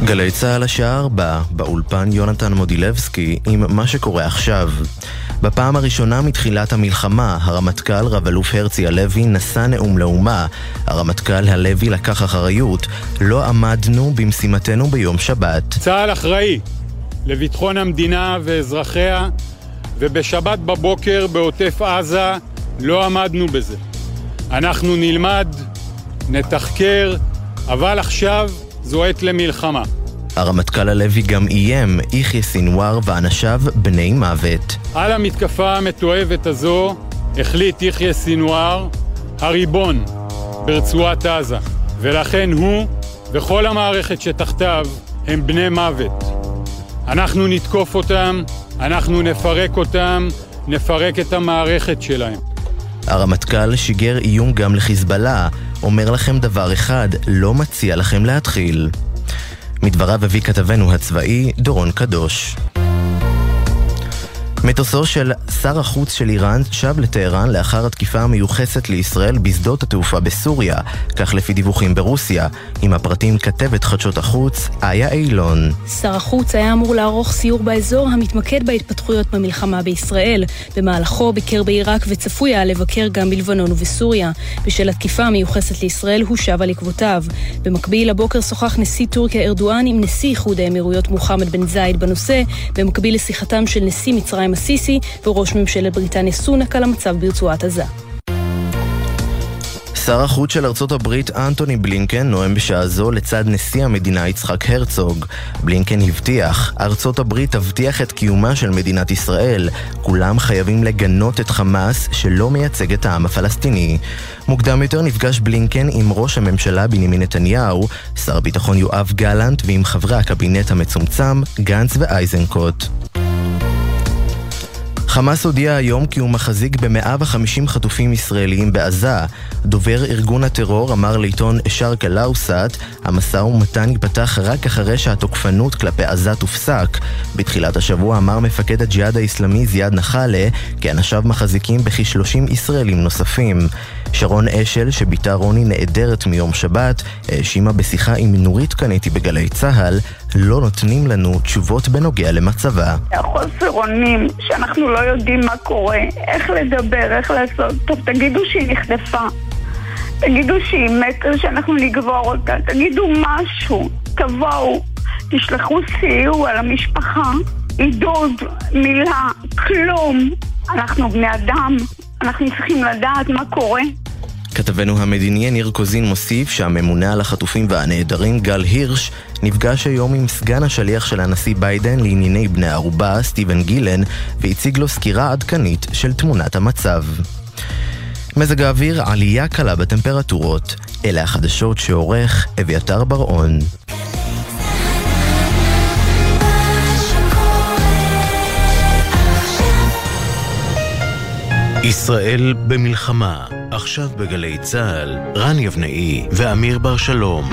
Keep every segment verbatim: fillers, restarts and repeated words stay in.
גלי צהל השעה ארבע, באולפן יונתן מודילבסקי עם מה שקורה עכשיו. בפעם הראשונה מתחילת המלחמה, הרמטכ"ל רב אלוף הרצי הלוי נשא נאום לאומה. הרמטכ"ל הלוי לקח אחריות, לא עמדנו במשימתנו ביום שבת. צה"ל אחראי לביטחון המדינה ואזרחיה, ובשבת בבוקר בעוטף עזה לא עמדנו בזה. אנחנו נלמד, נתחקר, אבל עכשיו זו עת למלחמה. הרמטכ"ל הלוי גם איים, יחיא סינואר ואנשיו בני מוות. על המתקפה המתועבת הזו החליט יחיא סינואר, הריבון ברצועת עזה, ולכן הוא וכל המערכת שתחתיו הם בני מוות. אנחנו נתקוף אותם, אנחנו נפרק אותם, נפרק את המערכת שלהם. הרמטכ"ל שיגר איום גם לחיזבאללה, אומר לכם דבר אחד, לא מציע לכם להתחיל. מדבריו הביא כתבנו הצבאי דורון קדוש. מטוסו של שר החוץ של איראן שב לטהרן לאחר התקיפה המיוחסת לישראל בשדות התעופה בסוריה, כך לפי דיווחים ברוסיה. עם הפרטים כתבת חדשות החוץ, איה אילון. שר החוץ היה אמור לערוך סיור באזור המתמקד בהתפתחויות במלחמה בישראל. במהלכו ביקר בעיראק וצפוי היה לבקר גם בלבנון ובסוריה. בשל התקיפה המיוחסת לישראל הוא שב על עקבותיו. במקביל הבוקר שוחח נשיא טורקיה ארדואן עם נשיא איחוד האמירויות מוחמד בן זאיד בנושא, במקביל לשיחתם של נשיא מצרים הסיסי וראש ממשלת בריטניה סונאק על המצב ברצועת עזה. שר החוץ של ארצות הברית אנטוני בלינקן נואם בשעה זו לצד נשיא המדינה יצחק הרצוג. בלינקן הבטיח, ארצות הברית תבטיח את קיומה של מדינת ישראל. כולם חייבים לגנות את חמאס שלא מייצג את העם הפלסטיני. מוקדם יותר נפגש בלינקן עם ראש הממשלה בנימין נתניהו, שר הביטחון יואב גלנט ועם חברי הקבינט המצומצם גנץ ואייזנקוט. חמאס הודיע היום כי הוא מחזיק ב-מאה וחמישים חטופים ישראליים בעזה. דובר ארגון הטרור אמר לעיתון א-שרק אל-אוסט, המשא ומתן ייפתח רק אחרי שהתוקפנות כלפי עזה תופסק. בתחילת השבוע אמר מפקד הג'יהאד האסלאמי זיאד נחלה כי אנשיו מחזיקים בכ-שלושים ישראלים נוספים. שרון אשל, שביתה רוני נעדרת מיום שבת, האשימה בשיחה עם נורית קניתי בגלי צהל, לא נותנים לנו תשובות בנוגע למצבה. החוסר אונים שאנחנו לא יודעים מה קורה, איך לדבר, איך לעשות. טוב, תגידו שהיא נחטפה, תגידו שהיא מתה, שאנחנו נגבור אותה, תגידו משהו, תבואו, תשלחו סיוע למשפחה, עידוד, מילה, כלום. אנחנו בני אדם, אנחנו צריכים לדעת מה קורה. כתבנו המדיני ניר קוזין מוסיף שהממונה על החטופים והנעדרים גל הירש נפגש היום עם סגן השליח של הנשיא ביידן לענייני בני ערובה סטיבן גילן והציג לו סקירה עדכנית של תמונת המצב. מזג האוויר, עלייה קלה בטמפרטורות. אלה החדשות שעורך אביתר בר-און. ישראל במלחמה, עכשיו בגלי צהל, רן יבנאי ואמיר בר שלום.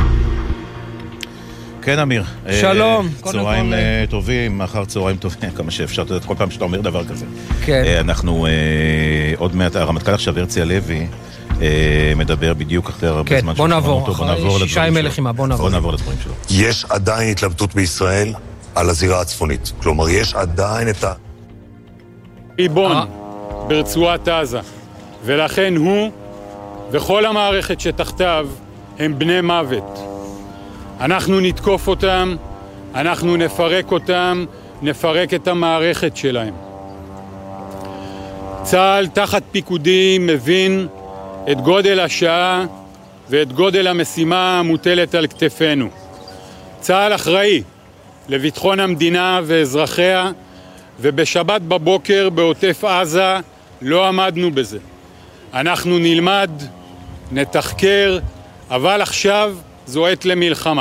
כן אמיר, שלום, צהריים טובים, אחר צהריים טובים, כמה שאפשר, כל פעם שאתה אומר דבר כזה. כן. אנחנו עוד מעט, הרמטכ"ל עכשיו הרצי הלוי מדבר בדיוק אחרי הרבה זמן. כן, בוא נעבור, אחרי שישה ימי לחימה, בוא נעבור. בוא נעבור לדברים שלו. יש עדיין התלבטות בישראל על הזירה הצפונית, כלומר יש עדיין את ה... ריבון ברצועת עזה, ולכן הוא וכל המערכת שתחתיו הם בני מוות. אנחנו נתקוף אותם, אנחנו נפרק אותם, נפרק את המערכת שלהם. צה"ל תחת פיקודי מבין את גודל השעה ואת גודל המשימה המוטלת על כתפינו. צה"ל אחראי לביטחון המדינה ואזרחיה, ובשבת בבוקר בעוטף עזה לא עמדנו בזה. אנחנו נלמד, נתחקר, אבל עכשיו זו עת למלחמה.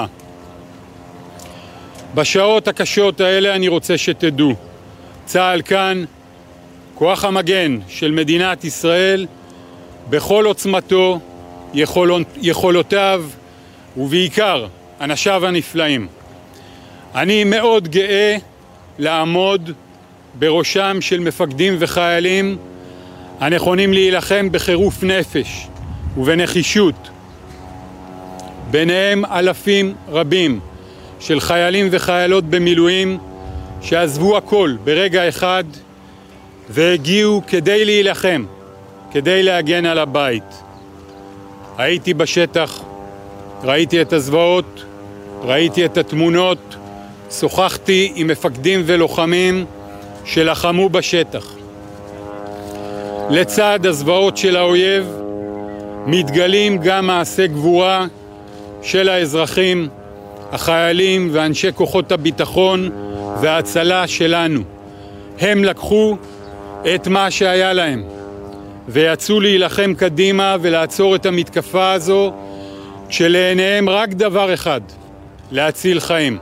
בשעות הקשות האלה אני רוצה שתדעו, צה"ל כאן, כוח המגן של מדינת ישראל, בכל עוצמתו, יכול... יכולותיו, ובעיקר אנשיו הנפלאים. אני מאוד גאה לעמוד בראשם של מפקדים וחיילים הנכונים להילחם בחירוף נפש ובנחישות. ביניהם אלפים רבים של חיילים וחיילות במילואים שעזבו הכל ברגע אחד והגיעו כדי להילחם, כדי להגן על הבית. הייתי בשטח, ראיתי את הזוועות, ראיתי את התמונות, שוחחתי עם מפקדים ולוחמים שלחמו בשטח. לצד הזוועות של האויב מתגלים גם מעשי גבורה של האזרחים, החיילים ואנשי כוחות הביטחון וההצלה שלנו. הם לקחו את מה שהיה להם ויצאו להילחם קדימה ולעצור את המתקפה הזו, כשלעיניהם רק דבר אחד, להציל חיים.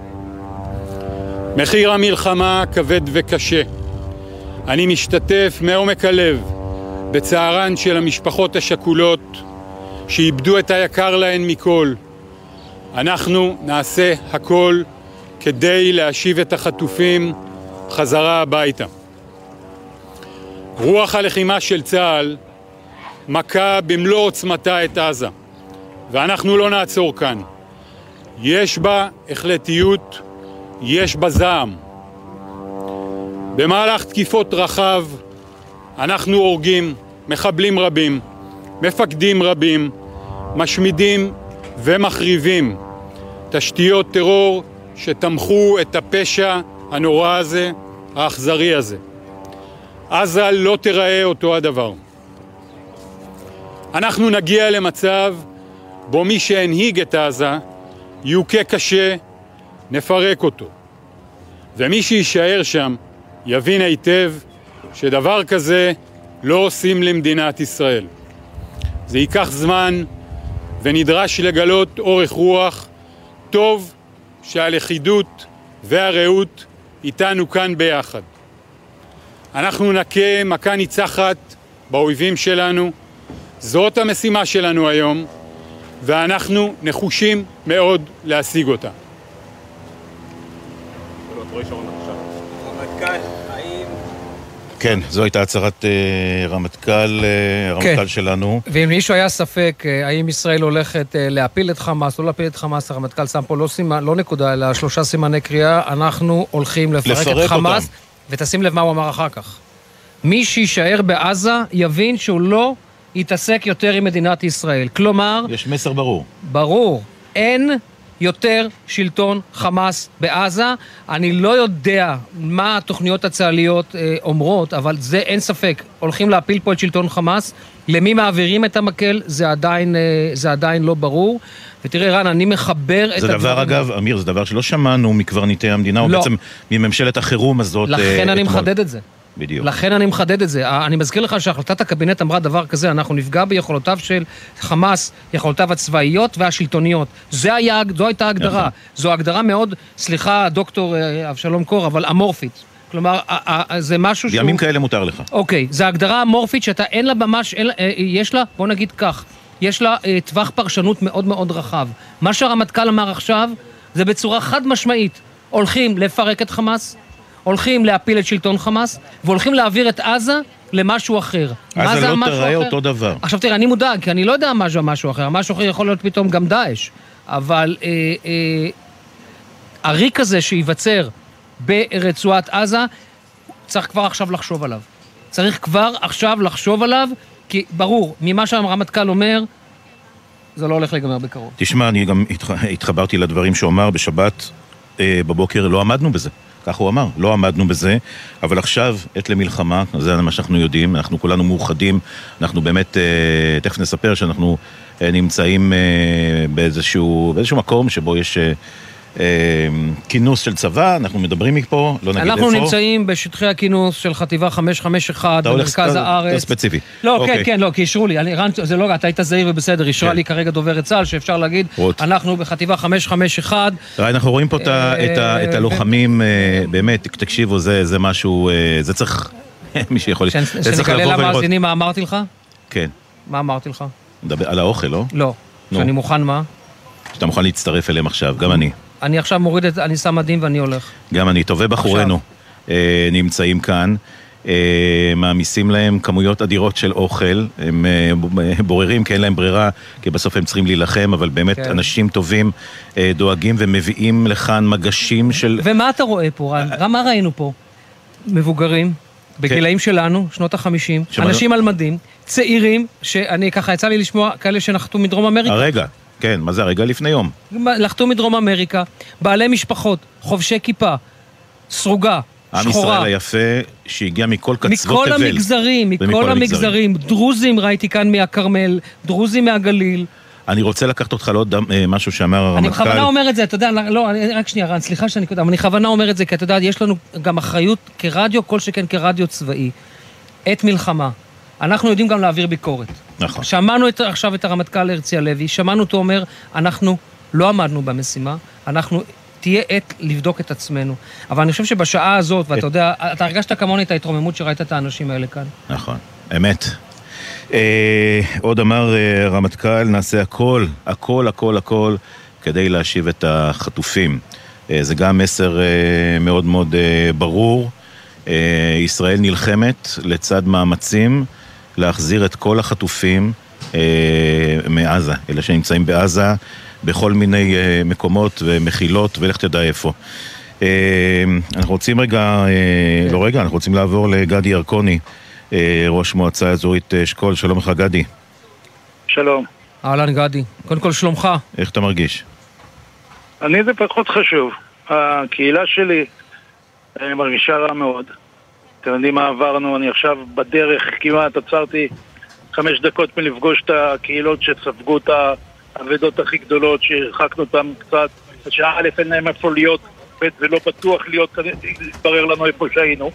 מחיר המלחמה כבד וקשה. אני משתתף מעומק הלב בצערן של המשפחות השכולות שאיבדו את היקר להן מכל. אנחנו נעשה הכל כדי להשיב את החטופים חזרה הביתה. רוח הלחימה של צה"ל מכה במלוא עוצמתה את עזה, ואנחנו לא נעצור כאן. יש בה החלטיות, יש בה זעם. במהלך תקיפות רחב אנחנו הורגים מחבלים רבים, מפקדים רבים, משמידים ומחריבים תשתיות טרור שתמכו את הפשע הנורא הזה, האכזרי הזה. עזה לא תיראה אותו הדבר. אנחנו נגיע למצב בו מי שהנהיג את עזה יוכה קשה, נפרק אותו. ומי שישאר שם יבין היטב שדבר כזה לא עושים למדינת ישראל. זה ייקח זמן ונדרש לגלות אורך רוח. טוב שהלכידות והרעות איתנו כאן ביחד. אנחנו נכה מכה ניצחת באויבים שלנו. זאת המשימה שלנו היום, ואנחנו נחושים מאוד להשיג אותה. כן, זו הייתה הצהרת רמטכ"ל, הרמטכ"ל שלנו. ואם מישהו היה ספק האם ישראל הולכת להפיל את חמאס, לא להפיל את חמאס, הרמטכ"ל שם פה לא נקודה, אלא שלושה סימני קריאה, אנחנו הולכים לפרק את חמאס, ותשים לב מה הוא אמר אחר כך. מי שישאר בעזה יבין שהוא לא יתעסק יותר עם מדינת ישראל. כלומר... יש מסר ברור. ברור. אין יותר שלטון חמאס בעזה. אני לא יודע מה התוכניות הצה"ליות אה, אומרות, אבל זה אין ספק. הולכים להפיל פה את שלטון חמאס. למי מעבירים את המקל, זה עדיין, אה, זה עדיין לא ברור. ותראה, רן, אני מחבר את... זה דבר, אגב, אמיר, זה דבר שלא שמענו מקברניטי המדינה, או בעצם מממשלת החירום הזאת... לכן אני מחדד את זה. בדיוק. לכן אני מחדד את זה. אני מזכיר לך שהחלטת הקבינט אמרה דבר כזה, אנחנו נפגע ביכולותיו של חמאס, יכולותיו הצבאיות והשלטוניות. זה היה, זו הייתה הגדרה. זו הגדרה מאוד, סליחה, דוקטור אבשלום קור, אבל אמורפית. כלומר, זה משהו שהוא... בימים כאלה מותר לך. אוקיי, זו הגדרה אמורפית שאתה אין לה ממש, יש לה, בוא נגיד כך, יש לה טווח פרשנות מאוד מאוד רחב. מה שהרמטכ"ל אמר עכשיו, זה בצורה חד משמעית. הולכים לפרק את חמאס, הולכים להפיל את שלטון חמאס, והולכים להעביר את עזה למשהו אחר. עזה לא תראה אותו דבר. עכשיו תראה, אני מודאג, כי אני לא יודע מה זה משהו אחר. משהו אחר יכול להיות פתאום גם דאעש. אבל אה, אה, הריק הזה שיווצר ברצועת עזה, צריך כבר עכשיו לחשוב עליו. צריך כבר עכשיו לחשוב עליו, כי ברור, ממה שהרמטכ"ל אומר, זה לא הולך להיגמר בקרוב. תשמע, אני גם התחברתי לדברים שאומר בשבת אה, בבוקר, לא עמדנו בזה. כך הוא אמר, לא עמדנו בזה, אבל עכשיו, עת למלחמה, זה מה שאנחנו יודעים, אנחנו כולנו מאוחדים, אנחנו באמת, תכף נספר שאנחנו נמצאים באיזשהו, באיזשהו מקום שבו יש כינוס של צבא, אנחנו מדברים מפה, לא נגיד איפה. אנחנו נמצאים בשטחי הכינוס של חטיבה חמש חמש אחת במרכז הארץ. אתה ספציפי. לא, כן, כן, לא, כי אישרו לי, זה לא, אתה היית זהיר ובסדר, אישרה לי כרגע דוברת צה"ל, שאפשר להגיד, אנחנו בחטיבה חמש חמש אחת. אנחנו רואים פה את הלוחמים, באמת, תקשיבו, זה משהו, זה צריך, מי שיכול... שנגלה למאזינים מה אמרתי לך? כן. מה אמרתי לך? על האוכל, לא? לא. שאני מוכן מה? שאתה מוכן להצטרף אליהם עכשיו, גם אני. אני עכשיו מוריד את, אני שם מדים ואני הולך. גם אני, טובי בחורנו אה, נמצאים כאן. מעמיסים להם כמויות אדירות של אוכל, הם בוררים כי אין להם ברירה, כי בסוף הם צריכים להילחם, אבל באמת כן. אנשים טובים דואגים ומביאים לכאן מגשים של... ומה אתה רואה פה, רן? מה ראינו פה? מבוגרים, בגילאים כן. שלנו, שנות החמישים, שמנו... אנשים על מדים, צעירים, שאני ככה יצא לי לשמוע כאלה שנחתו מדרום אמריקה. הרגע, כן, מה זה הרגע לפני יום? לחתו מדרום אמריקה, בעלי משפחות, חובשי כיפה, סרוגה, עם ישראל היפה שהגיע מכל קצוות תבל. מכל המגזרים, מכל המגזרים, דרוזים ראיתי כאן מהקרמל, דרוזים מהגליל. אני רוצה לקחת אותך לעוד משהו שאמר הרמטכ"ל. אני בכוונה אומר את זה, אתה יודע, לא, רק שנייה רן, סליחה שאני קודם, אני בכוונה אומר את זה, כי אתה יודע, יש לנו גם אחריות כרדיו, כל שכן כרדיו צבאי, עת מלחמה. אנחנו יודעים גם להעביר ביקורת. נכון. שמענו את, עכשיו את הרמטכ"ל הרצי הלוי, שמענו אותו אומר, אנחנו לא עמדנו במשימה, אנחנו... תהיה עת לבדוק את עצמנו. אבל אני חושב שבשעה הזאת, ואתה יודע, אתה הרגשת כמוני את ההתרוממות שראית את האנשים האלה כאן. נכון, אמת. אה, עוד אמר אה, רמטכ"ל, נעשה הכל, הכל, הכל, הכל, כדי להשיב את החטופים. אה, זה גם מסר אה, מאוד מאוד אה, ברור. אה, ישראל נלחמת לצד מאמצים להחזיר את כל החטופים אה, מעזה, אלה שנמצאים בעזה, בכל מיני uh, מקומות ומחילות, ולך תדע איפה. Uh, אנחנו רוצים רגע, uh, לא רגע, אנחנו רוצים לעבור לגדי ירקוני, uh, ראש מועצה אזורית אשכול. שלום לך גדי. שלום. אהלן גדי, קודם כל שלומך. איך אתה מרגיש? אני זה פחות חשוב. הקהילה שלי מרגישה רע מאוד. אתם יודעים מה עברנו, אני עכשיו בדרך כמעט עצרתי חמש דקות מלפגוש את הקהילות שספגו את ה... העבדות הכי גדולות שהרחקנו אותם קצת, שא' אין להם איפה להיות, ב' זה לא בטוח להיות, התברר לנו איפה שהיינו,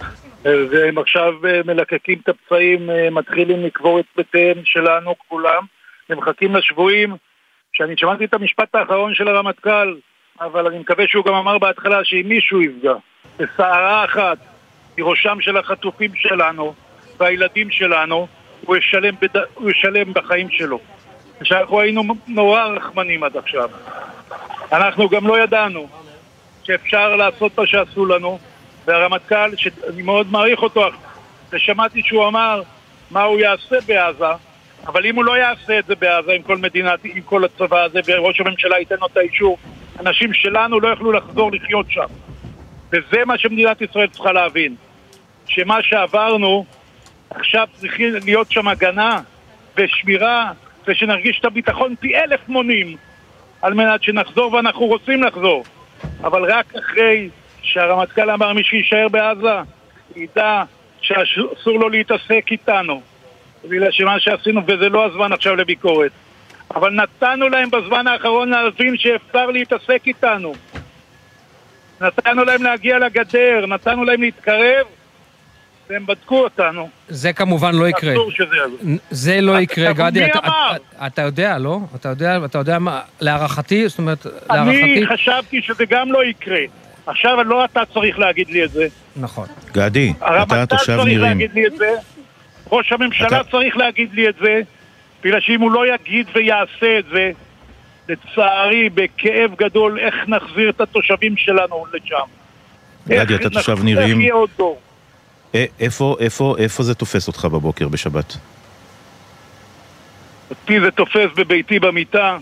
והם עכשיו מלקקים את הפצעים, מתחילים לקבור את ביתיהם שלנו כולם, הם מחכים לשבועים, שאני שמעתי את המשפט האחרון של הרמטכ"ל, אבל אני מקווה שהוא גם אמר בהתחלה שאם מישהו יפגע בסערה אחת מראשם של החטופים שלנו והילדים שלנו, הוא ישלם, בד... הוא ישלם בחיים שלו. שאנחנו היינו נורא רחמנים עד עכשיו. אנחנו גם לא ידענו שאפשר לעשות מה שעשו לנו, והרמטכ"ל, שאני מאוד מעריך אותו, ושמעתי שהוא אמר מה הוא יעשה בעזה, אבל אם הוא לא יעשה את זה בעזה עם כל מדינת, עם כל הצבא הזה, וראש הממשלה ייתן לו את האישור, אנשים שלנו לא יכלו לחזור לחיות שם. וזה מה שמדינת ישראל צריכה להבין. שמה שעברנו, עכשיו צריכים להיות שם הגנה ושמירה, ושנרגיש את הביטחון פי אלף מונים על מנת שנחזור, ואנחנו רוצים לחזור, אבל רק אחרי שהרמטכ"ל אמר מי שישאר בעזה ידע שאסור לו להתעסק איתנו, בגלל שמה שעשינו, וזה לא הזמן עכשיו לביקורת, אבל נתנו להם בזמן האחרון להבין שאפשר להתעסק איתנו, נתנו להם להגיע לגדר, נתנו להם להתקרב, והם בדקו אותנו. זה כמובן לא יקרה. זה לא יקרה, גדי. אתה יודע, לא? אתה יודע, אתה יודע מה, להערכתי, זאת אומרת, להערכתי... אני חשבתי שזה גם לא יקרה. עכשיו לא אתה צריך להגיד לי את זה. נכון. גדי, אתה תושב נירים. הרמטכ"ל צריך להגיד לי את זה, ראש הממשלה צריך להגיד לי את זה, בגלל שאם הוא לא יגיד ויעשה את זה, לצערי, בכאב גדול, איך נחזיר את התושבים שלנו לשם. גדי, אתה תושב נירים. איפה, איפה, איפה זה תופס אותך בבוקר בשבת? אותי זה תופס בביתי במיטה.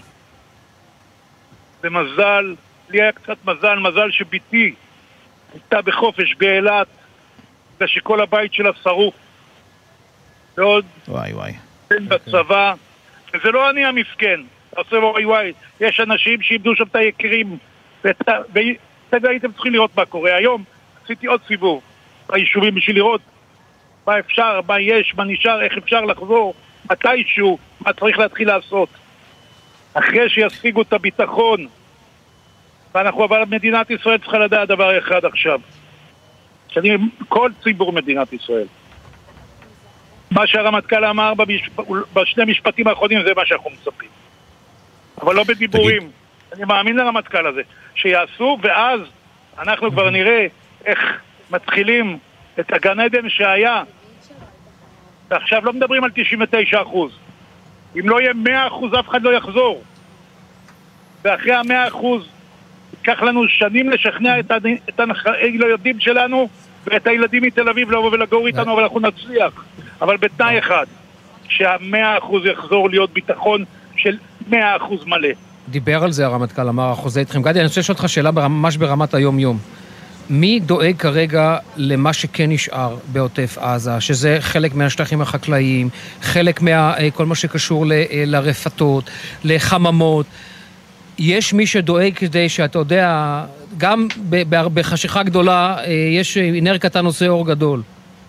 במזל, לי היה קצת מזל, מזל שביתי הייתה בחופש באילת, ושכל הבית שלה שרוף. ועוד וואי וואי. בצבא, וזה לא אני המסכן. עושה וואי וואי, יש אנשים שאיבדו שם את היקרים, והייתם צריכים לראות מה קורה. היום עשיתי עוד סיבוב ביישובים בשביל לראות מה אפשר, מה יש, מה נשאר, איך אפשר לחזור, מתישהו, מה צריך להתחיל לעשות. אחרי שישיגו את הביטחון, ואנחנו, אבל מדינת ישראל צריכה לדעת דבר אחד עכשיו, שאני, כל ציבור מדינת ישראל, מה שהרמטכ"ל אמר במש... בשני משפטים האחרונים זה מה שאנחנו מצפים, אבל לא בדיבורים. תגיד. אני מאמין לרמטכ"ל הזה שיעשו, ואז אנחנו כבר נראה איך מתחילים את הגן עדן שהיה, ועכשיו לא מדברים על תשעים ותשעה אחוז. אם לא יהיה מאה אחוז אף אחד לא יחזור, ואחרי המאה אחוז ייקח לנו שנים לשכנע את הילדים שלנו ואת הילדים מתל אביב לבוא ולגור איתנו, אבל אנחנו נצליח. אבל בתנאי אחד, שהמאה אחוז יחזור להיות ביטחון של מאה אחוז מלא. דיבר על זה הרמטכ"ל, אמר החוזה איתכם. גדי, אני רוצה לשאול אותך שאלה ממש ברמת היום-יום. מי דואג כרגע למה שכן נשאר בעוטף עזה, שזה חלק מהשטחים החקלאיים, חלק מכל מה שקשור ל, לרפתות, לחממות? יש מי שדואג כדי שאתה יודע, גם בחשיכה גדולה, יש נר קטן עושה אור גדול.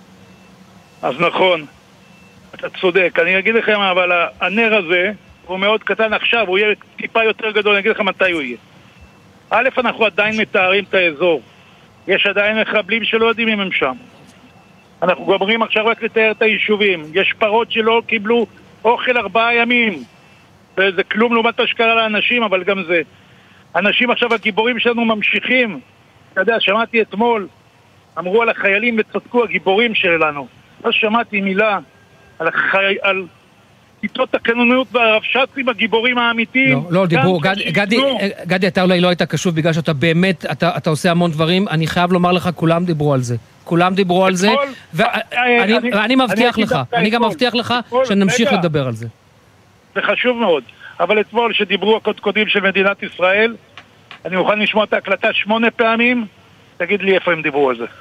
אז נכון, אתה צודק. אני אגיד לכם, אבל הנר הזה הוא מאוד קטן עכשיו, הוא יהיה טיפה יותר גדול, אני אגיד לכם מתי הוא יהיה. א', אנחנו עדיין מתארים את האזור. יש עדיין מחבלים שלא יודעים אם הם שם. אנחנו גומרים עכשיו רק לתאר את היישובים. יש פרות שלא קיבלו אוכל ארבעה ימים. וזה כלום לעומת השקעה לאנשים, אבל גם זה. אנשים עכשיו, הגיבורים שלנו ממשיכים. אתה יודע, שמעתי אתמול, אמרו על החיילים וצדקו הגיבורים שלנו. אז שמעתי מילה על, החי... על כיתות הקנוניות והרבש"צים הגיבורים האמיתיים. לא, לא, דיברו, גד, גדי, גדי, אתה אולי לא היית קשוב בגלל שאתה באמת, אתה, אתה עושה המון דברים, אני חייב לומר לך, כולם דיברו על זה. כולם דיברו על זה, ואני אני, אני מבטיח לך, אני גם מבטיח לך שנמשיך לדבר על זה. זה חשוב מאוד, אבל אתמול שדיברו הקודקודים של מדינת ישראל, אני מוכן לשמוע את ההקלטה שמונה פעמים, תגיד לי איפה הם דיברו על זה.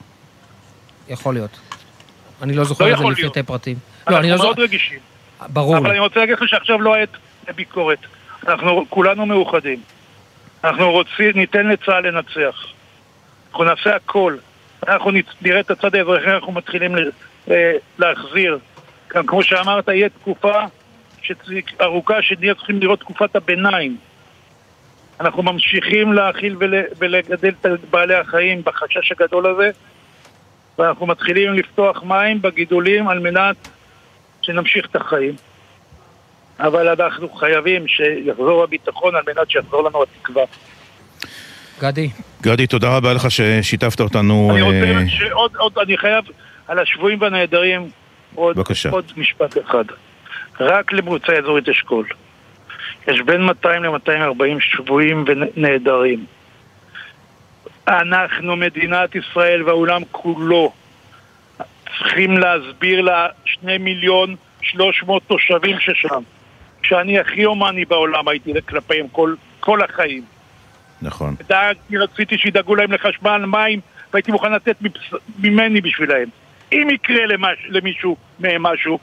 יכול להיות. אני לא זוכר את זה לפי תי פרטים. אנחנו מאוד רגישים. ברור. אבל אני רוצה להגיד לך שעכשיו לא העת לביקורת. אנחנו כולנו מאוחדים. אנחנו רוצים, ניתן לצה"ל לנצח. אנחנו נעשה הכל. אנחנו נראה את הצד האזרחי, אנחנו מתחילים להחזיר. גם כמו שאמרת, יהיה תקופה ארוכה שנהיה צריכים לראות תקופת הביניים. אנחנו ממשיכים להאכיל ולגדל את בעלי החיים בחשש הגדול הזה, ואנחנו מתחילים לפתוח מים בגידולים על מנת שנמשיך את החיים. אבל אנחנו חייבים שיחזור הביטחון על מנת שיחזור לנו התקווה. גדי. גדי, תודה רבה לך ששיתפת אותנו. אני רוצה שעוד, עוד, אני חייב על השבויים והנהדרים עוד, עוד משפט אחד. רק למועצה אזורית אשכול. יש בין מאתיים ל-מאתיים וארבעים שבויים ונהדרים. אנחנו, מדינת ישראל והעולם כולו, צריכים להסביר לשני מיליון שלוש מאות תושבים ששם, שאני הכי הומני בעולם הייתי כלפיהם כל, כל החיים. נכון. דאגתי, רציתי שידאגו להם לחשמל, מים, והייתי מוכן לתת ממני בשבילהם. אם יקרה למש, למישהו מהם משהו,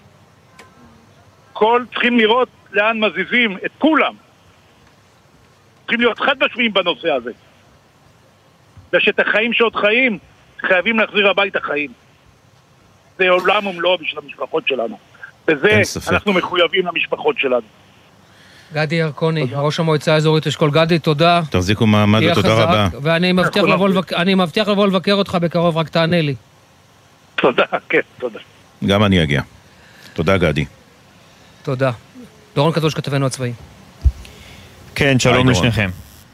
כל צריכים לראות לאן מזיזים את כולם. צריכים להיות חד משמעיים בנושא הזה. ושאת החיים שעוד חיים, חייבים להחזיר הביתה חיים. זה עולם ומלואו בשביל המשפחות שלנו. וזה אנחנו מחויבים למשפחות שלנו. גדי ירקוני, ראש המועצה האזורית אשכול. גדי, תודה. תחזיקו מעמד ותודה רבה. ואני מבטיח לבוא, לבק... מבטיח לבוא לבקר אותך בקרוב, רק תענה לי. תודה, כן, תודה. גם אני אגיע. תודה, גדי. תודה. דורון קדוש, כתבנו הצבאי. כן, שלום לשניכם.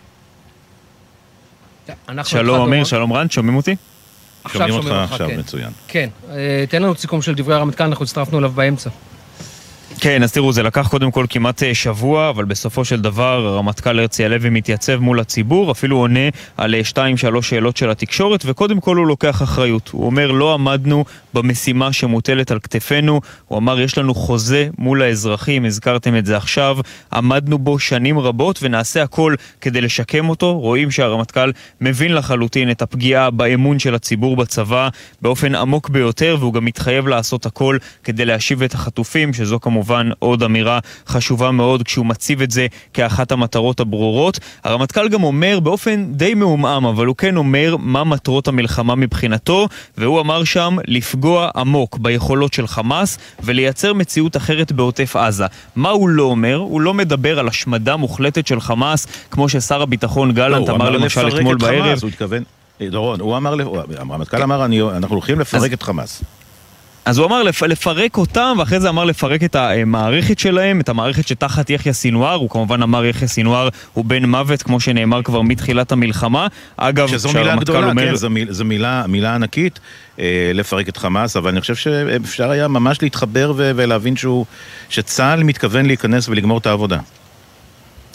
שלום אמיר, שלום רן, שומעים אותי? שומעים אותך עכשיו, מצוין. כן, תן לנו סיכום של דברי הרמטכ"ל, אנחנו הצטרפנו אליו באמצע. כן, אז תראו, זה לקח קודם כל כמעט שבוע, אבל בסופו של דבר הרמטכ"ל הרצי הלוי מתייצב מול הציבור, אפילו עונה על שתיים שלוש שאלות של התקשורת, וקודם כל הוא לוקח אחריות. הוא אומר, לא עמדנו במשימה שמוטלת על כתפינו, הוא אמר, יש לנו חוזה מול האזרחים, הזכרתם את זה עכשיו, עמדנו בו שנים רבות ונעשה הכל כדי לשקם אותו. רואים שהרמטכ"ל מבין לחלוטין את הפגיעה באמון של הציבור בצבא באופן עמוק ביותר, והוא גם מתחייב לעשות הכל כדי להשיב את החטופים, שזו כמובן עוד אמירה חשובה מאוד כשהוא מציב את זה כאחת המטרות הברורות. הרמטכ"ל גם אומר באופן די מעומעם, אבל הוא כן אומר מה מטרות המלחמה מבחינתו, והוא אמר שם לפגוע עמוק ביכולות של חמאס ולייצר מציאות אחרת בעוטף עזה. מה הוא לא אומר? הוא לא מדבר על השמדה מוחלטת של חמאס, כמו ששר הביטחון גלנט אמר למשל אתמול בערב. הוא התכוון, דורון, הוא אמר, הרמטכ"ל אמר, אנחנו הולכים לפרק את חמאס. אז הוא אמר לפרק אותם, ואחרי זה אמר לפרק את המערכת שלהם, את המערכת שתחת יחיא סינואר. הוא כמובן אמר יחיא סינואר הוא בן מוות, כמו שנאמר כבר מתחילת המלחמה. אגב, שזו מילה גדולה, אומר... כן, זו, מילה, זו מילה, מילה ענקית, אה, לפרק את חמאס, אבל אני חושב שאפשר היה ממש להתחבר ו- ולהבין שהוא, שצה"ל מתכוון להיכנס ולגמור את העבודה.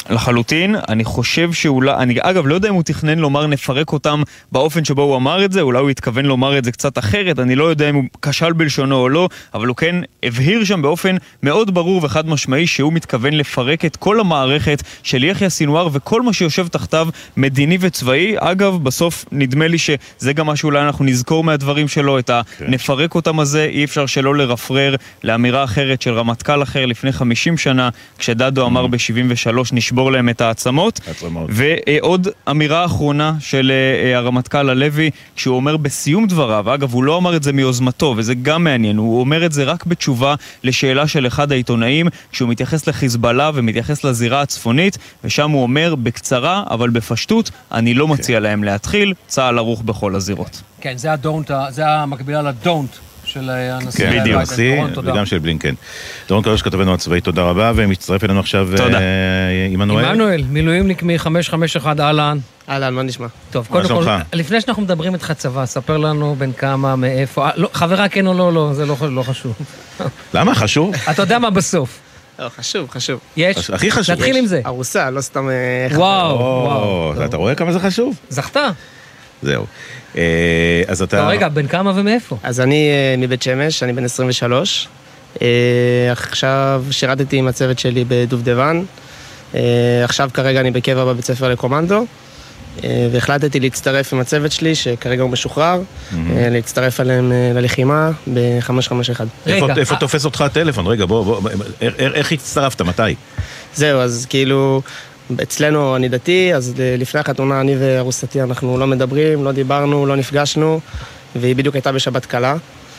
לחלוטין, אני חושב שאולי, אני אגב לא יודע אם הוא תכנן לומר נפרק אותם באופן שבו הוא אמר את זה, אולי הוא התכוון לומר את זה קצת אחרת, אני לא יודע אם הוא כשל בלשונו או לא, אבל הוא כן הבהיר שם באופן מאוד ברור וחד משמעי שהוא מתכוון לפרק את כל המערכת של יחיא סינואר וכל מה שיושב תחתיו מדיני וצבאי. אגב, בסוף נדמה לי שזה גם מה שאולי אנחנו נזכור מהדברים שלו, את הנפרק אותם הזה, אי אפשר שלא לרפרר לאמירה אחרת של רמטכ"ל אחר לפני חמישים שנה, כשדדו אמר ב-שבעים ושלוש נשבור להם את העצמות. ועוד אמירה אחרונה של הרמטכ"ל הלוי, כשהוא אומר בסיום דבריו, אגב הוא לא אמר את זה מיוזמתו וזה גם מעניין, הוא אומר את זה רק בתשובה לשאלה של אחד העיתונאים, כשהוא מתייחס לחיזבאללה ומתייחס לזירה הצפונית, ושם הוא אומר בקצרה אבל בפשטות, אני לא מציע להם להתחיל, צה"ל ערוך בכל הזירות. כן, זה הדונט, זה המקבילה לדונט של הנשיא. כן, בדיוק, וגם של בלינקן. דורון קרוש כתבנו הצבאי, תודה רבה, ומצטרף אלינו עכשיו עמנואל. עמנואל, מילואימניק מ-חמש חמש אחת, אהלן. אהלן, מה נשמע? טוב, קודם כל, לפני שאנחנו מדברים איתך צבא, ספר לנו בין כמה, מאיפה, חברה כן או לא, לא, זה לא חשוב. למה? חשוב? אתה יודע מה בסוף? לא, חשוב, חשוב. יש? הכי חשוב. נתחיל עם זה. ארוסה, לא סתם... וואו, וואו. אתה רואה כמה זה חשוב? זכתה. זהו. אז אתה... רגע, בין כמה ומאיפה? אז אני מבית שמש, אני בן עשרים ושלוש. עכשיו שירתתי עם הצוות שלי בדובדבן. עכשיו כרגע אני בקבע בבית ספר לקומנדו. והחלטתי להצטרף עם הצוות שלי, שכרגע הוא משוחרר, להצטרף עליהם ללחימה ב-חמש חמש אחת. איפה תופס אותך הטלפון? רגע, בוא, איך הצטרפת? מתי? זהו, אז כאילו, אצלנו אני דתי, אז לפני החתונה אני וארוסתי אנחנו לא מדברים, לא דיברנו, לא נפגשנו, והיא בדיוק הייתה בשבת קלה.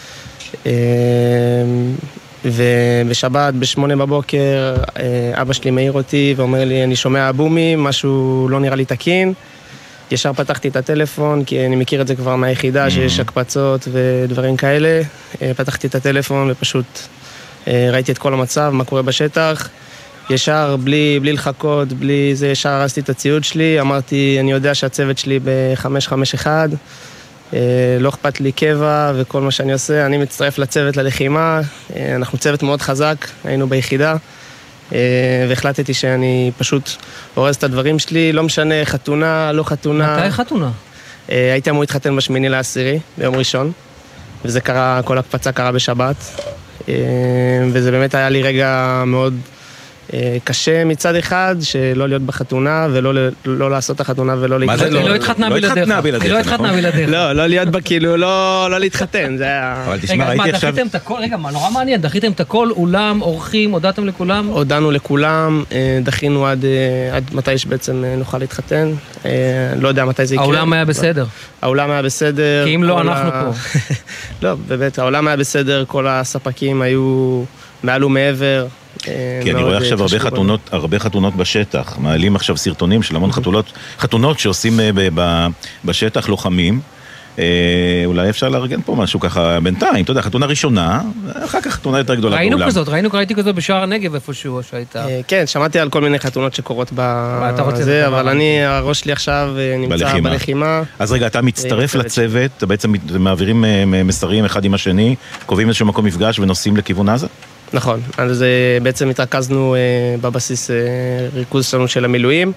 ובשבת, בשמונה בבוקר, אבא שלי מעיר אותי ואומר לי, אני שומע אבומי, משהו לא נראה לי תקין. ישר פתחתי את הטלפון, כי אני מכיר את זה כבר מהיחידה, שיש הקפצות ודברים כאלה. פתחתי את הטלפון ופשוט ראיתי את כל המצב, מה קורה בשטח. ישר, בלי, בלי לחכות, בלי זה, ישר הרסתי את הציוד שלי. אמרתי, אני יודע שהצוות שלי ב-חמש חמש אחת, לא אכפת לי קבע וכל מה שאני עושה. אני מצטרף לצוות ללחימה. אנחנו צוות מאוד חזק, היינו ביחידה. והחלטתי שאני פשוט הורס את הדברים שלי, לא משנה, חתונה, לא חתונה. מתי חתונה? הייתי אמור להתחתן בשמיני לעשירי, ביום ראשון, וזה קרה, כל הקפצה קרה בשבת, וזה באמת היה לי רגע מאוד קשה מצד אחד, שלא להיות בחתונה, ולא לא לעשות את החתונה ולא להתחתן. היא לא התחתנה בלעדיך. היא לא התחתנה בלעדיך. לא, לא להיות בה, כאילו, לא להתחתן, זה היה... אבל תשמע, ראיתי עכשיו... דחיתם את הכל, רגע, מה, נורא מעניין, דחיתם את הכל, אולם, אורחים, הודעתם לכולם? הודענו לכולם, דחינו עד מתי שבעצם נוכל להתחתן, לא יודע מתי זה יקרה. העולם היה בסדר. העולם היה בסדר. כי אם לא, אנחנו פה. לא, באמת, העולם היה בסדר, כל הספקים היו מעל ומעבר. כי אני רואה עכשיו הרבה חתונות, הרבה חתונות בשטח, מעלים עכשיו סרטונים של המון חתונות, חתונות שעושים בשטח, לוחמים. אולי אפשר לארגן פה משהו ככה בינתיים, אתה יודע, חתונה ראשונה, אחר כך חתונה יותר גדולה בעולם. ראינו כזאת, ראינו, ראיתי כזאת בשער הנגב איפשהו שהייתה. כן, שמעתי על כל מיני חתונות שקורות בזה, אבל אני, הראש שלי עכשיו נמצא בלחימה. אז רגע, אתה מצטרף לצוות, אתה בעצם מעבירים מסרים אחד עם השני, קובעים איזשהו מקום מפגש ונוסעים לכיוון עזה? נכון, אז בעצם התרכזנו בבסיס ריכוז שלנו של המילואים,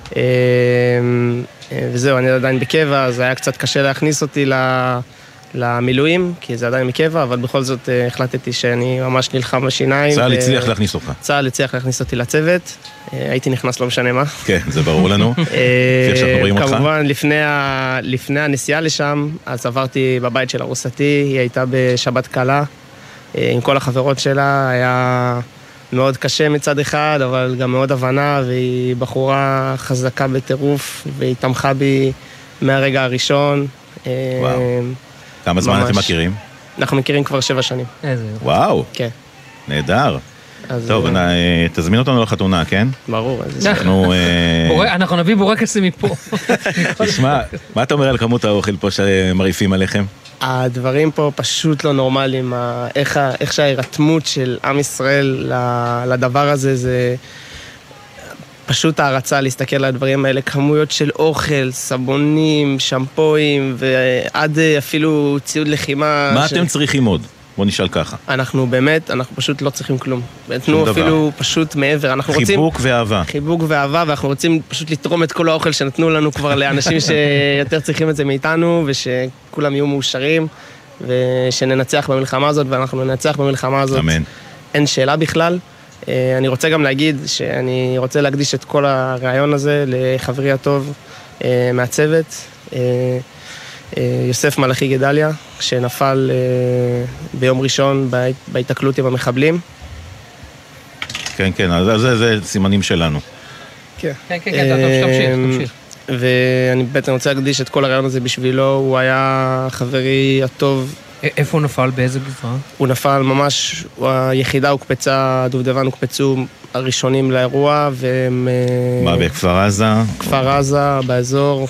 וזהו, אני עדיין בקבע, אז היה קצת קשה להכניס אותי למילואים, כי זה עדיין מקבע, אבל בכל זאת החלטתי שאני ממש נלחם בשיניים. צה"ל הצליח להכניס אותך. צה"ל הצליח להכניס אותי לצוות, הייתי נכנס לא משנה מה. כן, זה ברור לנו. כמובן, לפני הנסיעה לשם, אז עברתי בבית של ארוסתי, היא הייתה בשבת קלה, עם כל החברות שלה, היה מאוד קשה מצד אחד, אבל גם מאוד הבנה, והיא בחורה חזקה בטירוף, והיא תמכה בי מהרגע הראשון. וואו. כמה זמן אתם מכירים? אנחנו מכירים כבר שבע שנים. וואו. כן. נהדר. טוב, תזמין אותנו לחתונה, כן? ברור. אנחנו נביא בורקסים מפה. תשמע, מה אתה אומר על כמות האוכל פה שמרעיפים עליכם? הדברים פה פשוט לא נורמליים, איך, איך שההירתמות של עם ישראל לדבר הזה, זה פשוט הערצה להסתכל על הדברים האלה, כמויות של אוכל, סבונים, שמפויים, ועד אפילו ציוד לחימה. מה ש... אתם צריכים עוד? בוא נשאל ככה. אנחנו באמת, אנחנו פשוט לא צריכים כלום. נתנו אפילו פשוט מעבר. אנחנו רוצים... חיבוק ואהבה. חיבוק ואהבה, ואנחנו רוצים פשוט לתרום את כל האוכל שנתנו לנו כבר לאנשים שיותר צריכים את זה מאיתנו, ושכולם יהיו מאושרים, ושננצח במלחמה הזאת, ואנחנו ננצח במלחמה הזאת. אמן. אין שאלה בכלל. אני רוצה גם להגיד שאני רוצה להקדיש את כל הרעיון הזה לחברי הטוב מהצוות, יוסף מלאכי גדליה, שנפל ביום ראשון בהתקלות עם המחבלים. כן, כן, אז זה, זה סימנים שלנו. כן, כן, כן, כן, תמשיך, תמשיך. ואני בעצם רוצה להקדיש את כל הרעיון הזה בשבילו, הוא היה חברי הטוב. איפה הוא נפל? באיזה גזרה? הוא נפל ממש, היחידה הוקפצה, דובדבן הוקפצו הראשונים לאירוע, והם... מה, בכפר עזה? כפר עזה, באזור,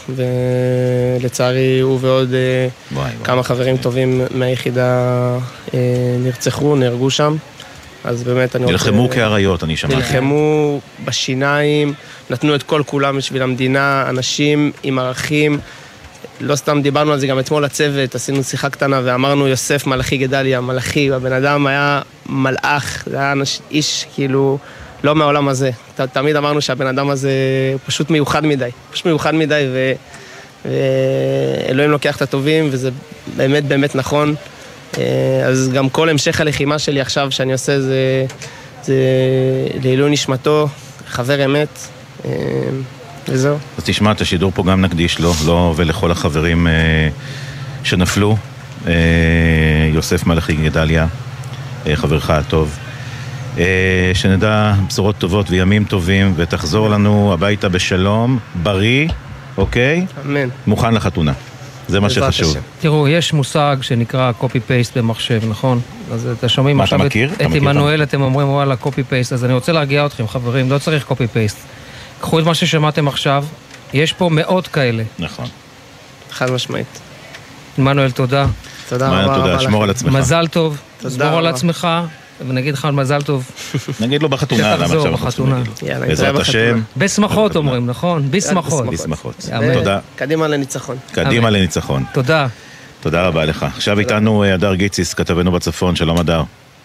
ולצערי הוא ועוד וואי, כמה וואי. חברים טובים מהיחידה נרצחו, נהרגו שם. אז באמת אני רוצה... נלחמו כאריות, אני שמעתי. נלחמו בשיניים, נתנו את כל כולם בשביל המדינה, אנשים עם ערכים. לא סתם דיברנו על זה גם אתמול לצוות, עשינו שיחה קטנה ואמרנו יוסף מלאכי גדליה, מלאכי, הבן אדם היה מלאך, זה היה איש כאילו לא מהעולם הזה. ת, תמיד אמרנו שהבן אדם הזה פשוט מיוחד מדי, פשוט מיוחד מדי, ו, ואלוהים לוקח את הטובים, וזה באמת באמת נכון. אז גם כל המשך הלחימה שלי עכשיו שאני עושה זה, זה לעילוי נשמתו, חבר אמת, וזהו. אז תשמע, את השידור פה גם נקדיש לו, לו ולכל החברים אה, שנפלו. אה, יוסף מלאכי גדליה, אה, חברך הטוב. אה, שנדע בשורות טובות וימים טובים, ותחזור לנו הביתה בשלום, בריא, אוקיי? אמן. מוכן לחתונה. זה מה שחשוב. תראו, יש מושג שנקרא copy-paste במחשב, נכון? אז אתם שומעים עכשיו את עמנואל, אתם אומרים וואלה copy-paste, אז אני רוצה להרגיע אתכם, חברים, לא צריך copy-paste. קחו את מה ששמעתם עכשיו, יש פה מאות כאלה. נכון. חד משמעית. עמנואל, תודה. תודה רבה. תודה, שמור על עצמך. מזל טוב, שמור על עצמך, ונגיד לך מזל טוב. נגיד לו בחתונה. שתחזור בחתונה. בעזרת השם. בשמחות אומרים, נכון? בשמחות. בשמחות. תודה. קדימה לניצחון. קדימה לניצחון. תודה. תודה רבה לך. עכשיו איתנו הדר גיציס, כתבנו בצפון. שלום הדר.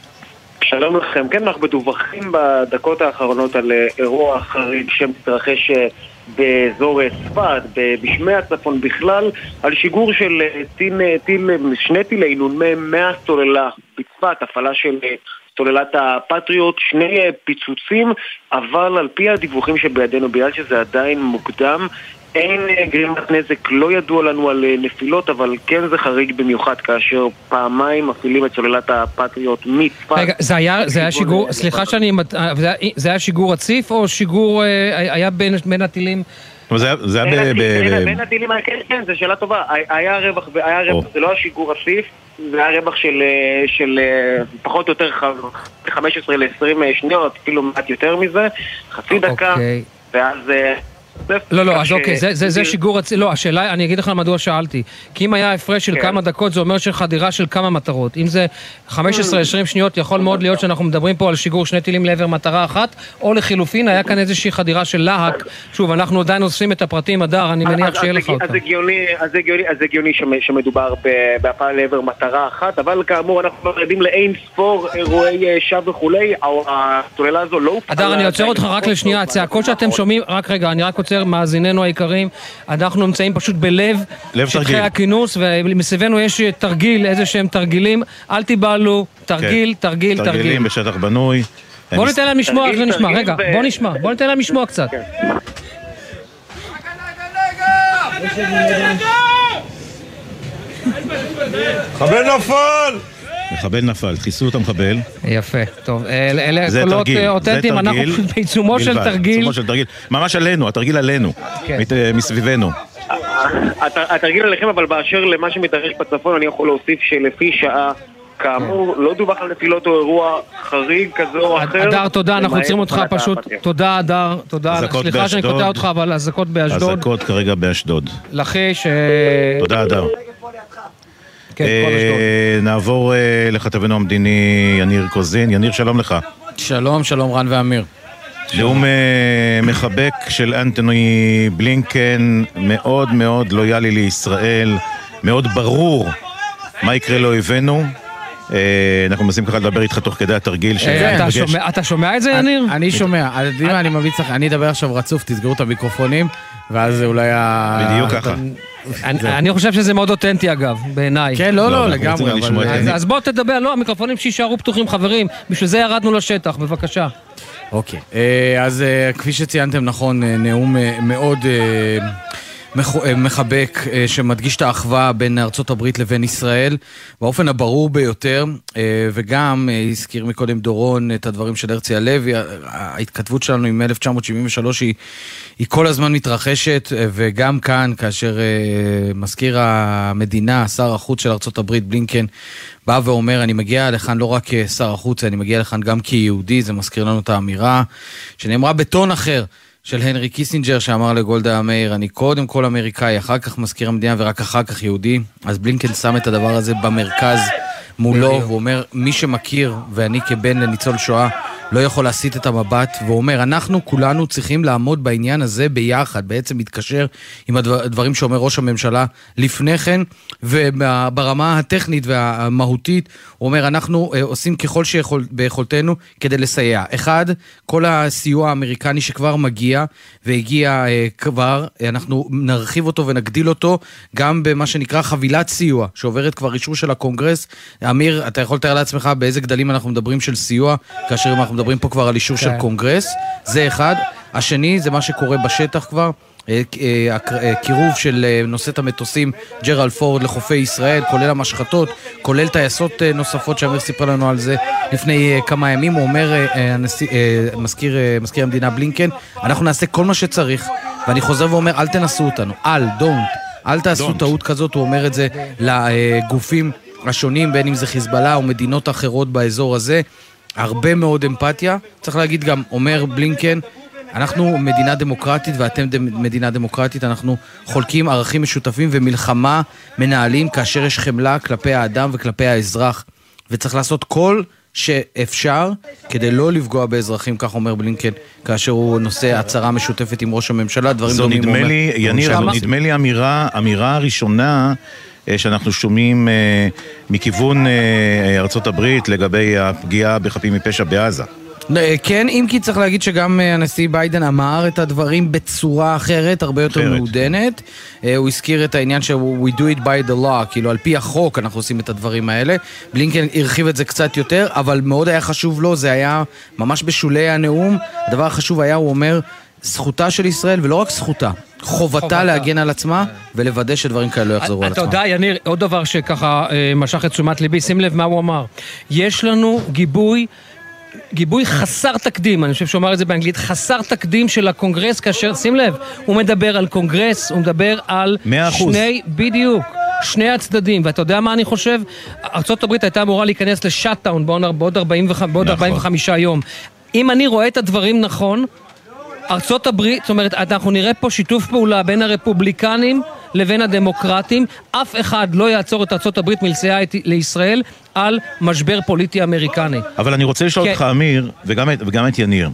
שלום לכם. כן, אנחנו מדווחים בדקות האחרונות על אירוע חריג שמתרחש באזור צפת, בשמי הצפון בכלל, על שיגור של טיל, טיל, שני טילי נ"מ מהסוללה בצפת, הפעלה של סוללת הפטריוט, שני פיצוצים, אבל על פי הדיווחים שבידינו, בגלל שזה עדיין מוקדם, אין גרימת נזק, לא ידוע לנו על נפילות, אבל כן זה חריג במיוחד כאשר פעמיים מפעילים את סוללת הפטריוט מצפת. רגע, זה היה, זה היה שיגור, סליחה שאני, זה היה שיגור רציף או שיגור היה בין, בין הטילים? זה היה ב... בין הטילים, כן, כן, זו שאלה טובה. היה רווח, היה רווח, זה לא השיגור רציף, זה היה רווח של פחות או יותר חמש עשרה לעשרים שניות, אפילו מעט יותר מזה, חצי דקה, ואז... לא, לא, אז אוקיי, זה שיגור, לא, השאלה, אני אגיד לך מדוע שאלתי, כי אם היה הפרש של כמה דקות, זה אומר שחדירה של כמה מטרות. אם זה חמש עשרה עשרים שניות, יכול מאוד להיות שאנחנו מדברים פה על שיגור שני טילים לעבר מטרה אחת, או לחילופין, היה כאן איזושהי חדירה של להק. שוב, אנחנו עדיין עושים את הפרטים, הדר, אני מניח שיהיה לך אותם. אז זה הגיוני שמדובר בהפעלה לעבר מטרה אחת, אבל כאמור, אנחנו יודעים לאין ספור אירועי שווא וכולי, הסוללה הזו לא... הדר, אני עוצר אותך רק לשנייה, הצעקות שאתם שומעים, רק רגע, אני רק עוצר מאזיננו היקרים, אנחנו נמצאים פשוט בלב שטחי הכינוס, ומסביבנו יש תרגיל, איזה שהם תרגילים, אל תיבהלו, תרגיל, תרגיל, תרגיל. תרגילים בשטח בנוי. בוא ניתן להם לשמוע, איך זה נשמע, רגע, בוא נשמע, בוא ניתן להם לשמוע קצת. מחבל נפל! מחבל נפל, חיסו את המחבל. יפה, טוב, אלה קולות אותנטיים, אנחנו בעיצומו של תרגיל. בעיצומו של תרגיל, ממש עלינו, התרגיל עלינו, מסביבנו. התרגיל עליכם, אבל באשר למה שמתרחש בצפון, אני יכול להוסיף שלפי שעה, כאמור, לא דווח על נפילות או אירוע חריג כזה או אחר. אדר, תודה, אנחנו עוצרים אותך פשוט. תודה, אדר, תודה. סליחה שאני קוטע אותך, אבל אזעקות באשדוד. אזעקות כרגע באשדוד. לכיש. תודה, אדר. נעבור לכתבנו המדיני יניר קוזין. יניר, שלום לך. שלום, שלום רן ואמיר. נאום מחבק של אנטוני בלינקן, מאוד מאוד לויאלי לישראל, מאוד ברור מה יקרה לאויבינו, אנחנו מנסים ככה לדבר איתך תוך כדי התרגיל. אתה שומע את זה, יניר? אני שומע. אני ממליץ לך, אני אדבר עכשיו רצוף, תסגרו את המיקרופונים, ואז אולי ה... בדיוק ככה. אני חושב שזה מאוד אותנטי אגב, בעיניי. כן, לא, לא, לגמרי. אז בוא תדבר, לא, המיקרופונים שישארו פתוחים חברים, בשביל זה ירדנו לשטח, בבקשה. אוקיי, אז כפי שציינתם נכון, נאום מאוד מחבק שמדגיש את האחווה בין ארצות הברית לבין ישראל באופן הברור ביותר, וגם הזכיר מקודם דורון את הדברים של הרצי הלוי. ההתכתבות שלנו עם אלף תשע מאות שבעים ושלוש היא, היא כל הזמן מתרחשת, וגם כאן כאשר מזכיר המדינה, שר החוץ של ארצות הברית בלינקן, בא ואומר, אני מגיע לכאן לא רק כשר החוץ, אני מגיע לכאן גם כיהודי. זה מזכיר לנו את האמירה שנאמרה בטון אחר של הנרי קיסינג'ר, שאמר לגולדה מאיר, אני קודם כל אמריקאי, אחר כך מזכיר המדינה ורק אחר כך יהודי. אז בלינקן שם את הדבר הזה במרכז מולו, והוא אומר, מי שמכיר, ואני כבן לניצול שואה, לא יכול להסיט את המבט, והוא אומר, אנחנו כולנו צריכים לעמוד בעניין הזה ביחד, בעצם מתקשר עם הדברים שאומר ראש הממשלה לפני כן, וברמה הטכנית והמהותית, הוא אומר, אנחנו עושים ככל שביכולתנו כדי לסייע. אחד, כל הסיוע האמריקני שכבר מגיע, והגיע כבר, אנחנו נרחיב אותו ונגדיל אותו, גם במה שנקרא חבילת סיוע, שעוברת כבר אישור של הקונגרס. אמיר, אתה יכול לתאר לעצמך באיזה גדלים אנחנו מדברים של סיוע, כאשר אנחנו מדברים פה כבר על אישור של קונגרס. זה אחד. השני, זה מה שקורה בשטח כבר, קירוב של נושאת המטוסים ג'רלד פורד לחופי ישראל, כולל המשחטות, כולל טייסות נוספות, שאמיר סיפר לנו על זה לפני כמה ימים. הוא אומר, מזכיר, מזכיר המדינה בלינקן, אנחנו נעשה כל מה שצריך, ואני חוזר ואומר, אל תנסו אותנו, אל, don't, אל תעשו טעות כזאת. הוא אומר את זה לגופים השונים, בין אם זה חיזבאללה או מדינות אחרות באזור הזה. הרבה מאוד אמפתיה. צריך להגיד גם, אומר בלינקן, אנחנו מדינה דמוקרטית ואתם מדינה דמוקרטית, אנחנו חולקים ערכים משותפים ומלחמה מנהלים כאשר יש חמלה כלפי האדם וכלפי האזרח, וצריך לעשות כל שאפשר כדי לא לפגוע באזרחים, כך אומר בלינקן, כאשר הוא נושא הצהרה משותפת עם ראש הממשלה. דברים זו נדמה לי, יניר, זו נדמה לי אמירה, אמירה הראשונה שאנחנו שומעים מכיוון ארצות הברית לגבי הפגיעה בחפים מפשע בעזה. כן, אם כי צריך להגיד שגם הנשיא ביידן אמר את הדברים בצורה אחרת, הרבה יותר מעודנת. הוא הזכיר את העניין ש- we do it by the law, כאילו על פי החוק אנחנו עושים את הדברים האלה. בלינקן הרחיב את זה קצת יותר, אבל מאוד היה חשוב לו, זה היה ממש בשולי הנאום. הדבר החשוב היה, הוא אומר, זכותה של ישראל, ולא רק זכותה, חובתה להגן על עצמה ולוודא שדברים כאלה לא יחזרו על עצמם. אתה יודע, יניר, עוד דבר שככה משך את תשומת ליבי, שים לב מה הוא אמר. יש לנו גיבוי גיבוי חסר תקדים, אני חושב שהוא אמר את זה באנגלית, חסר תקדים של הקונגרס, כאשר, שים לב, הוא מדבר על קונגרס, הוא מדבר על שני, בדיוק, שני הצדדים, ואתה יודע מה אני חושב? ארצות הברית הייתה אמורה להיכנס לשאט-טאון בעוד ארבעים וחמישה יום. אם אני רואה את הדברים נכון, ארצות הברית, זאת אומרת, אנחנו נראה פה שיתוף פעולה בין הרפובליקנים לבין הדמוקרטים, אף אחד לא יעצור את ארצות הברית מלסייע לישראל על משבר פוליטי אמריקני. אבל אני רוצה לשאול אותך, אמיר, וגם, וגם את יניר,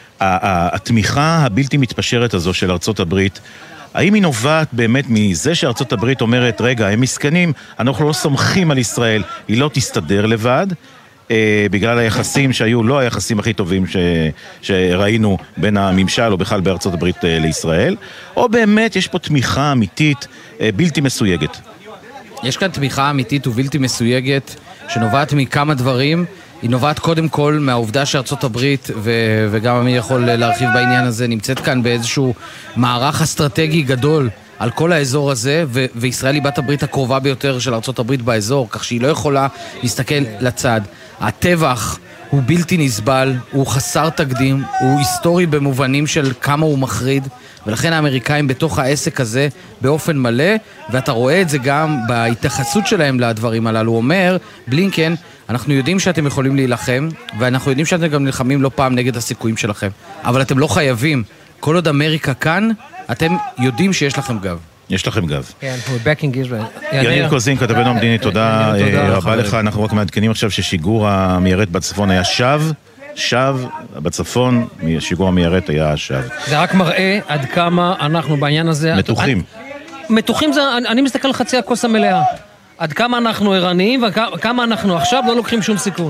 התמיכה הבלתי מתפשרת הזו של ארצות הברית, האם היא נובעת באמת מזה שארצות הברית אומרת, רגע, הם מסכנים, אנחנו לא סומכים על ישראל, היא לא תסתדר לבד, בגלל היחסים שהיו לא היחסים הכי טובים ש... שראינו בין הממשל או בכלל בארצות הברית לישראל, או באמת יש פה תמיכה אמיתית בלתי מסויגת? יש כאן תמיכה אמיתית ובלתי מסויגת שנובעת מכמה דברים. היא נובעת קודם כל מהעובדה שארצות הברית, ו... וגם אני יכול להרחיב בעניין הזה, נמצאת כאן באיזשהו מערך אסטרטגי גדול על כל האזור הזה, ו- וישראל היא בת הברית הקרובה ביותר של ארצות הברית באזור, כך שהיא לא יכולה להסתכל לצד. הטבח הוא בלתי נסבל, הוא חסר תקדים, הוא היסטורי במובנים של כמה הוא מחריד, ולכן האמריקאים בתוך העסק הזה באופן מלא, ואתה רואה את זה גם בהתייחסות שלהם לדברים הללו. הוא אומר, בלינקן, אנחנו יודעים שאתם יכולים להילחם, ואנחנו יודעים שאתם גם נלחמים לא פעם נגד הסיכויים שלכם, אבל אתם לא חייבים. כל עוד אמריקה כאן, אתם יודעים שיש לכם גב. יש לכם גב. כן, we're backing Israel. יניר קוזין, כתבנו המדיני, תודה רבה לך. אנחנו רק מעדכנים עכשיו ששיגור המיירט בצפון היה שב, שב בצפון, שיגור המיירט היה שב. זה רק מראה עד כמה אנחנו בעניין הזה... מתוחים. מתוחים זה, אני מסתכל על חצי הכוס המלאה. עד כמה אנחנו ערניים וכמה אנחנו עכשיו לא לוקחים שום סיכון.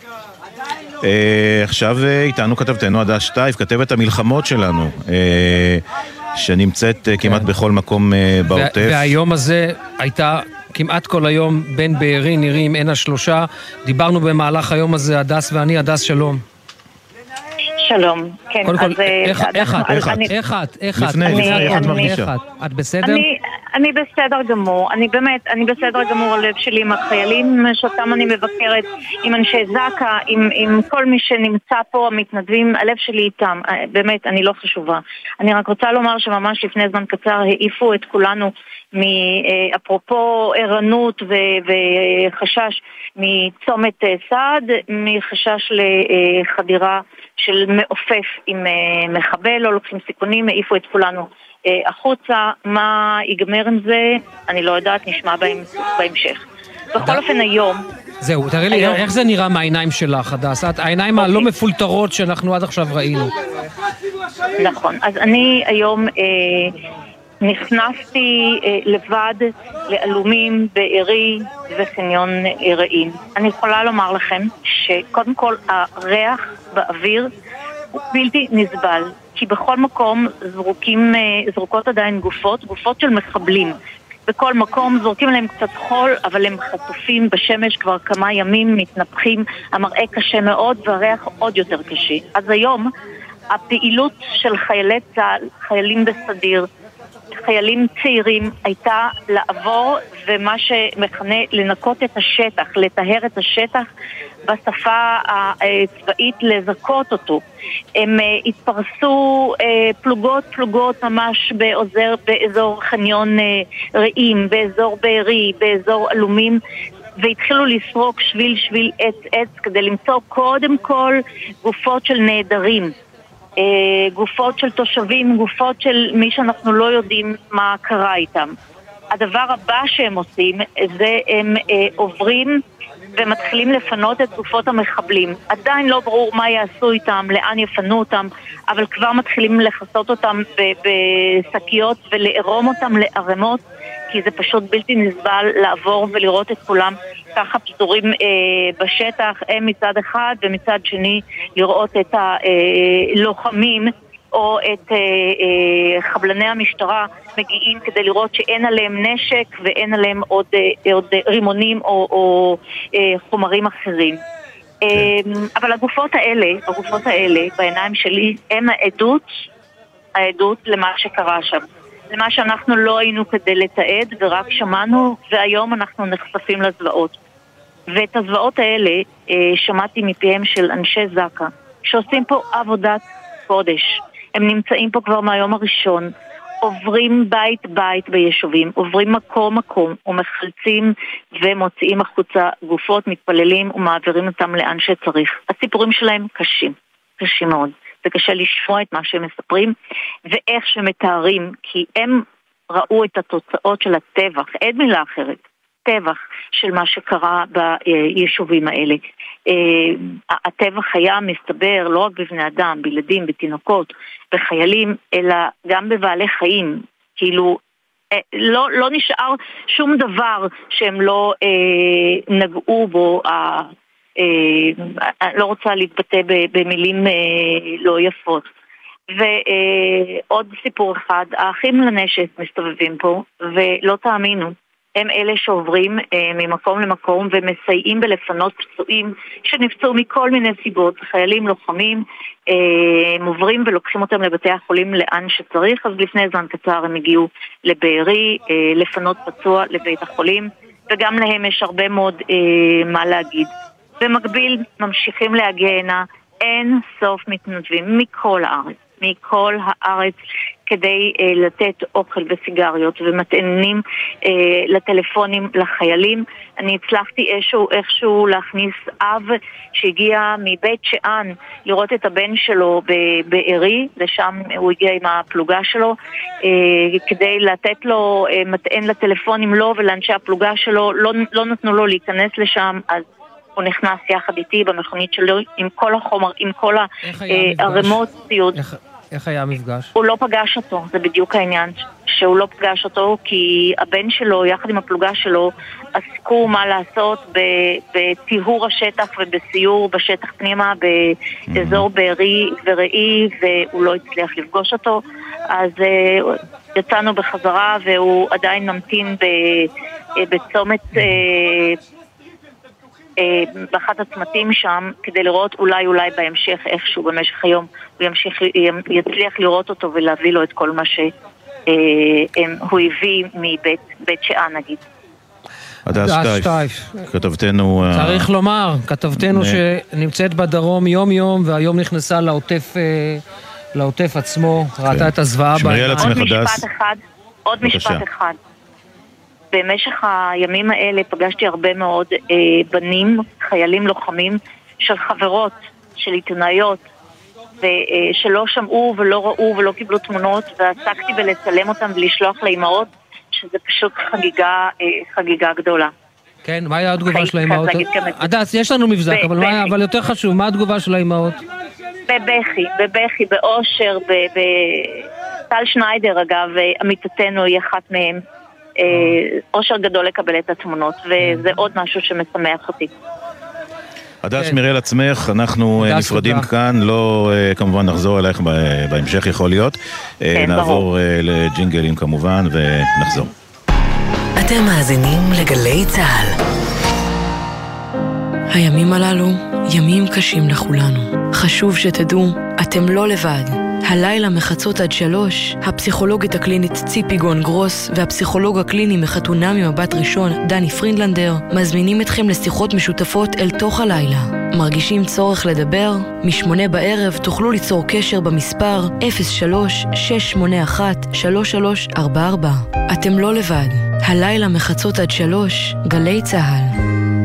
עכשיו איתנו כתבתנו עדה שטייף, כתבת המלחמות שלנו, שנמצאת כמעט בכל מקום בעוטף. והיום הזה הייתה כמעט כל היום בין בארי, נירים, עין השלושה. דיברנו במהלך היום הזה, הדס ואני. הדס, שלום. שלום, כן. קודם כל, איך את? איך את? איך את? איך את? לפני, את מרגישה. את בסדר? אני בסדר גמור, אני באמת, אני בסדר גמור, הלב שלי עם החיילים שאותם אני מבקרת, עם אנשי זק"א, עם, עם כל מי שנמצא פה, המתנדבים, הלב שלי איתם, באמת, אני לא חשובה. אני רק רוצה לומר שממש לפני זמן קצר העיפו את כולנו, אפרופו ערנות וחשש מצומת סעד, מחשש לחדירה של מעופף עם מחבל, לא לוקחים סיכונים, העיפו את כולנו החוצה. מה ייגמר עם זה? אני לא יודעת, נשמע בהמשך. בכל אופן היום... זהו, תראי לי, איך זה נראה מהעיניים שלך, הדס? העיניים הלא מפולטרות שאנחנו עד עכשיו ראינו. נכון, אז אני היום נכנסתי לבד לאלומים בארי וחניון רעים. אני יכולה לומר לכם שקודם כל הריח באוויר הוא בלתי נסבל. כי בכל מקום זרוקים, זרוקות עדיין גופות, גופות של מחבלים. בכל מקום זורקים להם קצת חול, אבל הם חטופים בשמש כבר כמה ימים, מתנפחים, המראה קשה מאוד והריח עוד יותר קשה. אז היום הפעילות של חיילי צה"ל, חיילים בסדיר, חיילים צעירים, הייתה לעבור ומה שמכנה לנקות את השטח, לטהר את השטח, בשפה הצבאית לזכות אותו. הם התפרסו פלוגות פלוגות ממש בעוזר, באזור חניון רעים, באזור בארי, באזור אלומים, והתחילו לסרוק שביל שביל עץ עץ כדי למצוא קודם כל גופות של נעדרים, גופות של תושבים, גופות של מי שאנחנו לא יודעים מה קרה איתם. הדבר הבא שהם עושים זה הם עוברים ומתחילים לפנות את גופות המחבלים. עדיין לא ברור מה יעשו איתם, לאן יפנו אותם, אבל כבר מתחילים לחסות אותם בשקיות ולערום אותם לערמות, כי זה פשוט בלתי נסבל לעבור ולראות את כולם ככה פזורים אה, בשטח, הם מצד אחד ומצד שני לראות את הלוחמים או את אה, אה, חבלני המשטרה מגיעים כדי לראות שאין עליהם נשק ואין עליהם עוד, אה, עוד רימונים או, או אה, חומרים אחרים. אה, אבל הגופות האלה, הגופות האלה בעיניים שלי הם העדות, העדות למה שקרה שם. למה שאנחנו לא היינו כדי לתעד ורק שמענו, והיום אנחנו נחשפים לזוועות. ואת הזוועות האלה אה, שמעתי מפיהם של אנשי זק"א שעושים פה עבודת קודש. הם נמצאים פה כבר מהיום הראשון, עוברים בית בית ביישובים, עוברים מקום מקום ומחלצים ומוציאים החוצה גופות, מתפללים ומעבירים אותם לאן שצריך. הסיפורים שלהם קשים, קשים מאוד. זה קשה לשמוע את מה שהם מספרים ואיך שמתארים, כי הם ראו את התוצאות של הטבח, אין מילה אחרת, טבח של מה שקרה ביישובים האלה. הטבח היה מסתבר לא רק בבני אדם, בילדים, בתינוקות, בחיילים, אלא גם בבעלי חיים. כאילו לא, לא נשאר שום דבר שהם לא אה, נגעו בו. אה, אה, לא רוצה להתבטא במילים אה, לא יפות. ועוד סיפור אחד, האחים לנשק מסתובבים פה ולא תאמינו, הם אלה שעוברים אה, ממקום למקום ומסייעים בלפנות פצועים שנפצעו מכל מיני סיבות. חיילים לוחמים אה, הם עוברים ולוקחים אותם לבתי החולים לאן שצריך. אז לפני זמן קצר הם הגיעו לבארי אה, לפנות פצוע לבית החולים, וגם להם יש הרבה מאוד אה, מה להגיד. במקביל ממשיכים להגיע הנה אין סוף מתנדבים מכל הארץ, מכל הארץ, כדי אה, לתת אוכל וסיגריות ומטענים אה, לטלפונים לחיילים. אני הצלחתי איכשהו, איכשהו להכניס אב שהגיע מבית שאן לראות את הבן שלו בארי, לשם הוא הגיע עם הפלוגה שלו, אה, כדי לתת לו אה, מטען לטלפונים לו ולאנשי הפלוגה שלו, לא, לא נתנו לו להיכנס לשם, אז הוא נכנס יחד איתי במכונית שלו עם כל החומר, עם כל הערמות ציוד. איך היה המפגש? הוא לא פגש אותו, זה בדיוק העניין, שהוא לא פגש אותו, כי הבן שלו, יחד עם הפלוגה שלו, עסקו מה לעשות בטיהור השטח ובסיור בשטח פנימה, באזור בארי וראי, והוא לא הצליח לפגוש אותו. אז יצאנו בחזרה, והוא עדיין ממתין בצומת... באחת הצמתים שם, כדי לראות אולי אולי בהמשך איכשהו במשך היום הוא ימשיך, יצליח לראות אותו ולהביא לו את כל מה שהוא הביא מבית בית שאן נגיד. הדס שטייף, כתבתנו... צריך לומר, כתבתנו שנמצאת בדרום יום יום והיום נכנסה לעוטף לעוטף עצמו, ראתה את הזוועה בעיניים. עוד משפט אחד, עוד משפט אחד. במשך הימים האלה פגשתי הרבה מאוד אה, בנים, חיילים לוחמים של חברות, של עיתונאיות, ושלא שמעו ולא ראו ולא קיבלו תמונות, ועסקתי בלצלם אותם ולשלוח לאמהות, שזה פשוט חגיגה, אה, חגיגה גדולה. כן, מה היה התגובה של האמהות? הדס, יש לנו מבזק, אבל, מה, אבל יותר חשוב, מה התגובה של האמהות? בבכי, בבכי, באושר, טל שניידר אגב, עמיתתנו היא אחת מהם. אושר גדול לקבל את התמונות, וזה עוד משהו שמשמח אותי. הדס מיראל עצמך, אנחנו נפרדים כאן, לא כמובן נחזור אלייך בהמשך יכול להיות, נעבור לג'ינגלים כמובן ונחזור. אתם מאזינים לגלי צהל. הימים הללו ימים קשים לכולנו. חשוב שתדעו, אתם לא לבד. הלילה מחצות עד שלוש, הפסיכולוגית הקלינית ציפי גון גרוס והפסיכולוג הקליני מחתונה ממבט ראשון דני פרינדלנדר מזמינים אתכם לשיחות משותפות אל תוך הלילה. מרגישים צורך לדבר? משמונה בערב תוכלו ליצור קשר במספר אפס שלוש שש שמונה אחת שלוש שלוש ארבע ארבע. אתם לא לבד. הלילה מחצות עד שלוש, גלי צהל.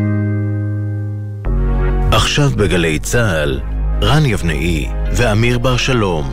עכשיו בגלי צהל, רן יבנאי ואמיר בר שלום.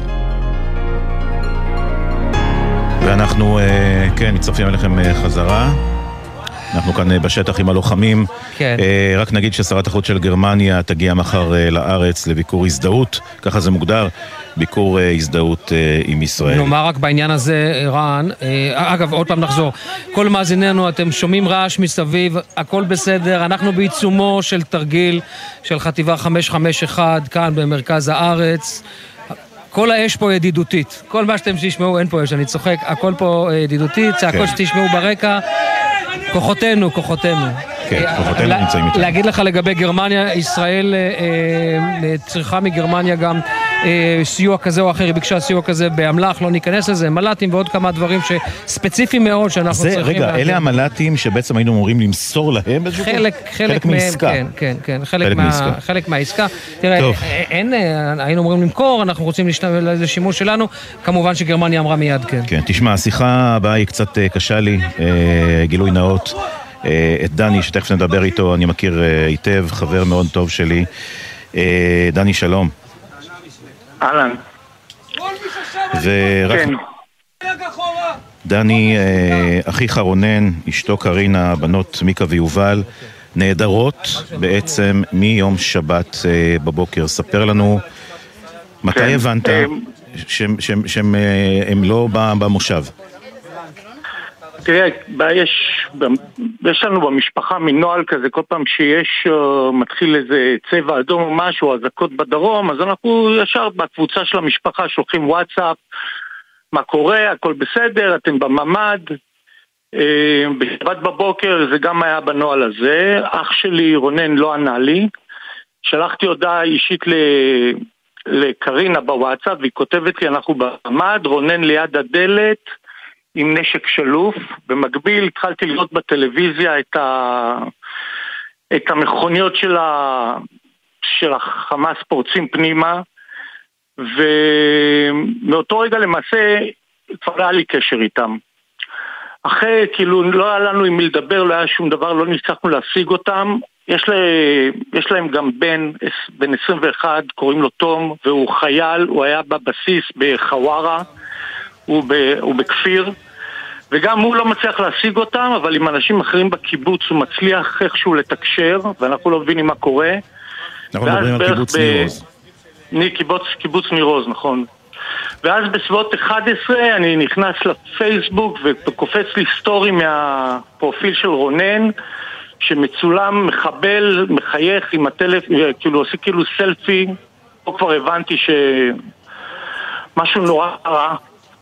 ואנחנו, כן, מצטרפים אליכם חזרה. אנחנו כאן בשטח עם הלוחמים. כן. רק נגיד ששרת החוץ של גרמניה תגיע מחר לארץ לביקור הזדהות, ככה זה מוגדר, ביקור הזדהות עם ישראל. נאמר רק בעניין הזה, רן, אגב, עוד פעם נחזור, כל מאזיננו, אתם שומעים רעש מסביב, הכל בסדר, אנחנו בעיצומו של תרגיל של חטיבה חמש חמש אחת, כאן במרכז הארץ. כל האש פה ידידותית, כל מה שאתם תשמעו, אין פה אש, אני צוחק, הכל פה ידידותית, צעקות שתשמעו ברקע, כוחותינו, כוחותינו. כן, כוחותינו נמצאים איתנו. להגיד לך לגבי גרמניה, ישראל צריכה מגרמניה גם סיוע כזה או אחר, היא ביקשה סיוע כזה באמל"ח, לא ניכנס לזה, מל"טים ועוד כמה דברים שספציפיים מאוד שאנחנו צריכים... רגע, אלה המל"טים שבעצם היינו אמורים למסור להם? חלק מעסקה. כן, כן, כן, חלק מהעסקה. תראה, אין, היינו אמורים למכור, אנחנו רוצים לשימוש שלנו, כמובן שגרמניה אמרה מיד כן. כן, תשמע, השיחה הבאה היא קצת קשה לי, גילוי נאות. את דני, שתכף נדבר איתו, אני מכיר היטב, חבר מאוד טוב שלי. דני, שלום. אהלן. ורק... כן. דני, אחיך רונן, אשתו קרינה, בנות מיקה ויובל, נהדרות בעצם מיום שבת בבוקר. ספר לנו, מתי כן. הבנת שהם לא במושב? תראה, יש, יש לנו במשפחה מנועל כזה, כל פעם שיש uh, מתחיל איזה צבע אדום או משהו, אזעקות בדרום, אז אנחנו ישר בקבוצה של המשפחה שולחים וואטסאפ, מה קורה, הכל בסדר, אתם בממד. Uh, בשבת בבוקר זה גם היה בנועל הזה, אח שלי רונן לא ענה לי, שלחתי הודעה אישית ל... לקרינה בוואטסאפ, והיא כותבת לי, אנחנו בממד, רונן ליד הדלת, עם נשק שלוף. במקביל התחלתי לראות בטלוויזיה את, ה... את המכוניות של, ה... של החמאס פורצים פנימה, ומאותו רגע למעשה כבר היה לי קשר איתם. אחרי, כאילו, לא היה לנו עם מי לדבר, לא היה שום דבר, לא נצטרכנו להשיג אותם. יש, לה... יש להם גם בן, בן עשרים ואחת, קוראים לו תום, והוא חייל, הוא היה בבסיס בחווארה, הוא, ב... הוא בכפיר, וגם הוא לא מצליח להשיג אותם, אבל עם אנשים אחרים בקיבוץ הוא מצליח איכשהו לתקשר, ואנחנו לא מבינים מה קורה. אנחנו מדברים על קיבוץ ב... ניר עוז. קיבוץ, קיבוץ ניר עוז, נכון. ואז בסביבות אחת עשרה אני נכנס לפייסבוק וקופץ לי סטורי מהפרופיל של רונן, שמצולם מחבל, מחייך עם הטלפ, כאילו עושה כאילו סלפי. פה כבר הבנתי שמשהו נורא רע,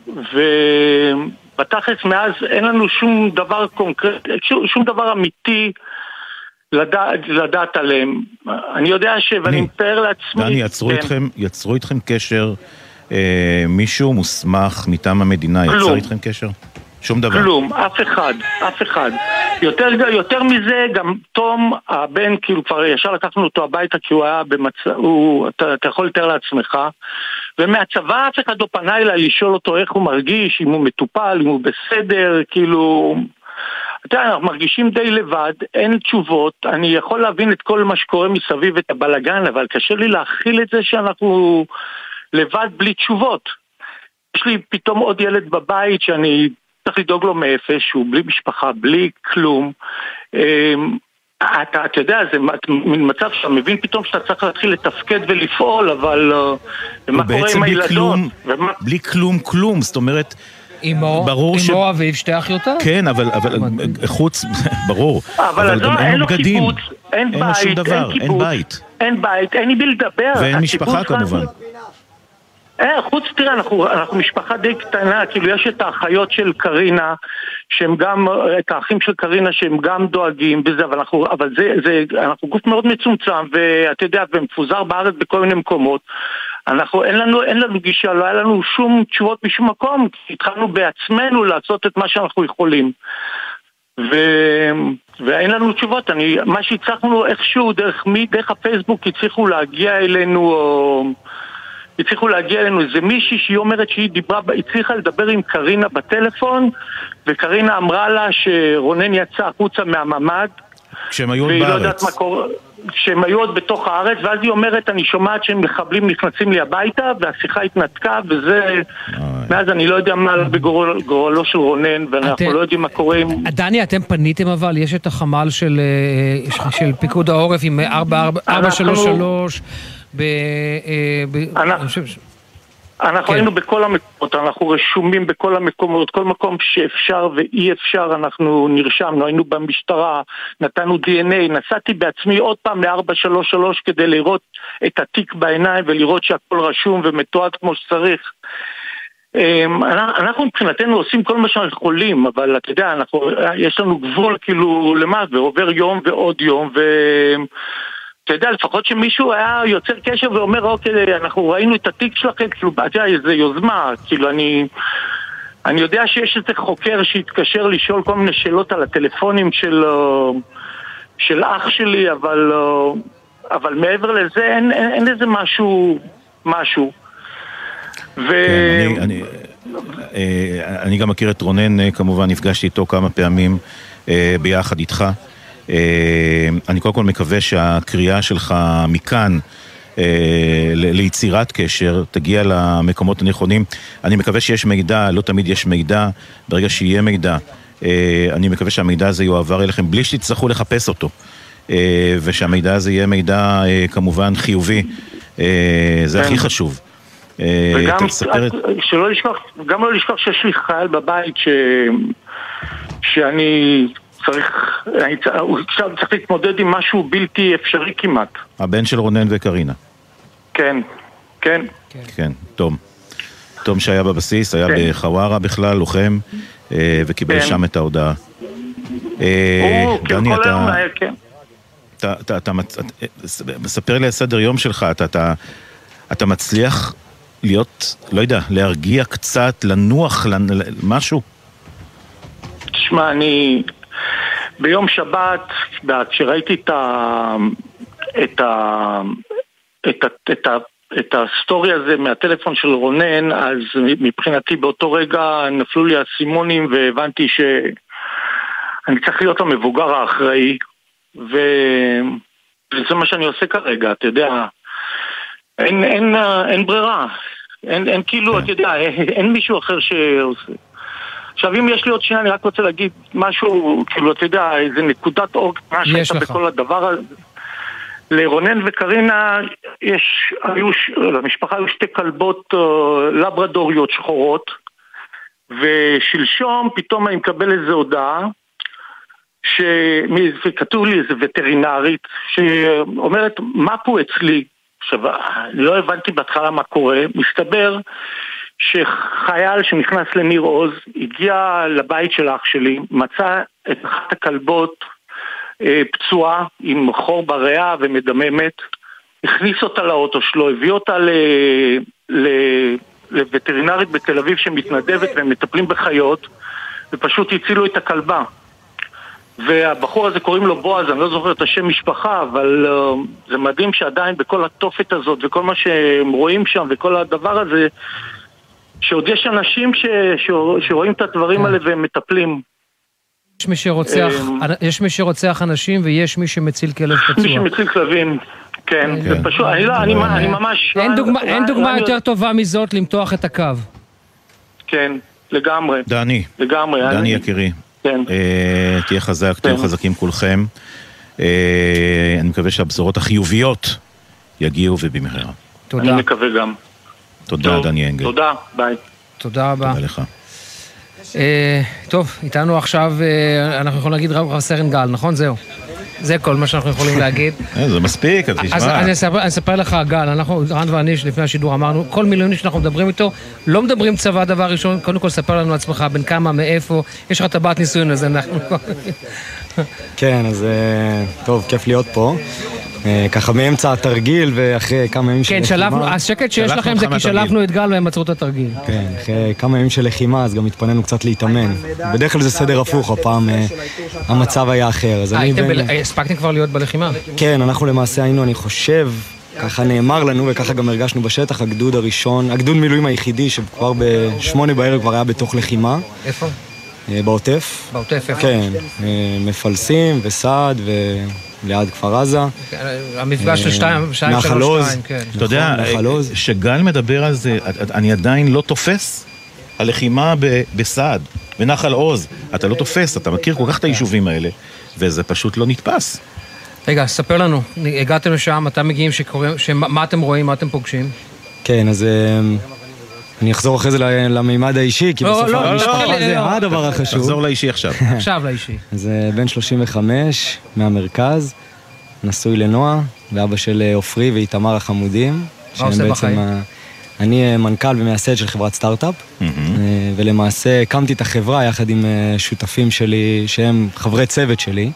ובתכלס מאז אין לנו שום דבר קונקרט, שום, שום דבר אמיתי לדעת, לדעת עליהם. אני יודע ש... ואני מתאר לעצמי... דני, יצרו, כן. איתכם, יצרו איתכם קשר, אה, מישהו מוסמך מטעם המדינה, כלום. יצר איתכם קשר? שום דבר. כלום, אף אחד, אף אחד. יותר, יותר מזה, גם תום, הבן, כאילו כבר ישר לקחנו אותו הביתה, כי הוא היה במצב, הוא, אתה, אתה יכול לתאר לעצמך, ומהצבא אף אחד לא פנה אליי לשאול אותו איך הוא מרגיש, אם הוא מטופל, אם הוא בסדר, כאילו... אתה יודע, אנחנו מרגישים די לבד, אין תשובות, אני יכול להבין את כל מה שקורה מסביב, את הבלגן, אבל קשה לי להכיל את זה שאנחנו לבד בלי תשובות. יש לי פתאום עוד ילד בבית שאני צריך לדאוג לו מאפס, שהוא בלי משפחה, בלי כלום. אתה, אתה יודע, זה מין מצב שאתה מבין פתאום שאתה צריך להתחיל לתפקד ולפעול, אבל מה קורה עם הילדות? ומה... בלי כלום כלום, זאת אומרת... אמו, ברור ש... אמו אביב שתי אחיותיו. כן, אבל, אבל חוץ, ברור. אבל, אבל גם אין לו בגדים. קיבוץ, אין אין בית, שום דבר, אין קיבוץ, אין בית. אין בית, אין לי בי לדבר. ואין משפחה כמובן. אה, חוץ, תראה, אנחנו, אנחנו משפחה די קטנה, כאילו יש את האחיות של קרינה, שהם גם, את האחים של קרינה שהם גם דואגים בזה, אבל אנחנו, אבל זה, זה, אנחנו גוף מאוד מצומצם, ואתה יודע, ומפוזר בארץ בכל מיני מקומות, אנחנו, אין לנו, אין לנו גישה, לא היה לנו שום תשובות בשום מקום, כי התחלנו בעצמנו לעשות את מה שאנחנו יכולים. ו... ואין לנו תשובות, אני, מה שהצלחנו איכשהו, דרך מי, דרך הפייסבוק, הצליחו להגיע אלינו, או... הצליחו להגיע אלינו איזה מישהי שהיא אומרת שהיא דיברה, הצליחה לדבר עם קרינה בטלפון, וקרינה אמרה לה שרונן יצא החוצה מהממד, כשהם היו עוד והיא בארץ. לא יודעת מה קורה, כשהם היו עוד בתוך הארץ, ואז היא אומרת, אני שומעת שהם מחבלים נכנסים לי הביתה, והשיחה התנתקה, וזה, מאז אני לא יודע מה בגורלו של רונן, ואנחנו לא יודעים מה קורה עם... דני, אתם פניתם אבל, יש את החמ"ל של, של פיקוד העורף עם ארבע שלוש שלוש, ב... אנחנו היינו בכל המקומות, אנחנו רשומים בכל המקומות, כל מקום שאפשר ואי אפשר אנחנו נרשמנו, היינו במשטרה, נתנו די אן איי, נסעתי בעצמי עוד פעם ל-ארבע שלוש שלוש כדי לראות את התיק בעיניים ולראות שהכל רשום ומתועד כמו שצריך. אנחנו מבחינתנו עושים כל מה שאנחנו יכולים, אבל אתה יודע, אנחנו, יש לנו גבול כאילו למה, ועובר יום ועוד יום ו... אתה יודע, לפחות שמישהו היה יוצר קשר ואומר, אוקיי, אנחנו ראינו את התיק שלכם, כאילו, אתה יודע, איזו יוזמה, כאילו, אני, אני יודע שיש איזה חוקר שהתקשר לשאול כל מיני שאלות על הטלפונים של, של אח שלי, אבל, אבל מעבר לזה, אין, אין, אין איזה משהו, משהו. ו... כן, אני, אני, אני גם מכיר את רונן, כמובן, נפגשתי איתו כמה פעמים ביחד איתך. אני קודם כל מקווה שהקריאה שלך מכאן ליצירת קשר תגיע למקומות הנכונים. אני מקווה שיש מידע, לא תמיד יש מידע, ברגע שיהיה מידע אני מקווה שהמידע הזה יועבר אליכם בלי שתצטרכו לחפש אותו, ושהמידע הזה יהיה מידע כמובן חיובי, זה הכי חשוב. וגם שלא לשכח, גם לא לשכח שיש לי חייל בבית שאני צריך, הוא צריך להתמודד עם משהו בלתי אפשרי כמעט. הבן של רונן וקרינה. כן, כן. כן, תום. תום שהיה בבסיס, היה בחווארה בכלל, לוחם, וקיבל שם את ההודעה. דני, אתה... אתה מספר לי על סדר יום שלך, אתה מצליח להיות, לא יודע, להרגיע קצת, לנוח, משהו? תשמע, אני... ביום שבת, כשראיתי את ה... את ה... את ה... את ה... את הסטורי הזה מהטלפון של רונן, אז מבחינתי באותו רגע נפלו לי הסימונים והבנתי שאני צריך להיות המבוגר האחראי, ו... וזה מה שאני עושה כרגע, אתה יודע, אין, אין, אין ברירה, אין, אין כאילו, אתה יודע, אין, אין מישהו אחר שעושה. עכשיו, אם יש לי עוד שנייה, אני רק רוצה להגיד משהו, כאילו, אתה יודע, איזה נקודת אור, מה שהייתה בכל הדבר הזה. לרונן וקרינה יש, היו, למשפחה היו שתי כלבות לברדוריות שחורות, ושלשום פתאום אני מקבל איזו הודעה, שכתוב לי איזו וטרינרית, שאומרת, מה פה אצלי? עכשיו, לא הבנתי בהתחלה מה קורה, מסתבר שחייל שנכנס לניר עוז, הגיע לבית של אח שלי, מצא את אחת הכלבות אה, פצועה עם חור בריאה ומדממת, הכניס אותה לאוטו שלו, הביא אותה ל... ל... לווטרינרית בתל אביב שמתנדבת והם מטפלים בחיות, ופשוט הצילו את הכלבה. והבחור הזה קוראים לו בועז, אני לא זוכר את השם משפחה, אבל uh, זה מדהים שעדיין בכל התופת הזאת וכל מה שהם רואים שם וכל הדבר הזה, שעוד יש אנשים ש... ש... שרואים את הדברים האלה והם מטפלים. יש מי שרוצח, יש מי שרוצח אנשים ויש מי שמציל כלב פצוע. מי שמציל כלבים, כן. זה פשוט, אני לא, אני ממש... אין דוגמה יותר טובה מזאת למתוח את הקו. כן, לגמרי. דני. לגמרי. דני יקירי. כן. תהיה חזק, תהיה חזקים כולכם. אני מקווה שהבשורות החיוביות יגיעו ובמהרה. תודה. אני מקווה גם. תודה, דני אנגל. תודה, ביי. תודה רבה. תודה לך. טוב, איתנו עכשיו, אנחנו יכולים להגיד רב סרן גל, נכון? זהו. זה כל מה שאנחנו יכולים להגיד. זה מספיק, אז תשמע. אז אני אספר לך, גל, אנחנו, רן ואני, לפני השידור אמרנו, כל מילואימניק שאנחנו מדברים איתו, לא מדברים צבא דבר ראשון, קודם כל ספר לנו עצמך, בין כמה, מאיפה, יש לך טבעת ניסויים לזה, אנחנו... כן, אז טוב, כיף להיות פה. ככה מאמצע התרגיל ואחרי כמה ימים של לחימה. כן, שלפנו, השקט שיש לכם זה כי שלפנו את גל והם עצרו את התרגיל. כן, אחרי כמה ימים של לחימה אז גם התפנינו קצת להתאמן. בדרך כלל זה סדר הפוך, הפעם המצב היה אחר. הספקתם כבר להיות בלחימה? כן, אנחנו למעשה היינו, אני חושב, ככה נאמר לנו וככה גם הרגשנו בשטח, הגדוד הראשון, הגדוד מילואים היחידי שכבר בשמונה בערב כבר היה בתוך לחימה. איפה? בעוטף. בעוטף, איפה? כן, מפלסים וסעד ו... ליד כפר עזה. המפגש של שתיים, שתיים, שלוש, שתיים, כן. אתה יודע, שגל מדבר על זה, אני עדיין לא תופס הלחימה בסעד, בנחל עוז. אתה לא תופס, אתה מכיר כל כך את היישובים האלה, וזה פשוט לא נתפס. רגע, ספר לנו, הגעתם לשם, אתם מגיעים, מה אתם רואים, מה אתם פוגשים? כן, אז... אני אחזור אחרי זה למימד האישי, כי בסוף המשפחה זה הדבר החשוב. תחזור לאישי עכשיו. עכשיו לאישי. זה בן שלושים וחמש מהמרכז, נשוי לנועה, ואבא של אופרי ואיתמר החמודים. מה עושה בחיים? אני מנכ"ל ומייסד של חברת סטארט-אפ, ולמעשה הקמתי את החברה יחד עם שותפים שלי, שהם חברי צוות שלי.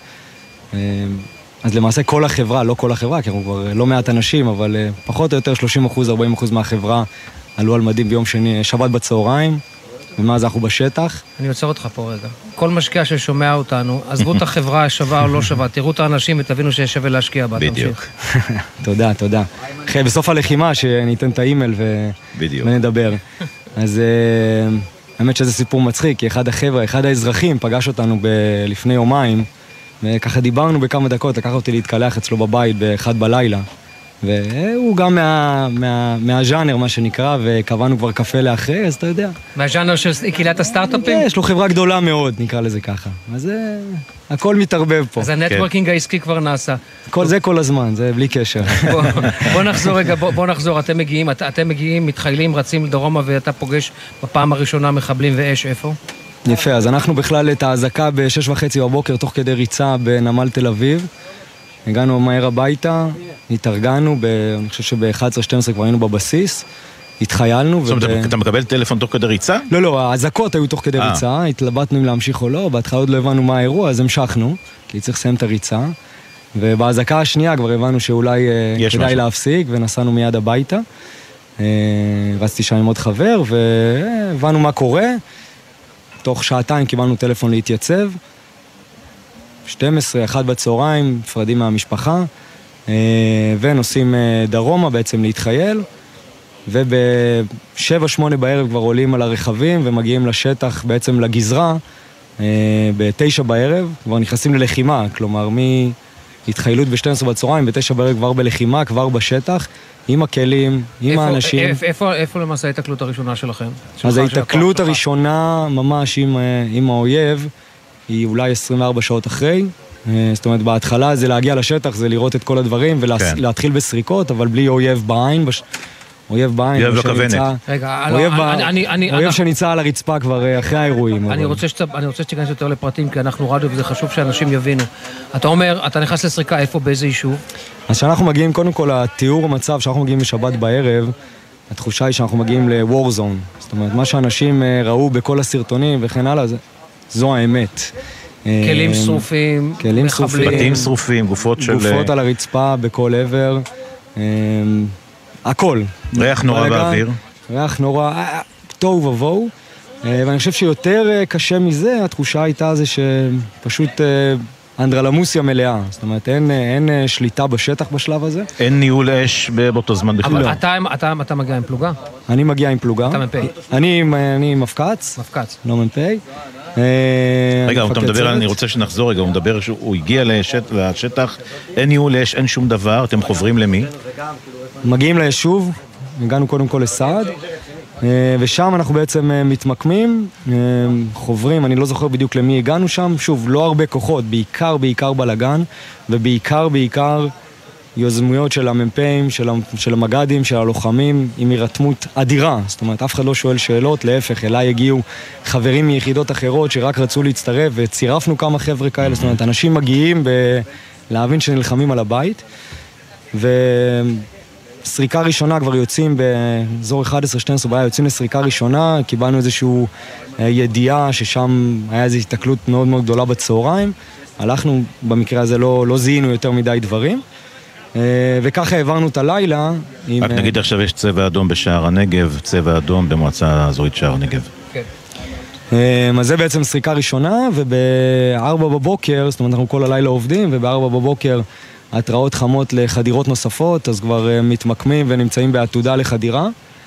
אז למעשה כל החברה, לא כל החברה, כי אנחנו כבר לא מעט אנשים, אבל פחות או יותר שלושים אחוז, ארבעים אחוז מהחברה, עלו על מדים ביום שני, שבת בצהריים, ומאז אנחנו בשטח. אני עוצר אותך פה רגע. כל משקיע ששומע אותנו, עזבו את החברה שווה או לא שווה, תראו את האנשים ותבינו שיש שווה להשקיע בה. בדיוק. תודה, תודה. אחרי, בסוף הלחימה, שניתן את האימייל ונדבר. אז האמת שזה סיפור מצחיק, כי אחד החבר'ה, אחד האזרחים פגש אותנו לפני יומיים, וככה דיברנו בכמה דקות, לקח אותי להתקלח אצלו בבית באחד בלילה. והוא גם מה, מה, מהז'אנר, מה שנקרא, וקבענו כבר קפה לאחרי, אז אתה יודע. מהז'אנר של קהילת הסטארט-אפים? יש לו חברה גדולה מאוד, נקרא לזה ככה. אז זה, הכל מתערבב פה. אז הנטוורקינג העסקי כבר נעשה. כל זה כל הזמן, זה בלי קשר. בוא, בוא נחזור רגע, בוא, בוא נחזור, אתם מגיעים, את, אתם מגיעים, מתחיילים, רצים לדרומה, ואתה פוגש בפעם הראשונה מחבלים ואש, איפה? יפה, אז אנחנו בכלל את ההזקה בשש וחצי בבוקר, תוך כדי ריצה בנמל תל אביב. הגענו מהר הביתה, התארגנו, אני חושב שב-אחת עשרה שתים עשרה כבר היינו בבסיס, התחיילנו. זאת אומרת, אתה מקבל טלפון תוך כדי ריצה? לא, לא, ההזקות היו תוך כדי ריצה, התלבטנו אם להמשיך או לא, בהתחלה עוד לא הבנו מה האירוע, אז המשכנו, כי צריך לסיים את הריצה, ובהזקה השנייה כבר הבנו שאולי כדאי להפסיק, ונסענו מיד הביתה, רצתי שם עם עוד חבר, והבנו מה קורה, תוך שעתיים קיבלנו טלפון להתייצב, שתים עשרה, אחת בצהריים, נפרדים מהמשפחה, ונוסעים דרומה בעצם להתחייל, ובשבע שמונה בערב כבר עולים על הרכבים ומגיעים לשטח, בעצם לגזרה, בתשע בערב, כבר נכנסים ללחימה, כלומר מהתחיילות ב-שתים עשרה בצהריים, בתשע בערב כבר בלחימה, כבר בשטח, עם הכלים, עם האנשים. איפה, איפה למעשה ההתקלות הראשונה שלכם? אז ההתקלות הראשונה ממש עם, עם האויב, היא אולי עשרים וארבע שעות אחרי, זאת אומרת, בהתחלה זה להגיע לשטח, זה לראות את כל הדברים ולהתחיל בסריקות, אבל בלי אויב בעין. אויב בעין, אויב בכוונת. רגע, אויב שנמצא על הרצפה כבר אחרי האירועים. אני רוצה שתיכנס יותר לפרטים, כי אנחנו רדיו וזה חשוב שאנשים יבינו. אתה אומר, אתה נכנס לסריקה, איפה, באיזה יישוב? אז שאנחנו מגיעים, קודם כל, לתיאור המצב, שאנחנו מגיעים בשבת בערב, התחושה היא שאנחנו מגיעים ל-war zone. זאת אומרת, מה שאנשים ראו בכל הסרטונים וכן הלאה, זו האמת. כלים שרופים, כלים שרופים, בתים שרופים, גופות של... גופות על הרצפה בכל עבר, הכל. ריח נורא באוויר. ריח נורא, טוב ובואו, ואני חושב שיותר קשה מזה, התחושה הייתה זה שפשוט אנדרלמוסיה מלאה, זאת אומרת, אין, אין שליטה בשטח בשלב הזה. אין ניהול אש באותו זמן בכלל. אבל אתה, אתה, אתה מגיע עם פלוגה? אני מגיע עם פלוגה. אתה מ"פ? אני, אני מפקץ. מפקץ. לא מ"פ. רגע, אתה מדבר, אני רוצה שנחזור רגע, הוא מדבר שהוא הגיע לשטח, אין ניהול אש, אין שום דבר, אתם חוברים למי? מגיעים ליישוב, הגענו קודם כל לסעד, ושם אנחנו בעצם מתמקמים, חוברים, אני לא זוכר בדיוק למי הגענו שם, שוב, לא הרבה כוחות, בעיקר, בעיקר בלגן, ובעיקר, בעיקר יוזמויות של המ"פים, של, של המג"דים, של הלוחמים, עם הירתמות אדירה, זאת אומרת, אף אחד לא שואל שאלות, להפך, אליי הגיעו חברים מיחידות אחרות שרק רצו להצטרף, וצירפנו כמה חבר'ה כאלה, זאת אומרת, אנשים מגיעים להבין שנלחמים על הבית, ו... סריקה ראשונה כבר יוצאים באזור אחת עשרה שתים עשרה בעיה, יוצאים לסריקה ראשונה, קיבלנו איזושהי ידיעה ששם היה איזו התקלות מאוד מאוד גדולה בצהריים, הלכנו, במקרה הזה לא, לא זיהינו יותר מדי דברים, וככה העברנו את הלילה. רק נגיד עכשיו יש צבע אדום בשער הנגב, צבע אדום במועצה האזורית שער הנגב. כן. אז זה בעצם סריקה ראשונה, ובארבע בבוקר, זאת אומרת אנחנו כל הלילה עובדים, ובארבע בבוקר התראות חמות לחדירות נוספות, אז כבר מתמקמים ונמצאים בעתודה לחדירה.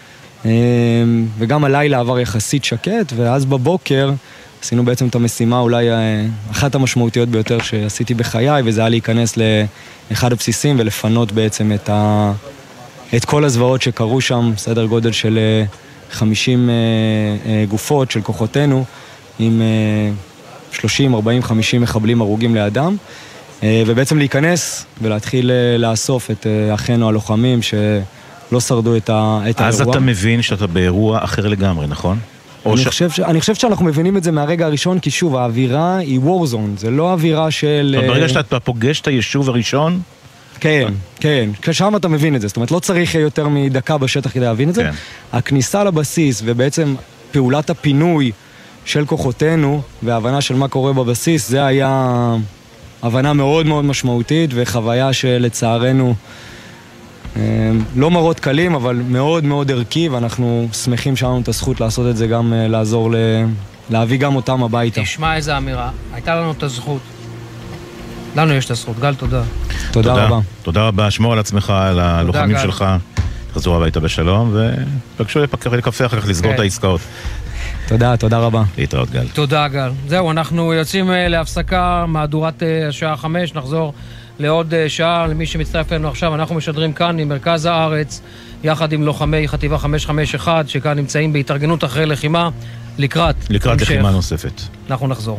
וגם הלילה עבר יחסית שקט, ואז בבוקר עשינו בעצם את המשימה אולי אחת המשמעותיות ביותר שעשיתי בחיי, וזה היה להיכנס לאחד הבסיסים ולפנות בעצם את, ה... את כל הזוועות שקרו שם, סדר גודל של חמישים גופות של כוחותינו, עם שלושים, ארבעים, חמישים מחבלים הרוגים לאדם. ובעצם להיכנס ולהתחיל לאסוף את אחינו הלוחמים שלא שרדו את האירוע. אז אתה מבין שאתה באירוע אחר לגמרי, נכון? אני, ש... חושב ש... אני חושב שאנחנו מבינים את זה מהרגע הראשון, כי שוב, האווירה היא war zone, זה לא אווירה של... ברגע שאתה פוגש את היישוב הראשון? כן, כן, כשם אתה מבין את זה, זאת אומרת, לא צריך יותר מדקה בשטח כדי להבין את זה. כן. הכניסה לבסיס ובעצם פעולת הפינוי של כוחותינו וההבנה של מה קורה בבסיס, זה היה... הבנה מאוד מאוד משמעותית וחוויה שלצערנו לא מראות קלים, אבל מאוד מאוד ערכי, ואנחנו שמחים שלנו את הזכות לעשות את זה, גם לעזור, להביא גם אותם הביתה. תשמע איזה אמירה, הייתה לנו את הזכות. לנו יש את הזכות. גל, תודה. תודה רבה. תודה רבה, שמור על עצמך, על הלוחמים שלך. תחזרו הביתה בשלום, ופגשו לקפה אחר כך לסגור את העסקאות. תודה, תודה רבה. להתראות גל. תודה גל. זהו, אנחנו יוצאים להפסקה מהדורת השעה חמש, נחזור לעוד שעה למי שמצטרף אלינו עכשיו. אנחנו משדרים כאן ממרכז הארץ, יחד עם לוחמי חטיבה חמש חמש אחת, שכאן נמצאים בהתארגנות אחרי לחימה, לקראת לקראת לחימה נוספת. אנחנו נחזור.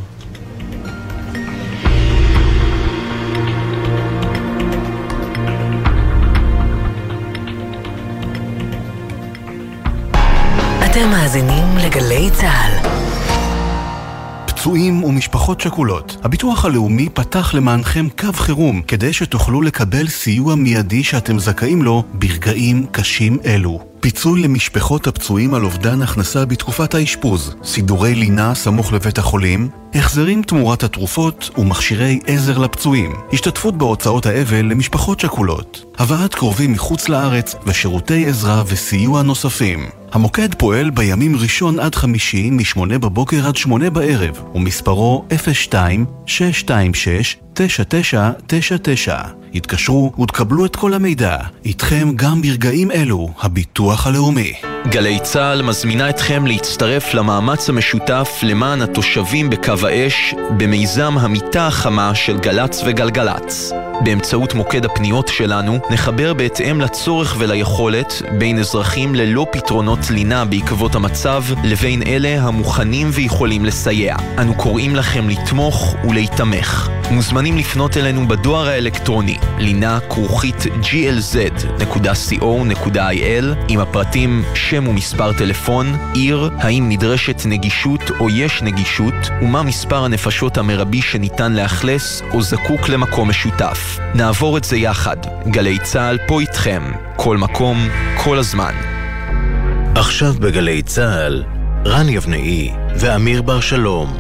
אתם מאזינים לגלי צהל. פצועים ומשפחות שכולות. הביטוח הלאומי פתח למענכם קו חירום כדי שתוכלו לקבל סיוע מיידי שאתם זכאים לו ברגעים קשים אלו. פיצוי למשפחות הפצועים על אובדן הכנסה בתקופת האשפוז, סידורי לינה סמוך לבית החולים, החזרים תמורת התרופות ומכשירי עזר לפצועים, השתתפות בהוצאות האבל למשפחות שכולות, הבאת קרובים מחוץ לארץ ושירותי עזרה וסיוע נוספים. המוקד פועל בימים ראשון עד חמישי משמונה בבוקר עד שמונה בערב, ומספרו אפס שתיים שש שתיים שש תשע תשע תשע תשע. התקשרו ותקבלו את כל המידע. איתכם גם ברגעים אלו, הביטוח הלאומי. גלי צהל מזמינה אתכם להצטרף למאמץ המשותף למען התושבים בקו האש במיזם המיטה החמה של גלץ וגלגלץ. באמצעות מוקד הפניות שלנו נחבר בהתאם לצורך וליכולת בין אזרחים ללא פתרונות לינה בעקבות המצב לבין אלה המוכנים ויכולים לסייע. אנו קוראים לכם לתמוך ולהתמך. מוזמנים לפנות אלינו בדואר האלקטרוני לינה כרוכית ג'י אל זד נקודה סי או נקודה איי אל עם הפרטים שם ומספר טלפון, עיר, האם נדרשת נגישות או יש נגישות, ומה מספר הנפשות המרבי שניתן לאכלס או זקוק למקום משותף. נעבור את זה יחד. גלי צהל פה איתכם. כל מקום, כל הזמן. עכשיו בגלי צהל, רן יבנאי ואמיר בר שלום.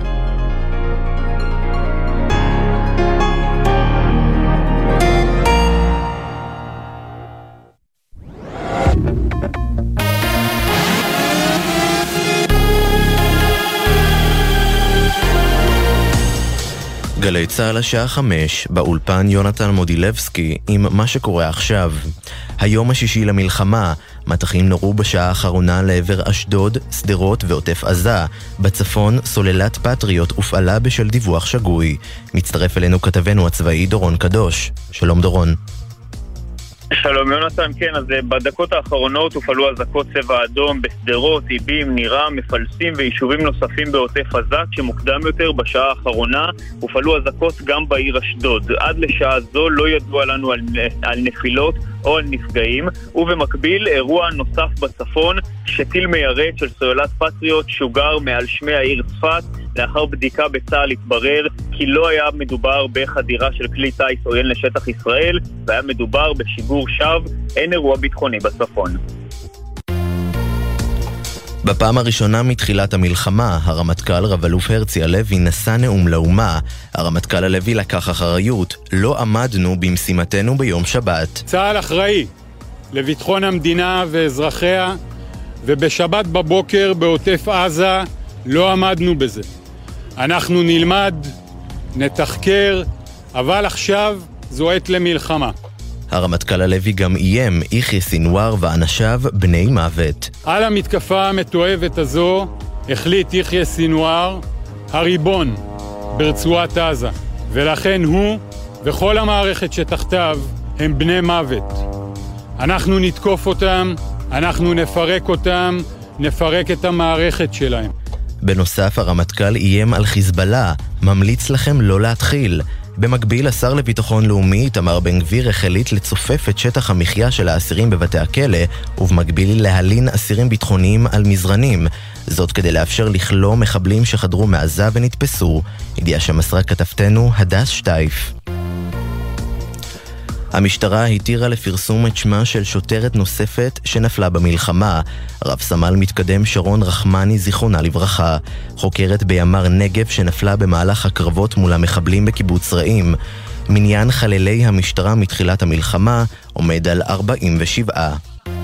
גלי צהל השעה חמש, באולפן יונתן מודילבסקי עם מה שקורה עכשיו. היום השישי למלחמה, מטחים נורו בשעה האחרונה לעבר אשדוד, סדרות ועוטף עזה. בצפון סוללת פטריוט הופעלה בשל דיווח שגוי. מצטרף אלינו כתבנו הצבאי דורון קדוש. שלום דורון. שלום יונתן, כן, אז בדקות האחרונות הופעלו אזעקות צבע אדום בסדרות, איבים, נירה, מפלסים ויישובים נוספים בעוטף עזה, כשמוקדם יותר בשעה האחרונה הופעלו אזעקות גם בעיר אשדוד. עד לשעה זו לא ידוע לנו על, על נפילות או על נפגעים, ובמקביל אירוע נוסף בצפון שטיל מיירט של סוללת פטריוט שוגר מעל שמי העיר צפת. לאחר בדיקה בצה"ל התברר כי לא היה מדובר בחדירה של כלי טייס עוין לשטח ישראל, והיה מדובר בשיגור שווא. אין אירוע ביטחוני בצפון. בפעם הראשונה מתחילת המלחמה, הרמטכ"ל רב-אלוף הרצי הלוי נשא נאום לאומה. הרמטכ"ל הלוי לקח אחריות. לא עמדנו במשימתנו ביום שבת. צה"ל אחראי לביטחון המדינה ואזרחיה, ובשבת בבוקר בעוטף עזה לא עמדנו בזה. אנחנו נלמד, נתחקר, אבל עכשיו זו עת למלחמה. הרמטכ"ל הלוי גם איים, יחיא סינואר ואנשיו בני מוות. על המתקפה המתועבת הזו החליט יחיא סינואר, הריבון ברצועת עזה, ולכן הוא וכל המערכת שתחתיו הם בני מוות. אנחנו נתקוף אותם, אנחנו נפרק אותם, נפרק את המערכת שלהם. בנוסף, הרמטכ"ל איים על חיזבאללה, ממליץ לכם לא להתחיל. במקביל, השר לביטחון לאומי איתמר בן גביר החליט לצופף את שטח המחיה של האסירים בבתי הכלא, ובמקביל להלין אסירים ביטחוניים על מזרנים. זאת כדי לאפשר לכלוא מחבלים שחדרו מעזה ונתפסו. ידיעה שמסרה כתבתנו הדס שטייף. המשטרה התירה לפרסום את שמה של שוטרת נוספת שנפלה במלחמה, רב סמל מתקדם שרון רחמני זיכרונה לברכה, חוקרת בימ"ר נגב שנפלה במהלך הקרבות מול המחבלים בקיבוץ רעים. מניין חללי המשטרה מתחילת המלחמה עומד על ארבעים ושבע.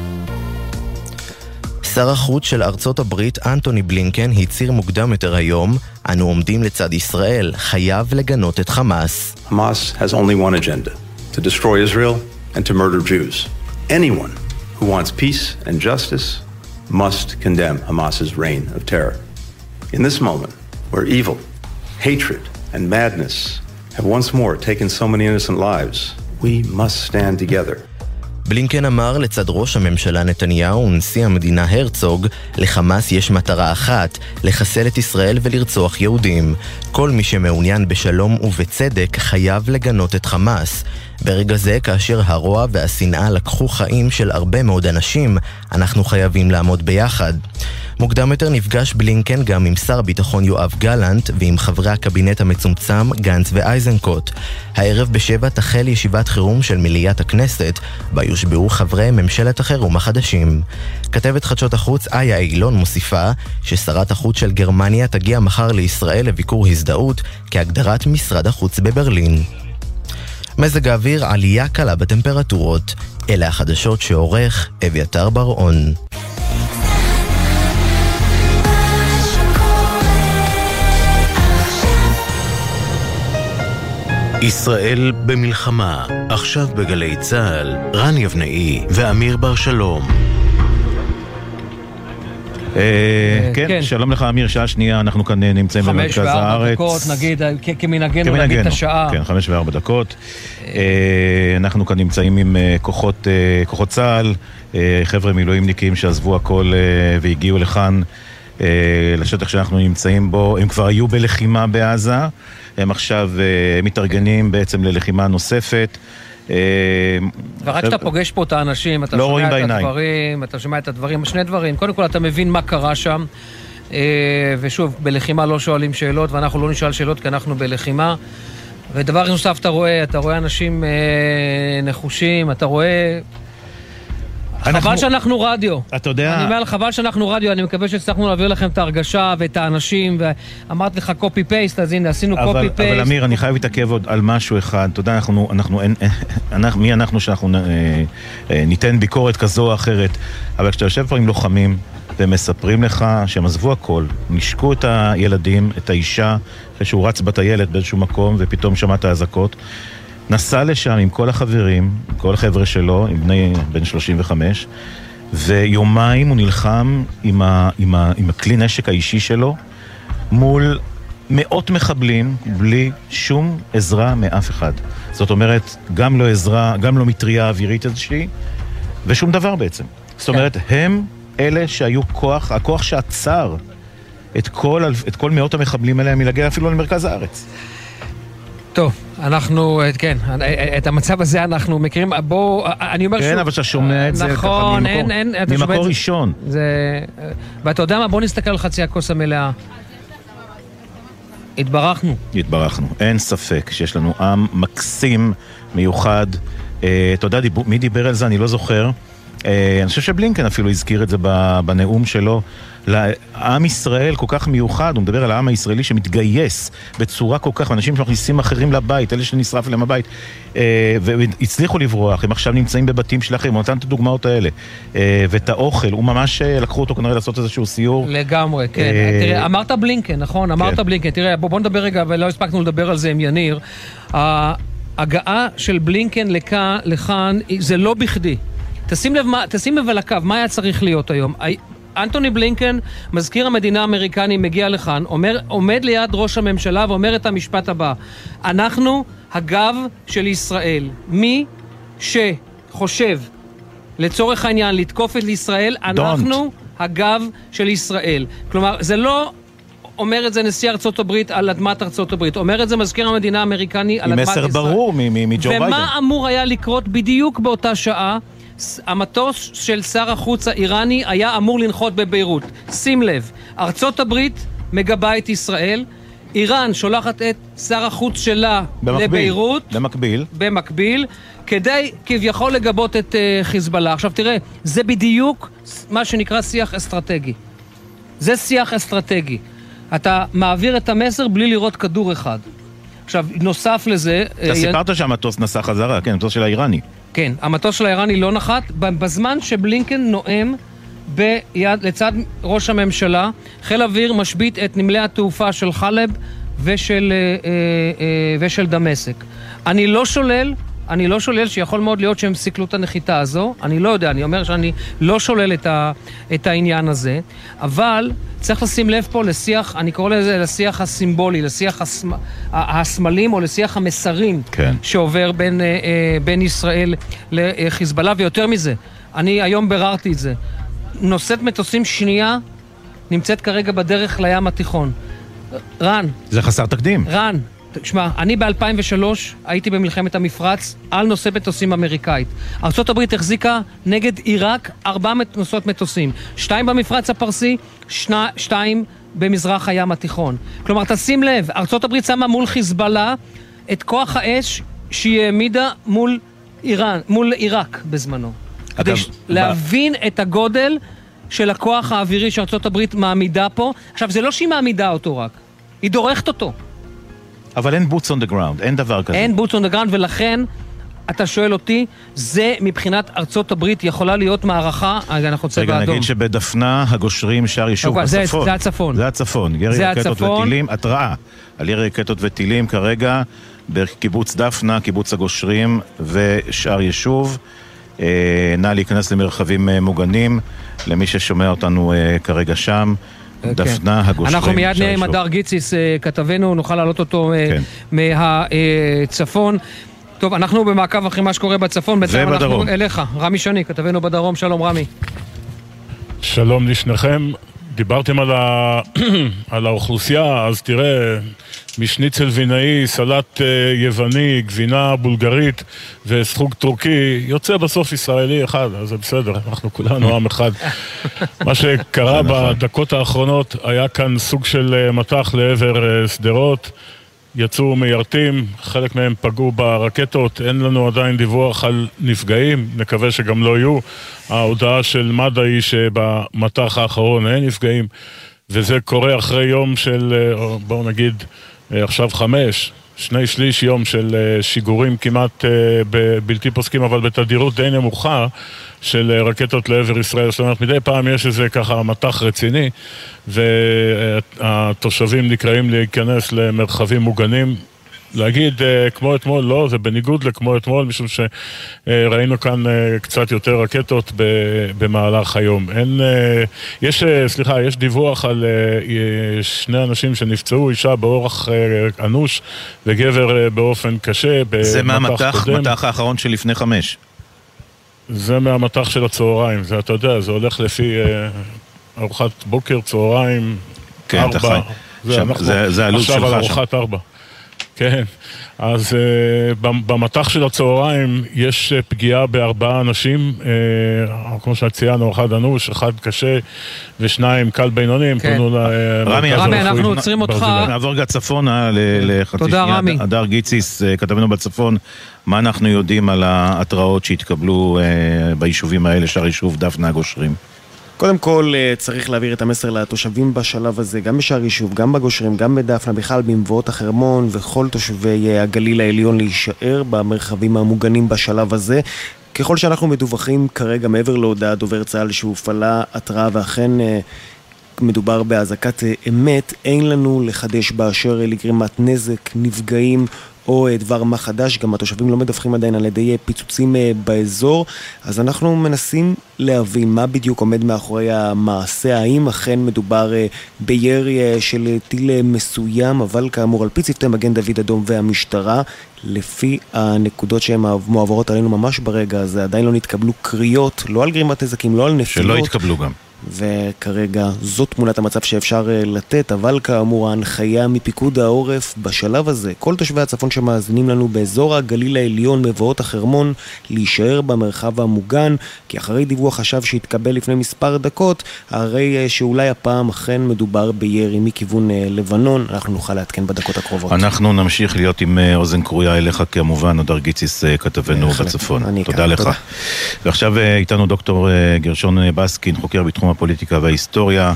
שר החוץ של ארצות הברית אנטוני בלינקן הצהיר מוקדם יותר היום, אנו עומדים לצד ישראל, חייב לגנות את חמאס. Hamas has only one agenda. To destroy Israel and to murder Jews. Anyone who wants peace and justice must condemn Hamas's reign of terror. In this moment, where evil, hatred, and madness have once more taken so many innocent lives, we must stand together. בלינקן אמר לצד ראש הממשלה נתניהו ונשיא המדינה הרצוג, לחמאס יש מטרה אחת, לחסל את ישראל ולרצוח יהודים. כל מי שמעוניין בשלום ובצדק חייב לגנות את חמאס. ברגע זה, כאשר הרוע והשנאה לקחו חיים של הרבה מאוד אנשים, אנחנו חייבים לעמוד ביחד. מוקדם יותר נפגש בלינקן גם עם שר הביטחון יואב גלנט ועם חברי הקבינט המצומצם גנץ ואייזנקוט. הערב בשבע תחל ישיבת חירום של מליאת הכנסת, בה יושבעו חברי ממשלת החירום החדשים. כתבת חדשות החוץ איה אילון מוסיפה ששרת החוץ של גרמניה תגיע מחר לישראל לביקור הזדהות כהגדרת משרד החוץ בברלין. מזג האוויר, עלייה קלה בטמפרטורות. אלה החדשות שעורך אביתר בר-און. ישראל במלחמה, עכשיו בגלי צהל, רן יבנאי ואמיר בר שלום. כן, שלום לך אמיר, שעה שנייה, אנחנו כאן נמצאים במרכז הארץ. חמש וארבע דקות, נגיד, כמנהגנו נגיד את השעה. כן, חמש וארבע דקות. אנחנו כאן נמצאים עם כוחות צה"ל, חבר'ה מילואימניקים שעזבו הכל והגיעו לכאן לשטח שאנחנו נמצאים בו. הם כבר היו בלחימה בעזה, הם עכשיו מתארגנים בעצם ללחימה נוספת. ורק כשאתה פוגש פה את האנשים, אתה שומע את הדברים, אתה שומע את הדברים, שני דברים. קודם כל, אתה מבין מה קרה שם, ושוב, בלחימה לא שואלים שאלות, ואנחנו לא נשאל שאלות כי אנחנו בלחימה. ודבר נוסף, אתה רואה, אתה רואה אנשים נחושים, אתה רואה... חבל שאנחנו רדיו. אתה יודע... אני אומר לך, חבל שאנחנו רדיו, אני מקווה שהצלחנו להעביר לכם את ההרגשה ואת האנשים, ואמרתי לך קופי פייסט, אז הנה, עשינו קופי פייסט. אבל אמיר, אני חייב להתעכב עוד על משהו אחד. אתה יודע, אנחנו, אנחנו, מי אנחנו שאנחנו ניתן ביקורת כזו או אחרת, אבל כשאתה יושב פה עם לוחמים, ומספרים לך שהם עזבו הכל, נשקו את הילדים, את האישה, אחרי שהוא רץ בטיילת באיזשהו מקום, ופתאום שמע את האזעקות, נסע לשם עם כל החברים, עם כל החבר'ה שלו, עם בני בן שלושים וחמש, ויומיים הוא נלחם עם, ה, עם, ה, עם הכלי נשק האישי שלו, מול מאות מחבלים, בלי שום עזרה מאף אחד. זאת אומרת, גם לא עזרה, גם לא מטריה אווירית איזושהי, ושום דבר בעצם. זאת אומרת, הם אלה שהיו כוח, הכוח שעצר את כל, את כל מאות המחבלים האלה מלהגיע אפילו למרכז הארץ. טוב, אנחנו, כן, את המצב הזה אנחנו מכירים, בואו, אני אומר שוב... כן, אבל שאתה שומע את זה ככה ממקור ראשון. ואתה יודע מה, בואו נסתכל על חצי הכוס המלאה. התברכנו. התברכנו, אין ספק שיש לנו עם מקסים, מיוחד. אתה יודע, מי דיבר על זה? אני לא זוכר. אני חושב שבלינקן אפילו הזכיר את זה בנאום שלו. לעם ישראל כל כך מיוחד, הוא מדבר על העם הישראלי שמתגייס בצורה כל כך, אנשים שמכניסים אחרים לבית, אלה שנשרף להם הבית, והצליחו לברוח, הם עכשיו נמצאים בבתים של אחרים, הוא נתן את הדוגמאות האלה, ואת האוכל, הוא ממש לקחו אותו כנראה לעשות איזשהו סיור. לגמרי, כן. תראה, אמרת בלינקן, נכון? אמרת בלינקן, תראה, בוא נדבר רגע, ולא הספקנו לדבר על זה עם יניר, ההגעה של בלינקן לכאן, זה לא בכדי. תשים לב, תשים לב על הקו, מה היה צריך להיות היום? אנטוני בלינקן, מזכיר המדינה האמריקני, מגיע לכאן, אומר, עומד ליד ראש הממשלה ואומר את המשפט הבא: אנחנו הגב של ישראל. מי שחושב לצורך העניין לתקוף את ישראל, אנחנו Don't. הגב של ישראל. כלומר, זה לא אומר את זה נשיא ארצות הברית על אדמת ארצות הברית, אומר את זה מזכיר המדינה האמריקני על אדמת ישראל. עם מסר ברור מג'ו ביידן. ומה אמור היה לקרות בדיוק באותה שעה? המטוס של שר החוץ האיראני היה אמור לנחות בביירות. שים לב, ארצות הברית מגבה את ישראל, איראן שולחת את שר החוץ שלה במקביל, לביירות. במקביל. במקביל, כדי כביכול לגבות את uh, חיזבאללה. עכשיו תראה, זה בדיוק מה שנקרא שיח אסטרטגי. זה שיח אסטרטגי. אתה מעביר את המסר בלי לראות כדור אחד. עכשיו, נוסף לזה... אתה סיפרת שהמטוס נסע חזרה, כן, המטוס של האיראני. כן, המטוס של האיראני לא נחת, בזמן שבלינקן נואם ביד, לצד ראש הממשלה, חיל אוויר משבית את נמלי התעופה של חלב ושל, אה, אה, ושל דמשק. אני לא שולל, אני לא שולל שיכול מאוד להיות שהם סיכלו את הנחיתה הזו, אני לא יודע, אני אומר שאני לא שולל את, ה, את העניין הזה, אבל צריך לשים לב פה לשיח, אני קורא לזה לשיח הסימבולי, לשיח הסמ, הסמלים או לשיח המסרים כן. שעובר בין, בין ישראל לחיזבאללה, ויותר מזה, אני היום בררתי את זה. נושאת מטוסים שנייה נמצאת כרגע בדרך לים התיכון. רן. זה חסר תקדים. רן. תשמע, אני ב-אלפיים ושלוש הייתי במלחמת המפרץ על נושא מטוסים אמריקאית. ארצות הברית החזיקה נגד עיראק ארבע נושאות מטוסים. שתיים במפרץ הפרסי, שני, שתיים במזרח הים התיכון. כלומר, תשים לב, ארצות הברית שמה מול חיזבאללה את כוח האש שהיא העמידה מול איראן, מול עיראק בזמנו. כדי להבין את הגודל של הכוח האווירי שארצות הברית מעמידה פה. עכשיו, זה לא שהיא מעמידה אותו רק, היא דורכת אותו. אבל אין boots on the ground, אין דבר כזה. אין boots on the ground, ולכן, אתה שואל אותי, זה מבחינת ארצות הברית יכולה להיות מערכה, אנחנו רוצה באדום. רגע, נגיד שבדפנה הגושרים שער יישוב בצפון. זה הצפון. זה הצפון, ירי רקטות וטילים, התראה על ירי רקטות וטילים כרגע, בקיבוץ דפנה, קיבוץ הגושרים ושער יישוב. נא להיכנס למרחבים מוגנים, למי ששומע אותנו כרגע שם. דפנה, הגושרים. אנחנו מיד נהיה עם הדר גיציס, כתבנו, נוכל להעלות אותו מהצפון. טוב, אנחנו במעקב אחרי מה שקורה בצפון. ובדרום. אנחנו אליך, רמי שני, כתבנו בדרום. שלום רמי. שלום לשניכם. דיברתם על, ה... על האוכלוסייה, אז תראה, משניצל וינאי, סלט יווני, גבינה בולגרית וסחוג טורקי, יוצא בסוף ישראלי אחד, אז זה בסדר, אנחנו כולנו עם אחד. מה שקרה בדקות האחרונות, היה כאן סוג של מתח לעבר סדרות, יצאו מיירטים, חלק מהם פגעו ברקטות, אין לנו עדיין דיווח על נפגעים, נקווה שגם לא יהיו. ההודעה של מד"א היא שבמתח האחרון אין נפגעים, וזה קורה אחרי יום של, בואו נגיד, עכשיו חמש, שני שליש יום של שיגורים כמעט בלתי פוסקים, אבל בתדירות די נמוכה של רקטות לעבר ישראל. זאת אומרת, מדי פעם יש איזה ככה מתח רציני, והתושבים נקראים להיכנס למרחבים מוגנים. להגיד כמו אתמול, לא, זה בניגוד לכמו אתמול, משום שראינו כאן קצת יותר רקטות במהלך היום. אין, יש, סליחה, יש דיווח על שני אנשים שנפצעו, אישה באורח אנוש וגבר באופן קשה. זה מהמתח, מתח האחרון של לפני חמש. זה מהמתח של הצהריים, זה אתה יודע, זה הולך לפי ארוחת בוקר, צהריים, כן, ארבע. זה, זה, זה הלו"ז שלך שם. עכשיו על ארוחת ארבע. כן, אז uh, במתח של הצהריים יש uh, פגיעה בארבעה אנשים, uh, כמו שציינו, אחד אנוש, אחד קשה ושניים קל בינוניים. כן. רמי, רמי, אנחנו עוצרים אותך. נעבור רגע צפונה לחצי תודה, שנייה. רמי. הדר גיציס, כתבנו בצפון, מה אנחנו יודעים על ההתראות שהתקבלו uh, ביישובים האלה, שער יישוב דפנה הגושרים? קודם כל צריך להעביר את המסר לתושבים בשלב הזה, גם בשער יישוב, גם בגושרים, גם בדפנה, בכלל במבואות החרמון וכל תושבי הגליל העליון להישאר במרחבים המוגנים בשלב הזה. ככל שאנחנו מדווחים כרגע מעבר להודעה דובר צה"ל שהופעלה התראה ואכן מדובר בהזעקת אמת, אין לנו לחדש באשר לגרימת נזק, נפגעים או דבר מה חדש. גם התושבים לא מדווחים עדיין על ידי פיצוצים באזור, אז אנחנו מנסים להבין מה בדיוק עומד מאחורי המעשה, האם אכן מדובר בירי של טיל מסוים, אבל כאמור על פי צוותי מגן דוד אדום והמשטרה, לפי הנקודות שהן מועברות עלינו ממש ברגע הזה, עדיין לא נתקבלו קריאות, לא על גרימת נזקים, לא על נפילות. שלא התקבלו גם. וכרגע זאת תמונת המצב שאפשר לתת, אבל כאמור ההנחיה מפיקוד העורף בשלב הזה, כל תושבי הצפון שמאזינים לנו באזור הגליל העליון, מבואות החרמון, להישאר במרחב המוגן, כי אחרי דיווח חשב שהתקבל לפני מספר דקות, הרי שאולי הפעם אכן מדובר בירי מכיוון לבנון, אנחנו נוכל להתקן בדקות הקרובות. אנחנו נמשיך להיות עם אוזן קרויה אליך, כמובן, הדר גיציס כתבנו בצפון. תודה לך. ועכשיו איתנו דוקטור גרשון בסקין, חוקר בתחום הפוליטיקה וההיסטוריה,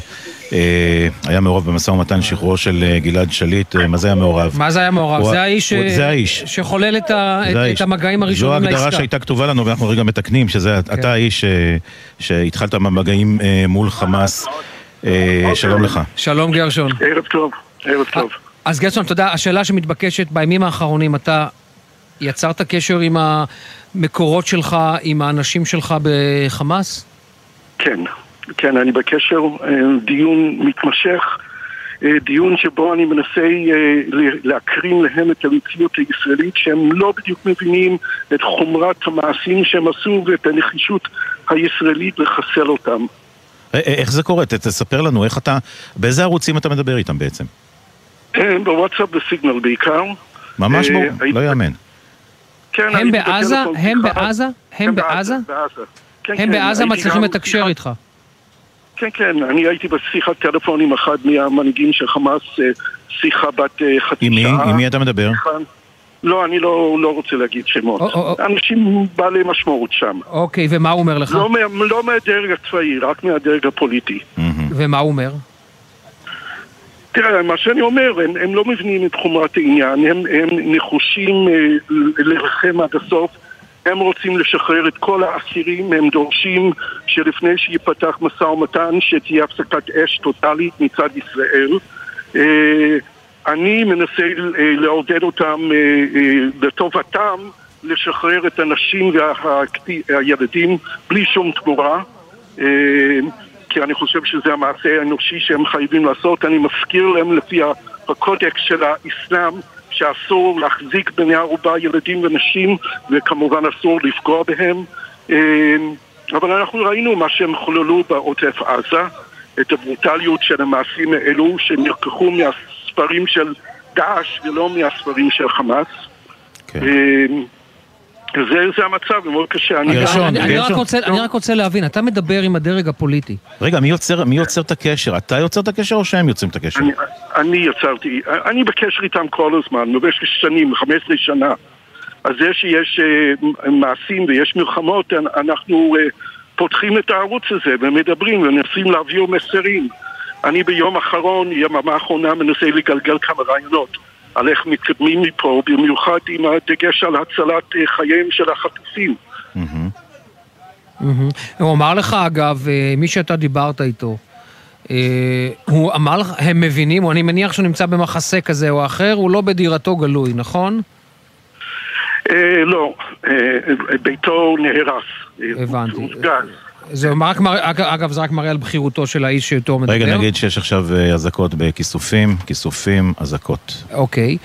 היה מעורב במשא ומתן שחרורו של גלעד שליט. מה זה היה מעורב? מה זה היה מעורב? זה האיש שחולל את המגעים הראשונים לעסקה. זו ההגדרה שהייתה כתובה לנו, ואנחנו רגע מתקנים, שזה אתה האיש שהתחלת במגעים מול חמאס. שלום לך. שלום גרשון. ערב טוב, ערב טוב. אז גרשון, תודה, השאלה שמתבקשת בימים האחרונים, אתה יצרת קשר עם המקורות שלך, עם האנשים שלך בחמאס? כן. כן, אני בקשר, דיון מתמשך, דיון שבו אני מנסה להקרין להם את המציאות הישראלית, שהם לא בדיוק מבינים את חומרת המעשים שהם עשו ואת הנחישות הישראלית לחסל אותם. איך זה קורה? תספר לנו, איך אתה, באיזה ערוצים אתה מדבר איתם בעצם? בוואטסאפ וסיגנל בעיקר. ממש בו, לא יאמן. הם בעזה? הם בעזה? הם בעזה? הם בעזה מצליחים לתקשר איתך. כן, כן, אני הייתי בשיחת טלפון עם אחד מהמנהיגים של חמאס, שיחה בת חצי שעה. עם מי אתה מדבר? לא, אני לא, לא רוצה להגיד שמות. אנשים בעלי משמעות שם. אוקיי, ומה הוא אומר לך? לא, לא מהדרג הצבאי, רק מהדרג הפוליטי. ומה הוא אומר? תראה, מה שאני אומר, הם, הם לא מבינים את חומרת העניין, הם, הם נחושים לרחם עד הסוף, הם רוצים לשחרר את כל האסירים, הם דורשים שלפני שיפתח משא ומתן שתהיה הפסקת אש טוטלית מצד ישראל. אני מנסה לעודד אותם לטובתם, לשחרר את הנשים והילדים בלי שום תמורה, כי אני חושב שזה המעשה האנושי שהם חייבים לעשות. אני מזכיר להם לפי הקודקס של האסלאם שאסור להחזיק בני ערובה ילדים ונשים, וכמובן אסור לפגוע בהם. אבל אנחנו ראינו מה שהם חוללו בעוטף עזה. את הברוטליות של המעשים האלו שנלקחו מהספרים של דאעש ולא מהספרים של חמאס. כן. זה, זה המצב, מאוד קשה. אני, גרשון, אני, אני, רק רוצה, אני רק רוצה להבין, אתה מדבר עם הדרג הפוליטי. רגע, מי יוצר, מי יוצר את הקשר? אתה יוצר את הקשר או שהם יוצרים את הקשר? אני, אני יצרתי, אני בקשר איתם כל הזמן, במשך שנים, חמש עשרה שנה. אז זה שיש uh, מעשים ויש מלחמות, אנחנו uh, פותחים את הערוץ הזה ומדברים ומנסים להעביר מסרים. אני ביום האחרון, יממה האחרונה, מנסה לגלגל כמה רעיונות על איך מתקדמים מפה, במיוחד עם הדגש על הצלת חייהם של החטופים. הוא אמר לך, אגב, מי שאתה דיברת איתו, הוא אמר לך, הם מבינים, או אני מניח שהוא נמצא במחסה כזה או אחר, הוא לא בדירתו גלוי, נכון? לא, ביתו נהרס. הבנתי. זה רק מראה, אגב, זה רק מראה על בחירותו של האיש שאיתו מדבר. רגע, נגיד שיש עכשיו אזעקות בכיסופים, כיסופים, אזעקות. אוקיי,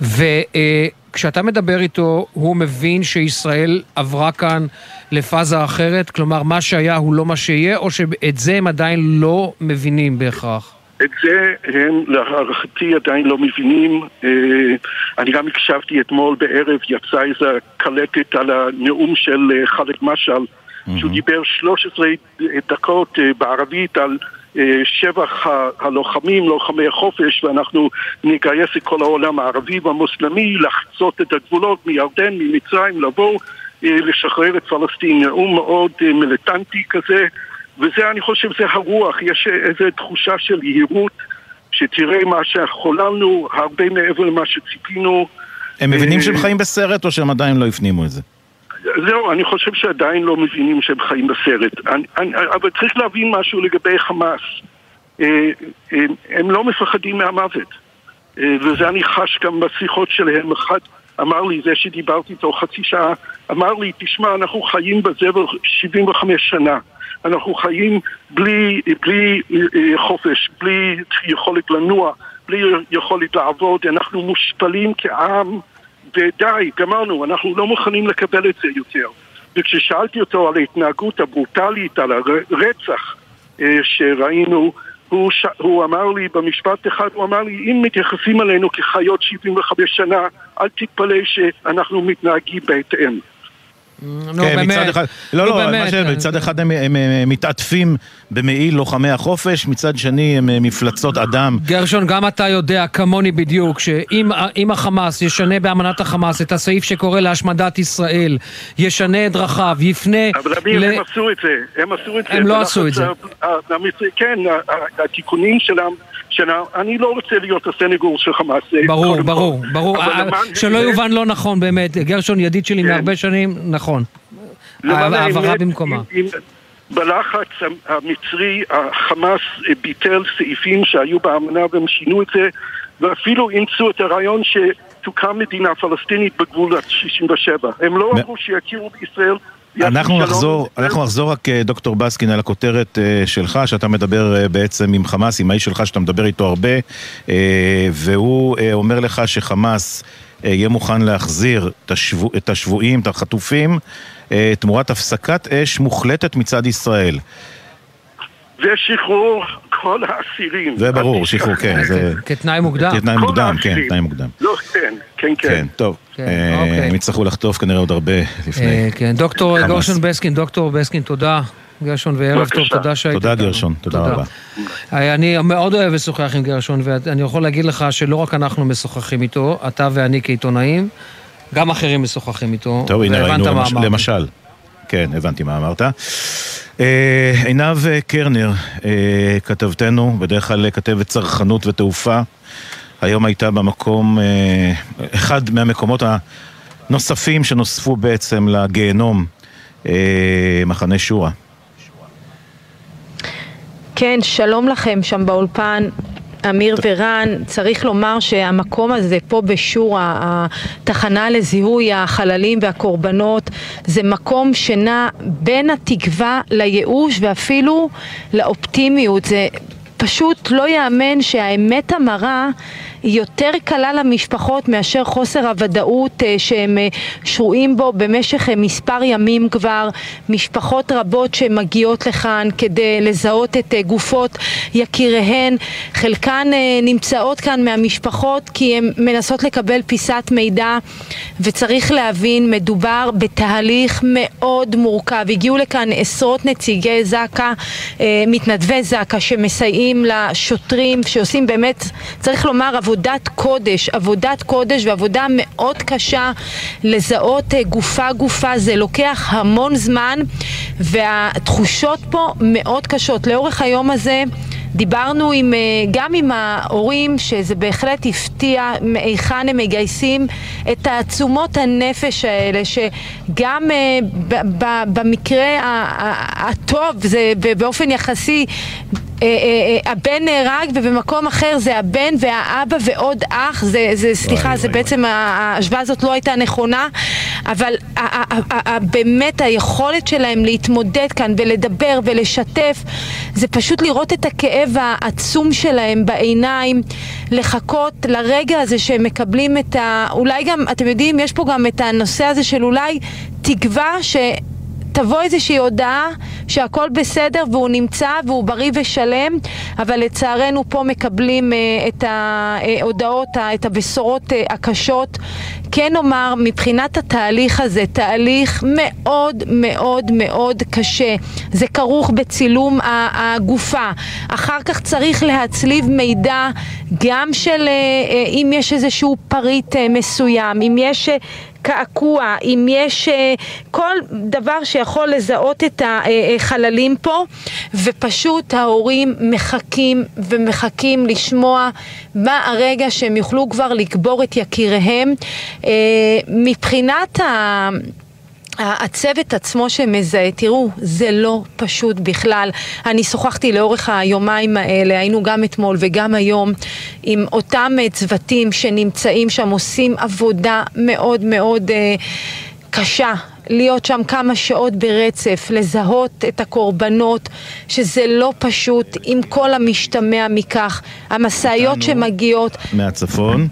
וכשאתה מדבר איתו, הוא מבין שישראל עברה כאן לפאזה אחרת? כלומר, מה שהיה הוא לא מה שיהיה, או שאת זה הם עדיין לא מבינים בהכרח? את זה הם להערכתי עדיין לא מבינים. אני גם הקשבתי אתמול בערב, יצא איזה קלטת על הנאום של חאלד משעל, שהוא דיבר שלוש עשרה דקות בערבית על שבח הלוחמים, לוחמי החופש, ואנחנו נגייס את כל העולם הערבי והמוסלמי לחצות את הגבולות מירדן, ממצרים, לבוא לשחרר את פלסטין. נאום מאוד מיליטנטי כזה, וזה, אני חושב, זה הרוח. יש איזו תחושה של יהירות, שתראה מה שחוללנו, הרבה מעבר למה שציפינו. הם מבינים שהם חיים בסרט, או שהם עדיין לא הפנימו את זה? זהו, אני חושב שעדיין לא מבינים שהם חיים בסרט. אני, אני, אבל צריך להבין משהו לגבי חמאס. הם לא מפחדים מהמוות. וזה אני חש גם בשיחות שלהם. אחד אמר לי, זה שדיברתי איתו חצי שעה, אמר לי, תשמע, אנחנו חיים בזבל שבעים וחמש שנה. אנחנו חיים בלי, בלי חופש, בלי יכולת לנוע, בלי יכולת לעבוד. אנחנו מושפלים כעם, ודי, גמרנו, אנחנו לא מוכנים לקבל את זה יותר. וכששאלתי אותו על ההתנהגות הברוטלית, על הרצח שראינו, הוא, ש... הוא אמר לי במשפט אחד, הוא אמר לי, אם מתייחסים עלינו כחיות שבעים וחמש שנה, אל תתפלא שאנחנו מתנהגים בהתאם. נו, באמת. לא, לא, מצד אחד הם מתעטפים במעיל לוחמי החופש, מצד שני הם מפלצות אדם. גרשון, גם אתה יודע, כמוני בדיוק, שאם החמאס ישנה באמנת החמאס את הסעיף שקורא להשמדת ישראל, ישנה את דרכיו, יפנה... אבל אביר, הם עשו את זה, הם עשו את זה. הם לא עשו את זה. כן, התיקונים שלהם, אני לא רוצה להיות הסנגור של חמאס. ברור, ברור, ברור. שלא יובן לא נכון באמת. גרשון, ידיד שלי מהרבה שנים, נכון. העברה במקומה. בלחץ המצרי, החמאס ביטל סעיפים שהיו באמנה והם שינו את זה, ואפילו אימצו את הרעיון שתוקם מדינה פלסטינית בגבול שישים ושבע. הם לא אמרו שיכירו בישראל. אנחנו נחזור, אנחנו נחזור רק דוקטור בסקין על הכותרת שלך, שאתה מדבר בעצם עם חמאס, עם האיש שלך שאתה מדבר איתו הרבה, והוא אומר לך שחמאס יהיה מוכן להחזיר את השבויים, את החטופים, תמורת הפסקת אש מוחלטת מצד ישראל. ושחרור כל האסירים. זה ברור, שחרור, כן. כתנאי מוקדם. כתנאי מוקדם, כן, תנאי מוקדם. לא, כן, כן, כן. טוב, הם יצטרכו לחטוף כנראה עוד הרבה לפני. כן, דוקטור גרשון בסקין, דוקטור בסקין, תודה. גרשון וערב טוב, תודה שהיית. תודה גרשון, תודה רבה. אני מאוד אוהב לשוחח עם גרשון, ואני יכול להגיד לך שלא רק אנחנו משוחחים איתו, אתה ואני כעיתונאים, גם אחרים משוחחים איתו. טוב, הנה ראינו למשל. כן, הבנתי מה אמרת. עינב קרנר, כתבתנו, בדרך כלל כתבת צרכנות ותעופה, היום הייתה במקום, אחד מהמקומות הנוספים שנוספו בעצם לגיהנום, מחנה שורה. כן, שלום לכם שם באולפן. אמיר ורן, צריך לומר שהמקום הזה פה בשורה, התחנה לזיהוי החללים והקורבנות, זה מקום שנע בין התקווה לייאוש ואפילו לאופטימיות. זה פשוט לא יאמן שהאמת המרה היא יותר קלה למשפחות מאשר חוסר הוודאות שהם שרועים בו במשך מספר ימים כבר. משפחות רבות שמגיעות לכאן כדי לזהות את גופות יקיריהן, חלקן נמצאות כאן מהמשפחות כי הן מנסות לקבל פיסת מידע, וצריך להבין, מדובר בתהליך מאוד מורכב. הגיעו לכאן עשרות נציגי זק"א, מתנדבי זק"א שמסייעים לשוטרים, שעושים באמת, צריך לומר, עבודת קודש, עבודת קודש ועבודה מאוד קשה לזהות גופה גופה. זה לוקח המון זמן, והתחושות פה מאוד קשות. לאורך היום הזה דיברנו עם, גם עם ההורים, שזה בהחלט הפתיע מאיכן הם מגייסים את תעצומות הנפש האלה, שגם ב, ב, במקרה הטוב זה באופן יחסי הבן נהרג, ובמקום אחר זה הבן והאבא ועוד אח. זה, זה סליחה, וואי, זה וואי, בעצם וואי. ההשוואה הזאת לא הייתה נכונה, אבל באמת היכולת שלהם להתמודד כאן ולדבר ולשתף, זה פשוט לראות את הכאב העצום שלהם בעיניים, לחכות לרגע הזה שהם מקבלים את ה... אולי גם, אתם יודעים, יש פה גם את הנושא הזה של אולי תקווה ש... תבוא איזושהי הודעה שהכל בסדר והוא נמצא והוא בריא ושלם, אבל לצערנו פה מקבלים את ההודעות, את הבשורות הקשות. כן אומר, מבחינת התהליך הזה, תהליך מאוד מאוד מאוד קשה. זה כרוך בצילום הגופה. אחר כך צריך להצליב מידע גם של אם יש איזשהו פריט מסוים, אם יש קעקוע, אם יש כל דבר שיכול לזהות את החללים פה, ופשוט ההורים מחכים ומחכים לשמוע מה הרגע שהם יוכלו כבר לקבור את יקיריהם. מבחינת ה... הצוות עצמו שמזהה, תראו, זה לא פשוט בכלל. אני שוחחתי לאורך היומיים האלה, היינו גם אתמול וגם היום, עם אותם צוותים שנמצאים שם, עושים עבודה מאוד מאוד אה, קשה. להיות שם כמה שעות ברצף, לזהות את הקורבנות, שזה לא פשוט, עם כל המשתמע מכך. המסעיות שמגיעות... מהצפון.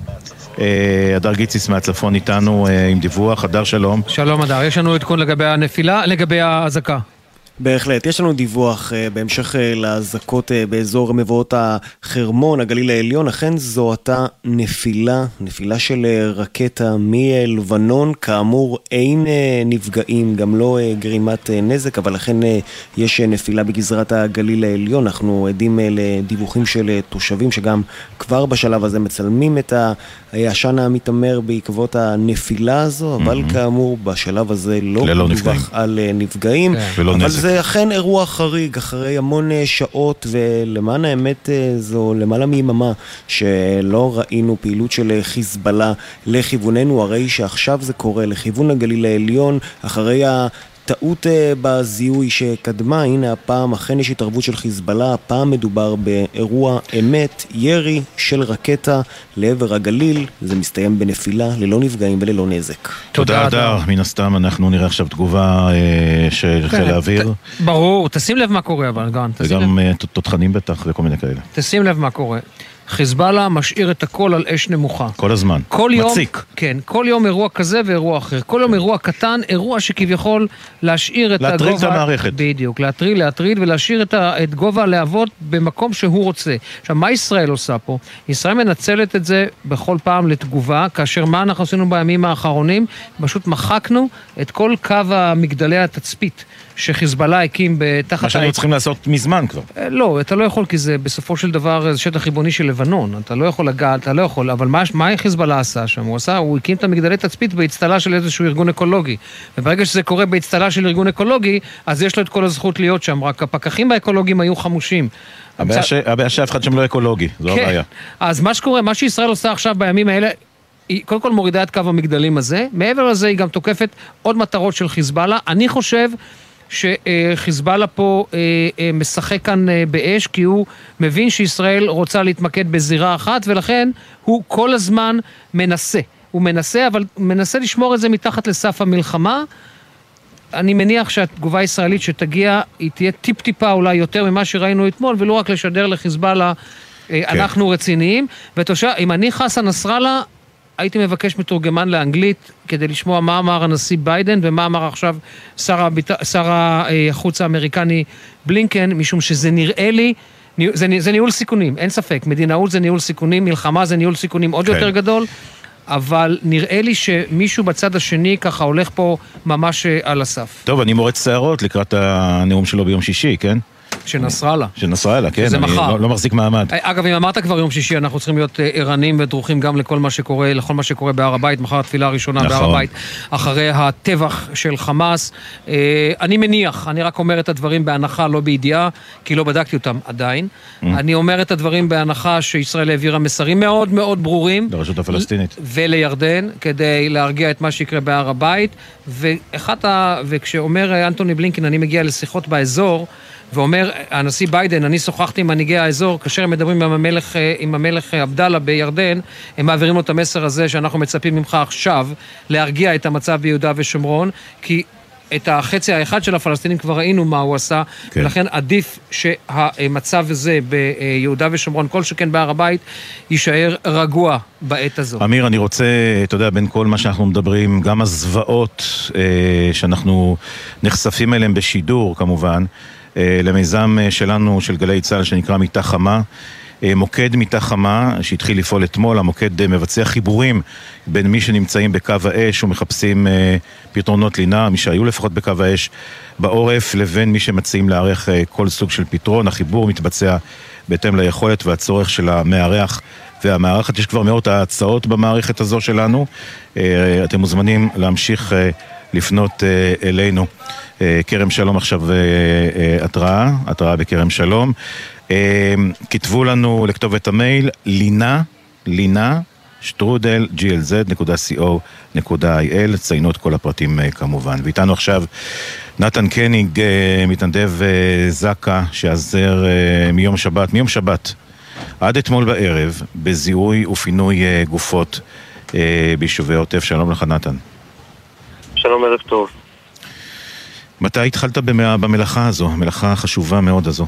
הדר גיציס מהצפון איתנו עם דיווח. הדר, שלום. שלום הדר, יש לנו עדכון לגבי הנפילה, לגבי ההזקה. בהחלט, יש לנו דיווח בהמשך להזקות באזור מבואות החרמון, הגליל העליון. אכן זו אותה נפילה, נפילה של רקטה מלבנון. כאמור, אין נפגעים, גם לא גרימת נזק, אבל אכן יש נפילה בגזרת הגליל העליון. אנחנו עדים לדיווחים של תושבים שגם כבר בשלב הזה מצלמים את העשן המתאמר בעקבות הנפילה הזו, אבל mm-hmm. כאמור, בשלב הזה לא מדווח על נפגעים. כן. אבל נזק. זה אכן אירוע חריג, אחרי המון שעות, ולמען האמת זו למעלה מיממה שלא ראינו פעילות של חיזבאללה לכיווננו, הרי שעכשיו זה קורה לכיוון הגליל העליון, אחרי הטעות בזיהוי שקדמה. הנה הפעם אכן יש התערבות של חיזבאללה, הפעם מדובר באירוע אמת, ירי של רקטה לעבר הגליל, זה מסתיים בנפילה ללא נפגעים וללא נזק. תודה הדר, מן הסתם אנחנו נראה עכשיו תגובה של חיל האוויר. ברור, תשים לב מה קורה אבל גם. וגם תותחנים בטח וכל מיני כאלה. תשים לב מה קורה. חיזבאללה משאיר את הכל על אש נמוכה. כל הזמן. כל יום, מציק. כן, כל יום אירוע כזה ואירוע אחר. כל יום אירוע קטן, אירוע שכביכול להשאיר את להטריל הגובה... את המערכת. בדיוק, להטריל, להטריל ולהשאיר את, ה, את גובה הלהבות במקום שהוא רוצה. עכשיו, מה ישראל עושה פה? ישראל מנצלת את זה בכל פעם לתגובה, כאשר מה אנחנו עשינו בימים האחרונים? פשוט מחקנו את כל קו המגדלי התצפית שחיזבאללה הקים בתחת... מה שהיינו צריכים לעשות מזמן כבר. לא, אתה לא יכול, כי זה בסופו של דבר זה שטח ריבוני של לבנון. אתה לא יכול לגעת, אתה לא יכול, אבל מה, מה חיזבאללה עשה שם? הוא עשה, הוא הקים את המגדלי תצפית בהצטלה של איזשהו ארגון אקולוגי. וברגע שזה קורה בהצטלה של ארגון אקולוגי, אז יש לו את כל הזכות להיות שם. רק הפקחים האקולוגיים היו חמושים. הבעיה שאף אחד שם לא אקולוגי, זו הבעיה. אז מה שקורה, מה שישראל עושה עכשיו בימים האלה, היא קודם כל מורידה את קו המגדלים הזה. מעבר לזה היא גם תוקפת עוד מטרות של חיזבאללה. אני חושב שחיזבאללה פה משחק כאן באש, כי הוא מבין שישראל רוצה להתמקד בזירה אחת, ולכן הוא כל הזמן מנסה. הוא מנסה, אבל מנסה לשמור את זה מתחת לסף המלחמה. אני מניח שהתגובה הישראלית שתגיע, היא תהיה טיפ-טיפה אולי יותר ממה שראינו אתמול, ולא רק לשדר לחיזבאללה אנחנו רציניים, ותושב, אם אני חסן נסראללה, הייתי מבקש מתורגמן לאנגלית כדי לשמוע מה אמר הנשיא ביידן ומה אמר עכשיו שר, הביט... שר החוץ האמריקני בלינקן, משום שזה נראה לי, זה, זה ניהול סיכונים, אין ספק, מדינאות זה ניהול סיכונים, מלחמה זה ניהול סיכונים עוד כן. יותר גדול, אבל נראה לי שמישהו בצד השני ככה הולך פה ממש על הסף. טוב, אני מורץ שערות לקראת הנאום שלו ביום שישי, כן? של נסראללה. של נסראללה, כן. זה אני מחר. לא, לא מחזיק מעמד. אגב, אם אמרת כבר יום שישי, אנחנו צריכים להיות ערנים ודרוכים גם לכל מה שקורה, לכל מה שקורה בהר הבית, מחר התפילה הראשונה נכון. בהר הבית, אחרי הטבח של חמאס. אני מניח, אני רק אומר את הדברים בהנחה, לא בידיעה, כי לא בדקתי אותם עדיין. Mm. אני אומר את הדברים בהנחה שישראל העבירה מסרים מאוד מאוד ברורים. לרשות הפלסטינית. ולירדן, כדי להרגיע את מה שיקרה בהר הבית. ואחת ה... וכשאומר אנטוני בלינקן, אני מגיע לשיחות באזור, ואומר, הנשיא ביידן, אני שוחחתי עם מנהיגי האזור, כאשר הם מדברים עם המלך, עם המלך עבדאללה בירדן, הם מעבירים לו את המסר הזה שאנחנו מצפים ממך עכשיו להרגיע את המצב ביהודה ושומרון, כי את החצי האחד של הפלסטינים כבר ראינו מה הוא עשה, כן. ולכן עדיף שהמצב הזה ביהודה ושומרון, כל שכן בהר הבית, יישאר רגוע בעת הזו. אמיר, אני רוצה, אתה יודע, בין כל מה שאנחנו מדברים, גם הזוועות אה, שאנחנו נחשפים אליהם בשידור, כמובן, למיזם שלנו, של גלי צהל, שנקרא מיטה חמה, מוקד מיטה חמה, שהתחיל לפעול אתמול, המוקד מבצע חיבורים בין מי שנמצאים בקו האש ומחפשים פתרונות לינה, מי שהיו לפחות בקו האש בעורף, לבין מי שמציעים לערך כל סוג של פתרון. החיבור מתבצע בהתאם ליכולת והצורך של המערך והמערכת. יש כבר מאות ההצעות במערכת הזו שלנו, אתם מוזמנים להמשיך לפנות אלינו. כרם שלום עכשיו התראה, התראה בכרם שלום. כתבו לנו לכתובת המייל לינה, לינה, שטרודל, ג'י אל זד נקודה סי או נקודה איי אל, ציינו את כל הפרטים כמובן. ואיתנו עכשיו נתן קניג, מתנדב זקה, שעזר מיום שבת, מיום שבת, עד אתמול בערב, בזיהוי ופינוי גופות ביישובי העוטף. שלום לך נתן. שלום, ערב טוב. מתי התחלת במלאכה הזו, המלאכה החשובה מאוד הזו?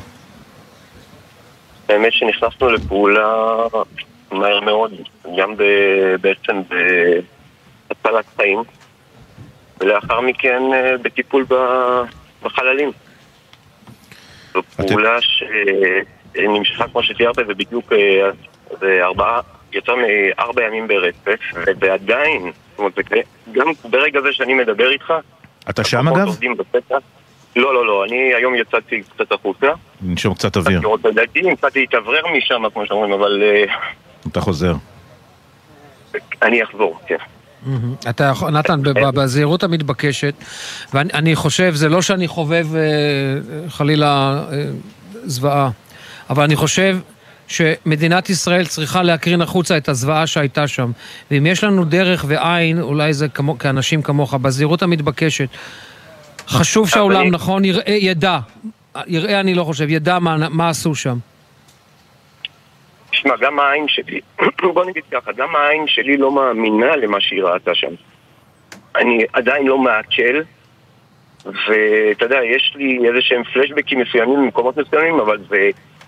האמת שנכנסנו לפעולה מהר מאוד, גם בעצם בהצלת חיים, ולאחר מכן בטיפול בחללים. זו פעולה שנמשכה כמו שתיארת, ובדיוק זה ארבעה, יותר מארבע ימים ברצף, ועדיין, זאת אומרת, גם ברגע זה שאני מדבר איתך, אתה שם אגב? לא, לא, לא, אני היום יצאתי קצת החוצה. נשום קצת אוויר. לדעתי נמצאתי להתאוורר משם, כמו שאומרים, אבל... אתה חוזר. אני אחזור, כן. אתה יכול, נתן, בזהירות המתבקשת, ואני חושב, זה לא שאני חובב חלילה זוועה, אבל אני חושב שמדינת ישראל צריכה להקרין החוצה את הזוועה שהייתה שם. ואם יש לנו דרך ועין, אולי זה כמו, כאנשים כמוך, בזהירות המתבקשת, חשוב שהעולם, אני... נכון, יראה, ידע, יראה אני לא חושב, ידע מה, מה עשו שם. תשמע, גם העין שלי, בוא נגיד ככה, גם העין שלי לא מאמינה למה שהיא ראתה שם. אני עדיין לא מעכל, ואתה יודע, יש לי איזה שהם פלשבקים מסוימים במקומות מסוימים, אבל זה...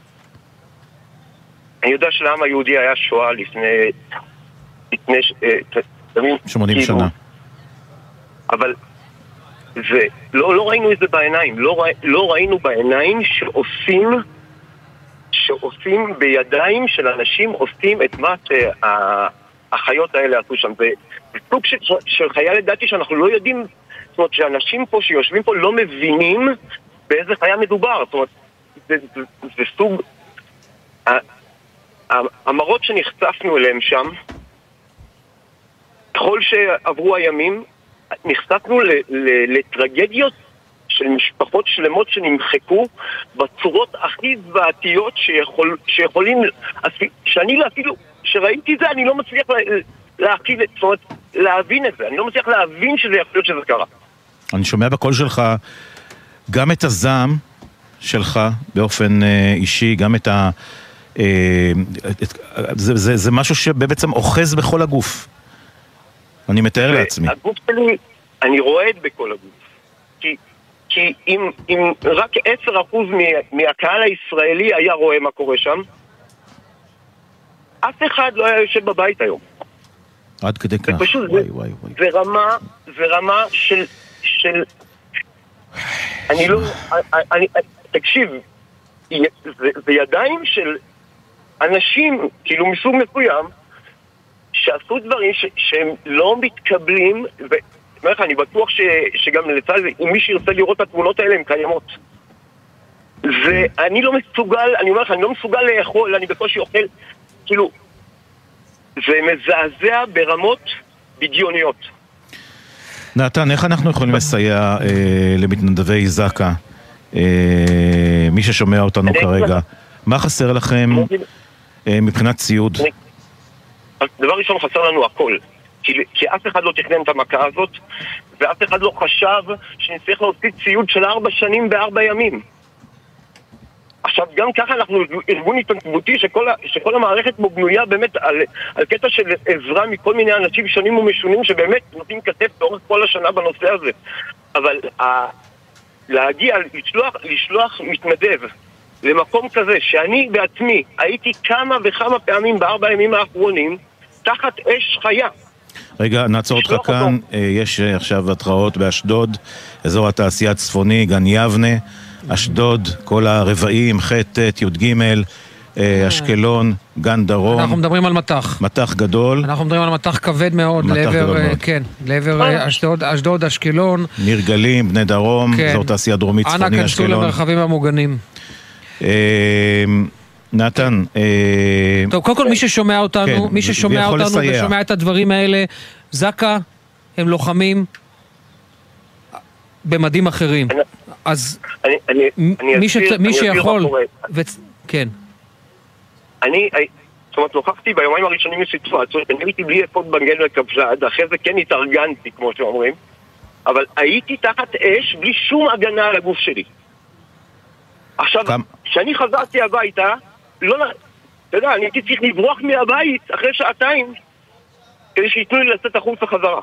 אני יודע שלעם היהודי היה שואה לפני... לפני... שמונים שנה. אבל... ולא לא ראינו את זה בעיניים, לא, ראי, לא ראינו בעיניים שעושים, שעושים בידיים של אנשים, עושים את מה שהחיות האלה עשו שם. זה סוג של, של חיה לדעתי שאנחנו לא יודעים, זאת אומרת שאנשים פה שיושבים פה לא מבינים באיזה חיה מדובר. זאת אומרת, זה, זה, זה סוג, המראות שנחשפנו אליהם שם, ככל שעברו הימים, נחשפנו לטרגדיות של משפחות שלמות שנמחקו בצורות הכי זוועתיות שיכול, שיכולים, שאני אפילו, שראיתי זה, אני לא מצליח להכיל, זאת אומרת, להבין את זה, אני לא מצליח להבין שזה יכול להיות שזה קרה. אני שומע בקול שלך גם את הזעם שלך באופן אישי, גם את ה... זה, זה, זה משהו שבעצם אוחז בכל הגוף. אני מתאר לעצמי. הגוף שלי, אני רועד בכל הגוף. כי, כי אם, אם רק עשר אחוז מהקהל הישראלי היה רואה מה קורה שם, אף אחד לא היה יושב בבית היום. עד כדי כך. ופשוט וואי, זה, וואי, וואי. זה רמה, זה רמה של, של, אני לא, אני, אני, תקשיב, זה, זה ידיים של אנשים, כאילו מסוג מסוים, שעשו דברים ש, שהם לא מתקבלים, ואומר לך, אני בטוח ש, שגם לצד זה, אם מי שירצה לראות את התמונות האלה, הן קיימות. ואני לא מסוגל, אני אומר לך, אני לא מסוגל לאכול, אני בקושי אוכל, כאילו, זה מזעזע ברמות בדיוניות. נתן, איך אנחנו יכולים לסייע אה, למתנדבי זק"א, אה, מי ששומע אותנו כרגע? מה חסר לכם אה, מבחינת ציוד? דבר ראשון, חסר לנו הכל. כי, כי אף אחד לא תכנן את המכה הזאת, ואף אחד לא חשב שנצטרך להוציא ציוד של ארבע שנים בארבע ימים. עכשיו, גם ככה אנחנו ארגון התנדבותי שכל, שכל המערכת בו בנויה באמת על, על קטע של עזרה מכל מיני אנשים שונים ומשונים שבאמת נותנים כתף לאורך כל השנה בנושא הזה. אבל ה, להגיע, לשלוח, לשלוח מתנדב למקום כזה שאני בעצמי הייתי כמה וכמה פעמים בארבע ימים האחרונים תחת אש חיה. רגע, נעצור אותך כאן. אותו. יש עכשיו התראות באשדוד, אזור התעשייה הצפוני, גן יבנה, אשדוד, כל הרבעים, ח' ט', י' ג', אשקלון, גן דרום. אנחנו מדברים על מתח. מתח גדול. אנחנו מדברים על מתח כבד מאוד, לעבר, כן, לעבר אשדוד, אשדוד, אשקלון. ניר גלים, בני דרום, כן. אזור תעשייה דרומית, צפוני, אשקלון. אנא כנסו למרחבים המוגנים. נתן, טוב, קודם כל מי ששומע אותנו, מי ששומע אותנו ושומע את הדברים האלה, זק"א הם לוחמים במדים אחרים. אז מי שיכול, כן. אני, זאת אומרת, נוכחתי ביומיים הראשונים מסיטואציות, אני הייתי בלי אפוד בנגל וקבזד, אחרי זה כן התארגנתי, כמו שאומרים, אבל הייתי תחת אש בלי שום הגנה על הגוף שלי. עכשיו, כשאני חזרתי הביתה, לא, אתה יודע, אני הייתי צריך לברוח מהבית אחרי שעתיים, כדי שיתנו לי לצאת החוץ החזרה.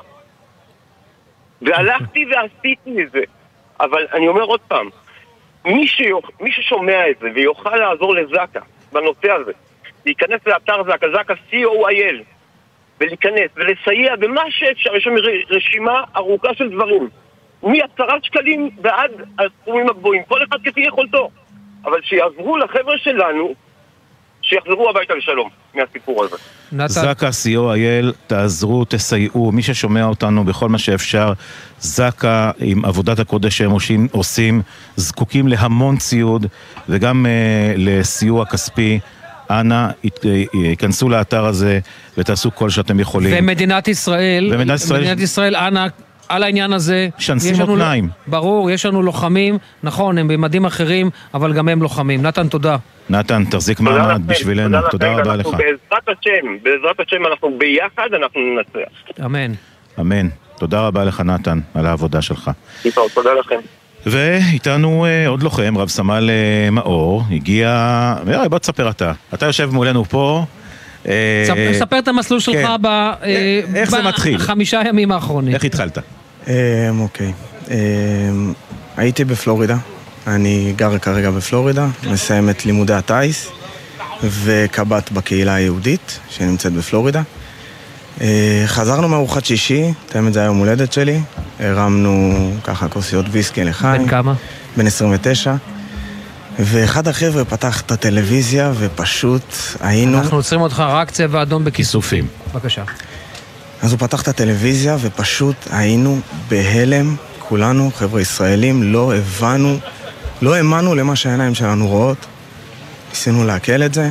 והלכתי ועשיתי את זה. אבל אני אומר עוד פעם, מי, שיוכ... מי ששומע את זה ויוכל לעזור לזק"א בנושא הזה, להיכנס לאתר זק"א, זק"א סי או איי אל, ולהיכנס ולסייע במה שאפשר, יש שם רשימה ארוכה של דברים, מעשרה שקלים ועד הסכומים הגבוהים, כל אחד כפי יכולתו, אבל שיעזרו לחבר'ה שלנו, שיחזרו הביתה לשלום מהסיפור הזה. זק"א סי או איי אל, תעזרו, תסייעו, מי ששומע אותנו בכל מה שאפשר, זק"א עם עבודת הקודש שהם עושים, עושים זקוקים להמון ציוד וגם uh, לסיוע כספי. אנא, ייכנסו לאתר הזה ותעשו כל שאתם יכולים. ומדינת ישראל, ומדינת ישראל, מדינת ישראל, אנא, על העניין הזה, שנסים אותניים. ברור, יש לנו לוחמים, נכון, הם במדים אחרים, אבל גם הם לוחמים. נתן, תודה. נתן, תחזיק מעמד בשבילנו, תודה רבה לך. בעזרת השם, בעזרת השם אנחנו ביחד, אנחנו ננצח. אמן. אמן. תודה רבה לך נתן, על העבודה שלך. תודה לכם. ואיתנו עוד לוחם, רב סמל מאור, הגיע, בוא תספר אתה. אתה יושב מולנו פה. ספר את המסלול שלך בחמישה ימים האחרונים. איך התחלת? אוקיי. הייתי בפלורידה. אני גר כרגע בפלורידה, מסיים את לימודי הטייס וקב"ט בקהילה היהודית שנמצאת בפלורידה. חזרנו מארוחת שישי, תאמת זה היום הולדת שלי, הרמנו ככה כוסיות ויסקי לחיים. בן כמה? בן עשרים ותשע. ואחד החבר'ה פתח את הטלוויזיה ופשוט היינו... אנחנו עוצרים אותך רק צבע אדום בכיסופים. בבקשה. אז הוא פתח את הטלוויזיה ופשוט היינו בהלם, כולנו, חבר'ה ישראלים, לא הבנו, לא האמנו למה שהעיניים שלנו רואות. ניסינו להקל את זה.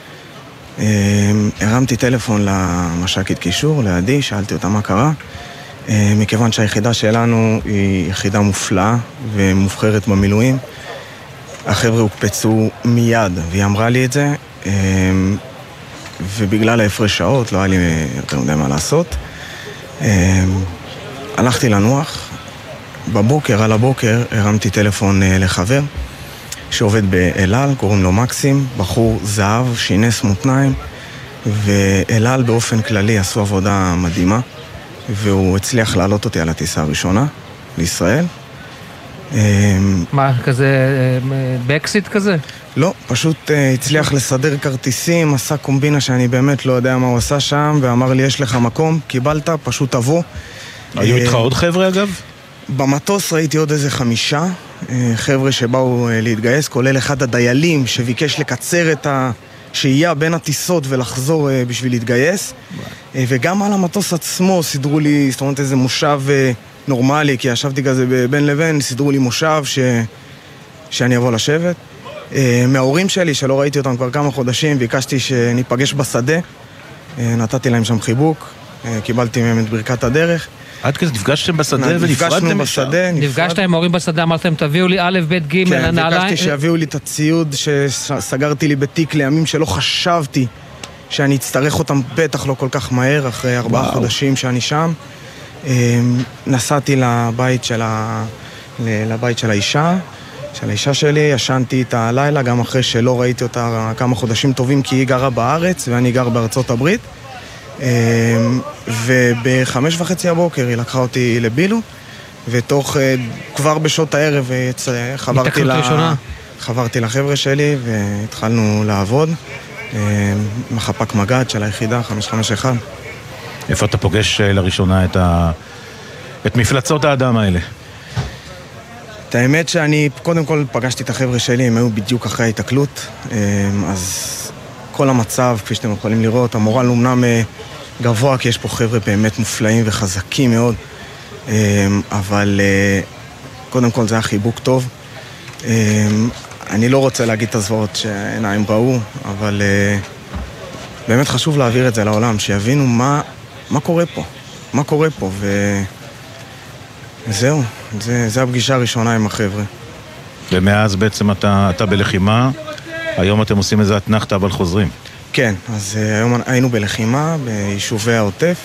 הרמתי טלפון למש"קית קישור, לידי, שאלתי אותה מה קרה. מכיוון שהיחידה שלנו היא יחידה מופלאה ומובחרת במילואים, החבר'ה הוקפצו מיד, והיא אמרה לי את זה, ובגלל ההפרש שעות לא היה לי יותר מדי מה לעשות. הלכתי לנוח, בבוקר, על הבוקר, הרמתי טלפון לחבר, שעובד באלעל, קוראים לו מקסים, בחור זהב, שינס מותניים, ואלעל באופן כללי עשו עבודה מדהימה, והוא הצליח לעלות אותי על הטיסה הראשונה לישראל. מה, כזה, באקסיט כזה? לא, פשוט הצליח לסדר כרטיסים, עשה קומבינה שאני באמת לא יודע מה הוא עשה שם, ואמר לי, יש לך מקום, קיבלת, פשוט תבוא. היו איתך עוד חבר'ה אגב? במטוס ראיתי עוד איזה חמישה חבר'ה שבאו להתגייס, כולל אחד הדיילים שביקש לקצר את השהייה בין הטיסות ולחזור בשביל להתגייס. וגם על המטוס עצמו סידרו לי, זאת אומרת, איזה מושב נורמלי, כי ישבתי כזה בין לבין, סידרו לי מושב ש... שאני אבוא לשבת. מההורים שלי, שלא ראיתי אותם כבר כמה חודשים, ביקשתי שניפגש בשדה, נתתי להם שם חיבוק, קיבלתי מהם את ברכת הדרך. עד כזה נפגשתם בשדה ונפרדתם משם? נפגשת עם ההורים בשדה, אמרתם תביאו לי א', ב', ג', נעליים? כן, ביקשתי שיביאו לי את הציוד שסגרתי לי בתיק לימים שלא חשבתי שאני אצטרך אותם בטח לא כל כך מהר, אחרי ארבעה חודשים שאני שם. נסעתי לבית של ה... לבית של האישה, של האישה שלי, ישנתי איתה הלילה, גם אחרי שלא ראיתי אותה כמה חודשים טובים, כי היא גרה בארץ ואני גר בארצות הברית. ובחמש וחצי הבוקר היא לקחה אותי לבילו, ותוך, כבר בשעות הערב חברתי, לה, חברתי לחבר'ה שלי והתחלנו לעבוד. מחפק מגד של היחידה חמש חמש אחת. איפה אתה פוגש לראשונה את, ה... את מפלצות האדם האלה? את האמת שאני קודם כל פגשתי את החבר'ה שלי, הם היו בדיוק אחרי ההתקלות, אז כל המצב, כפי שאתם יכולים לראות, המורל אומנם גבוה, כי יש פה חבר'ה באמת מופלאים וחזקים מאוד, אבל קודם כל זה היה חיבוק טוב. אני לא רוצה להגיד את הזוועות שהעיניים ראו, אבל באמת חשוב להעביר את זה לעולם, שיבינו מה, מה קורה פה, מה קורה פה, וזהו, זה, זה הפגישה הראשונה עם החבר'ה. ומאז בעצם אתה, אתה בלחימה, היום אתם עושים איזה התנחתה אבל חוזרים. כן, אז היום היינו בלחימה ביישובי העוטף,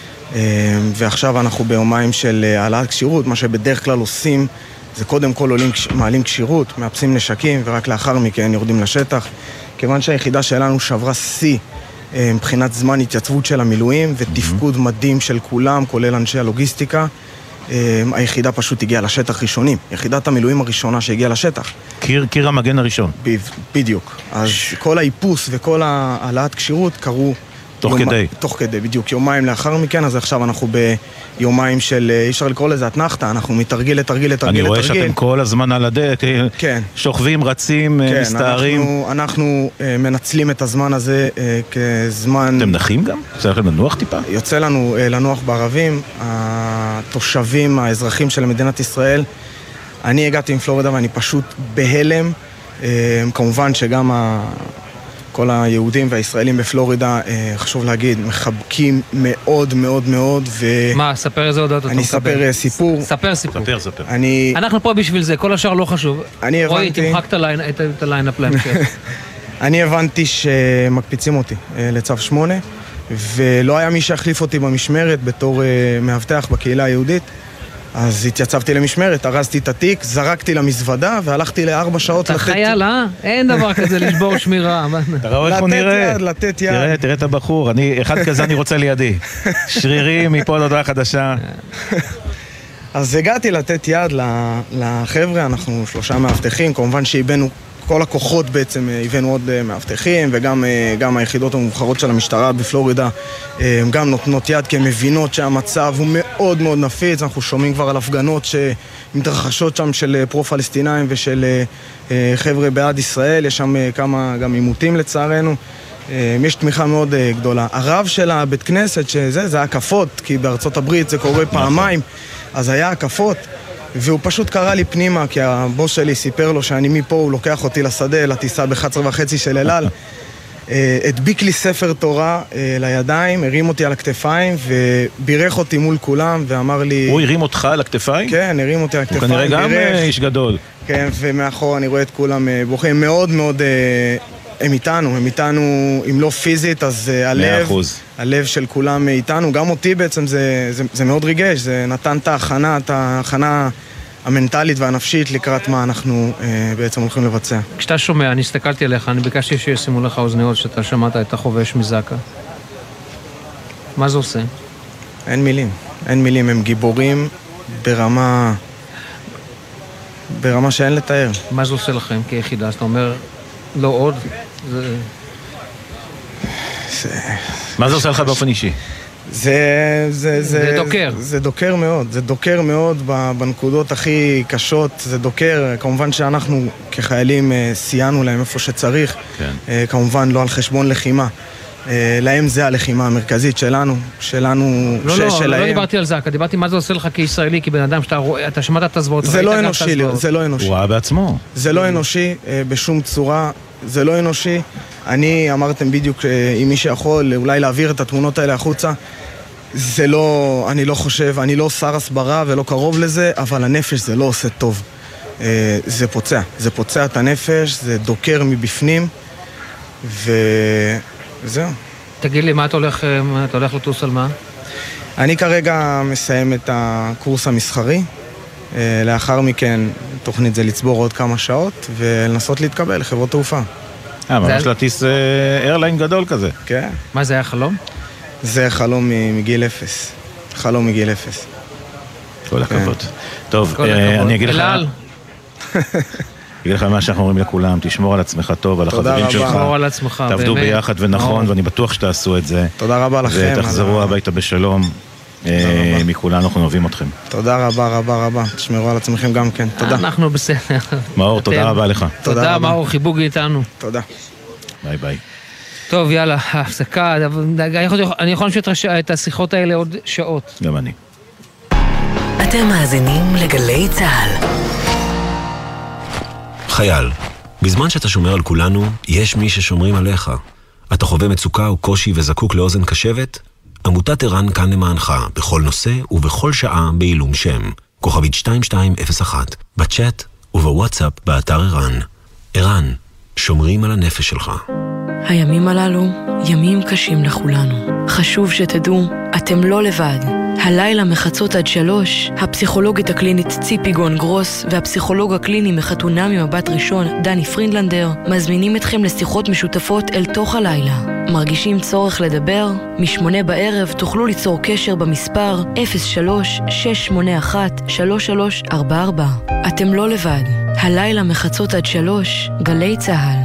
ועכשיו אנחנו ביומיים של העלאת כשירות. מה שבדרך כלל עושים זה קודם כל עולים, מעלים כשירות, מאפסים נשקים, ורק לאחר מכן יורדים לשטח. כיוון שהיחידה שלנו שברה שיא מבחינת זמן התייצבות של המילואים ותפקוד מדהים של כולם, כולל אנשי הלוגיסטיקה, היחידה פשוט הגיעה לשטח ראשונים, יחידת המילואים הראשונה שהגיעה לשטח. קיר, קיר המגן הראשון. ב, בדיוק. אז ש... כל האיפוס וכל העלאת כשירות קרו תוך יומ... כדי. תוך כדי, בדיוק. יומיים לאחר מכן, אז עכשיו אנחנו ביומיים של, אי אפשר לקרוא לזה התנחתה, אנחנו מתרגיל לתרגיל לתרגיל לתרגיל. אני רואה שאתם כל הזמן על הדק, כן. שוכבים, רצים, כן, מסתערים. אנחנו, אנחנו מנצלים את הזמן הזה כזמן... אתם נחים גם? יוצא לכם לנוח טיפה? יוצא לנו לנוח בערבים. התושבים, האזרחים של מדינת ישראל, אני הגעתי עם פלורידה ואני פשוט בהלם. כמובן שגם ה... כל היהודים והישראלים בפלורידה, חשוב להגיד, מחבקים מאוד מאוד מאוד. ו... מה, ספר איזה הודעות אתה אני מקבל. אספר סיפור. ספר סיפור. ספר, ספר. אני... אנחנו פה בשביל זה, כל השאר לא חשוב. אני רואי, הבנתי... תמחק את, הליין, את, את הליינאפ להמשך. אני הבנתי שמקפיצים אותי לצו שמונה, ולא היה מי שהחליף אותי במשמרת בתור מאבטח בקהילה היהודית. אז התייצבתי למשמרת, הרזתי את התיק, זרקתי למזוודה והלכתי לארבע שעות לתת... אתה חייל, אה? אין דבר כזה לשבור שמירה. אתה רואה איך הוא נראה? לתת יד, לתת יד. תראה, תראה את הבחור, אני, אחד כזה אני רוצה לידי. שרירים מפה להודעה חדשה. אז הגעתי לתת יד לחבר'ה, אנחנו שלושה מאבטחים, כמובן שהבאנו כל הכוחות בעצם, הבאנו עוד מאבטחים, וגם גם היחידות המובחרות של המשטרה בפלורידה גם נותנות יד, כי הן מבינות שהמצב הוא מאוד מאוד נפיץ. אנחנו שומעים כבר על הפגנות שמתרחשות שם של פרו-פלסטינאים ושל חבר'ה בעד ישראל, יש שם כמה גם עימותים לצערנו. יש תמיכה מאוד גדולה. הרב של הבית כנסת, שזה, זה הקפות, כי בארצות הברית זה קורה פעמיים, אז היה הקפות. והוא פשוט קרא לי פנימה, כי הבוס שלי סיפר לו שאני מפה, הוא לוקח אותי לשדה, לטיסה ב-אחת עשרה וחצי של אלעל. הדביק לי ספר תורה לידיים, הרים אותי על הכתפיים, ובירך אותי מול כולם, ואמר לי... הוא הרים אותך על הכתפיים? כן, הרים אותי על הכתפיים. הוא כנראה גם איש גדול. כן, ומאחור אני רואה את כולם בוכים. מאוד מאוד... הם איתנו, הם איתנו, אם לא פיזית, אז הלב, הלב של כולם איתנו, גם אותי בעצם זה, זה, זה מאוד ריגש, זה נתן את ההכנה, את ההכנה המנטלית והנפשית לקראת מה אנחנו אה, בעצם הולכים לבצע. כשאתה שומע, אני הסתכלתי עליך, אני ביקשתי שישימו לך אוזניות שאתה שמעת את החובש מזקה. מה זה עושה? אין מילים, אין מילים, הם גיבורים ברמה, ברמה שאין לתאר. מה זה עושה לכם כיחידה? אז אתה אומר... לא עוד. מה זה עושה לך באופן אישי? זה, זה, זה, זה דוקר. זה דוקר מאוד, זה דוקר מאוד בנקודות הכי קשות, זה דוקר, כמובן שאנחנו כחיילים סייענו להם איפה שצריך, כן. כמובן לא על חשבון לחימה. להם זה הלחימה המרכזית שלנו, שלנו, לא, ש- לא, שלהם. לא דיברתי על זה, דיברתי מה זה עושה לך כישראלי, כי בן אדם שאתה רואה, אתה שמעת את הזוועות, זה לא אנושי, זה לא אנושי. הוא ראה בעצמו. זה לא אנושי, בשום צורה, זה לא אנושי. אני, אמרתם בדיוק, עם מי שיכול, אולי להעביר את התמונות האלה החוצה. זה לא, אני לא חושב, אני לא שר הסברה ולא קרוב לזה, אבל הנפש זה לא עושה טוב. זה פוצע, זה פוצע את הנפש, זה דוקר מבפנים, וזהו. תגיד לי, מה אתה הולך, אתה הולך לטוס על מה? אני כרגע מסיים את הקורס המסחרי. לאחר מכן, תוכנית זה לצבור עוד כמה שעות ולנסות להתקבל לחברות תעופה. אה, ממש להטיס איירליין גדול כזה. כן. מה, זה היה חלום? זה חלום מגיל אפס. חלום מגיל אפס. כל הכבוד. טוב, אני אגיד לך... אלעל. אגיד לך מה שאנחנו אומרים לכולם, תשמור על עצמך טוב, על החברים שלך. תשמור על עצמך, באמת. תעבדו ביחד ונכון, ואני בטוח שתעשו את זה. תודה רבה לכם. ותחזרו הביתה בשלום. מכולנו אנחנו אוהבים אתכם. תודה רבה רבה רבה. תשמרו על עצמכם גם כן. תודה. אנחנו בסדר. מאור, תודה רבה לך. תודה, מאור, חיבוק איתנו. תודה. ביי ביי. טוב, יאללה, הפסקה. אני יכול להמשיך את השיחות האלה עוד שעות. גם אני. אתם מאזינים לגלי צהל. חייל, בזמן שאתה שומר על כולנו, יש מי ששומרים עליך. אתה חווה מצוקה או קושי וזקוק לאוזן קשבת? עמותת ערן כאן למענך, בכל נושא ובכל שעה בעילום שם. כוכבית שתיים שתיים אפס אחת, בצ'אט ובוואטסאפ באתר ערן. ערן, שומרים על הנפש שלך. הימים הללו, ימים קשים לכולנו. חשוב שתדעו, אתם לא לבד. הלילה מחצות עד שלוש, הפסיכולוגית הקלינית ציפי גון גרוס והפסיכולוג הקליני מחתונה ממבט ראשון דני פרינדלנדר מזמינים אתכם לשיחות משותפות אל תוך הלילה. מרגישים צורך לדבר? משמונה בערב תוכלו ליצור קשר במספר אפס שלוש שש שמונה אחת שלוש שלוש ארבע ארבע. אתם לא לבד. הלילה מחצות עד שלוש, גלי צהל.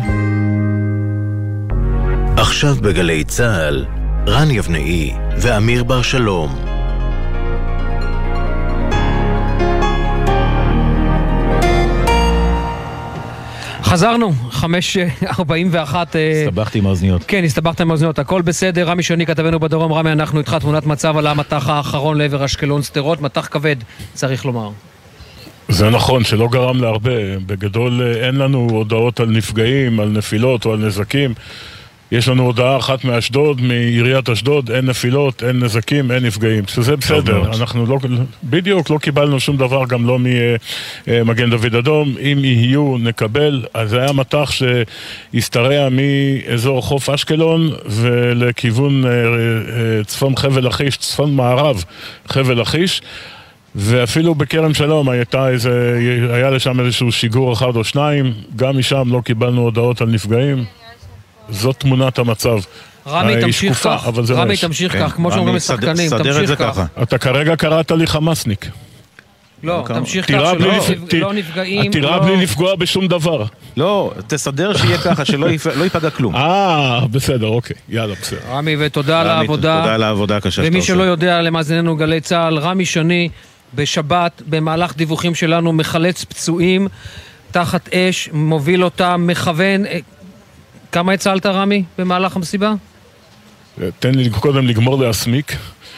עכשיו בגלי צהל, רן יבנאי ואמיר בר שלום. חזרנו, חמש ארבעים ואחת. הסתבכתי עם האוזניות. כן, הסתבכת עם האוזניות, הכל בסדר. רמי שני כתבנו בדרום. רמי, אנחנו איתך תמונת מצב על המתח האחרון לעבר אשקלון סטרות, מתח כבד, צריך לומר. זה נכון, שלא גרם להרבה. בגדול אין לנו הודעות על נפגעים, על נפילות או על נזקים. יש לנו הודעה אחת מאשדוד, מעיריית אשדוד, אין נפילות, אין נזקים, אין נפגעים. שזה בסדר, אנחנו לא, בדיוק לא קיבלנו שום דבר, גם לא ממגן דוד אדום. אם יהיו, נקבל. אז זה היה מתח שהסתרע מאזור חוף אשקלון ולכיוון צפון חבל לכיש, צפון מערב חבל לכיש. ואפילו בכרם שלום הייתה איזה, היה לשם איזשהו שיגור אחד או שניים, גם משם לא קיבלנו הודעות על נפגעים. זאת תמונת המצב. רמי תמשיך כך, רמי תמשיך כך, כמו שאומרים לשחקנים, תמשיך כך. אתה כרגע קראת לי חמאסניק. לא, תמשיך כך שלא נפגעים. עתירה בלי לפגוע בשום דבר. לא, תסדר שיהיה ככה, שלא ייפגע כלום. אה, בסדר, אוקיי, יאללה, בסדר. רמי, ותודה על העבודה. תודה על העבודה הקשה שאתה עושה. ומי שלא יודע למאזיננו גלי צהל, רמי שני בשבת, במהלך דיווחים שלנו, מחלץ פצועים תחת אש, מוביל אותם, מכוון. כמה הצלת, רמי, במהלך המסיבה? תן לי קודם לגמור להסמיק.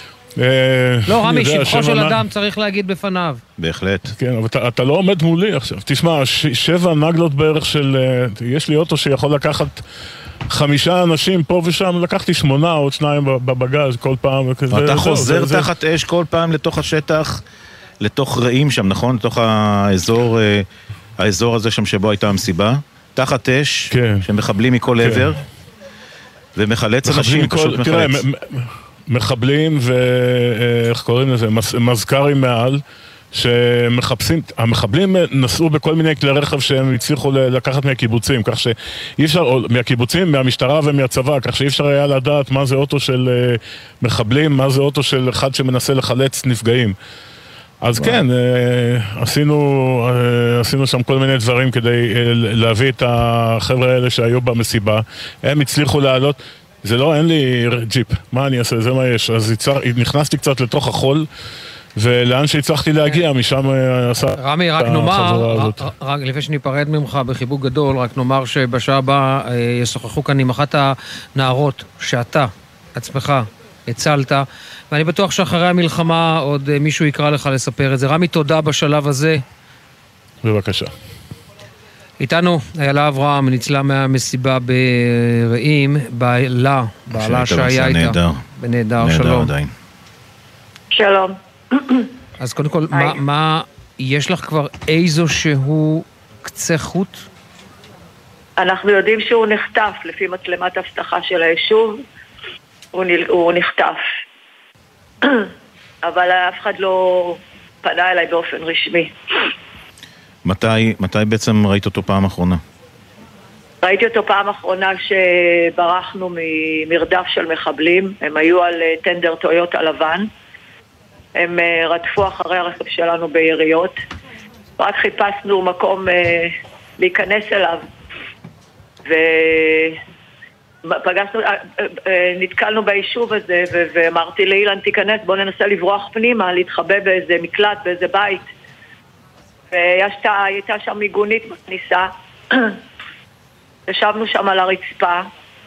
לא, רמי, שבחו של אדם צריך להגיד בפניו. בהחלט. כן, אבל אתה לא עומד מולי עכשיו. תשמע, שבע נגלות בערך של... יש לי אוטו שיכול לקחת חמישה אנשים פה ושם, לקחתי שמונה או שניים בבגז כל פעם. אתה חוזר תחת אש כל פעם לתוך השטח, לתוך רעים שם, נכון? לתוך האזור, האזור הזה שם שבו הייתה המסיבה. תחת אש, שמחבלים מכל עבר, ומחלץ אנשים, פשוט מחלץ. מחבלים ואיך קוראים לזה, מזכרים מעל, שמחפשים, המחבלים נסעו בכל מיני כלי רכב שהם הצליחו לקחת מהקיבוצים, כך שאי אפשר, מהקיבוצים, מהמשטרה ומהצבא, כך שאי אפשר היה לדעת מה זה אוטו של מחבלים, מה זה אוטו של אחד שמנסה לחלץ נפגעים. אז כן, עשינו, עשינו שם כל מיני דברים כדי להביא את החבר'ה האלה שהיו במסיבה. הם הצליחו לעלות, זה לא, אין לי ג'יפ, מה אני אעשה, זה מה יש. אז נכנסתי קצת לתוך החול, ולאן שהצלחתי להגיע, משם עשה... רמי, רק נאמר, רק לפני שניפרד ממך בחיבוק גדול, רק נאמר שבשעה הבאה ישוחחו כאן עם אחת הנערות שאתה, עצמך, הצלת, ואני בטוח שאחרי המלחמה עוד מישהו יקרא לך לספר את זה. רמי, תודה בשלב הזה. בבקשה. איתנו, איילה אברהם, ניצלה מהמסיבה ברעים, בעלה, בעלה שהיה איתה. נהדר. בנהדר, שלום. עדיין. שלום. אז קודם כל, מה, מה, יש לך כבר איזו שהוא קצה חוט? אנחנו יודעים שהוא נחטף, לפי מצלמת הבטחה של היישוב, הוא, נ, הוא נחטף. אבל אף אחד לא פנה אליי באופן רשמי. מתי, מתי בעצם ראית אותו פעם אחרונה? ראיתי אותו פעם אחרונה שברחנו ממרדף של מחבלים, הם היו על טנדר טויוטה לבן, הם רדפו אחרי הרכב שלנו ביריות, רק חיפשנו מקום להיכנס אליו, ופגשנו, נתקלנו ביישוב הזה, ואמרתי לאילן תיכנס, בוא ננסה לברוח פנימה, להתחבא באיזה מקלט, באיזה בית, והייתה שם מיגונית בכניסה, ישבנו שם על הרצפה,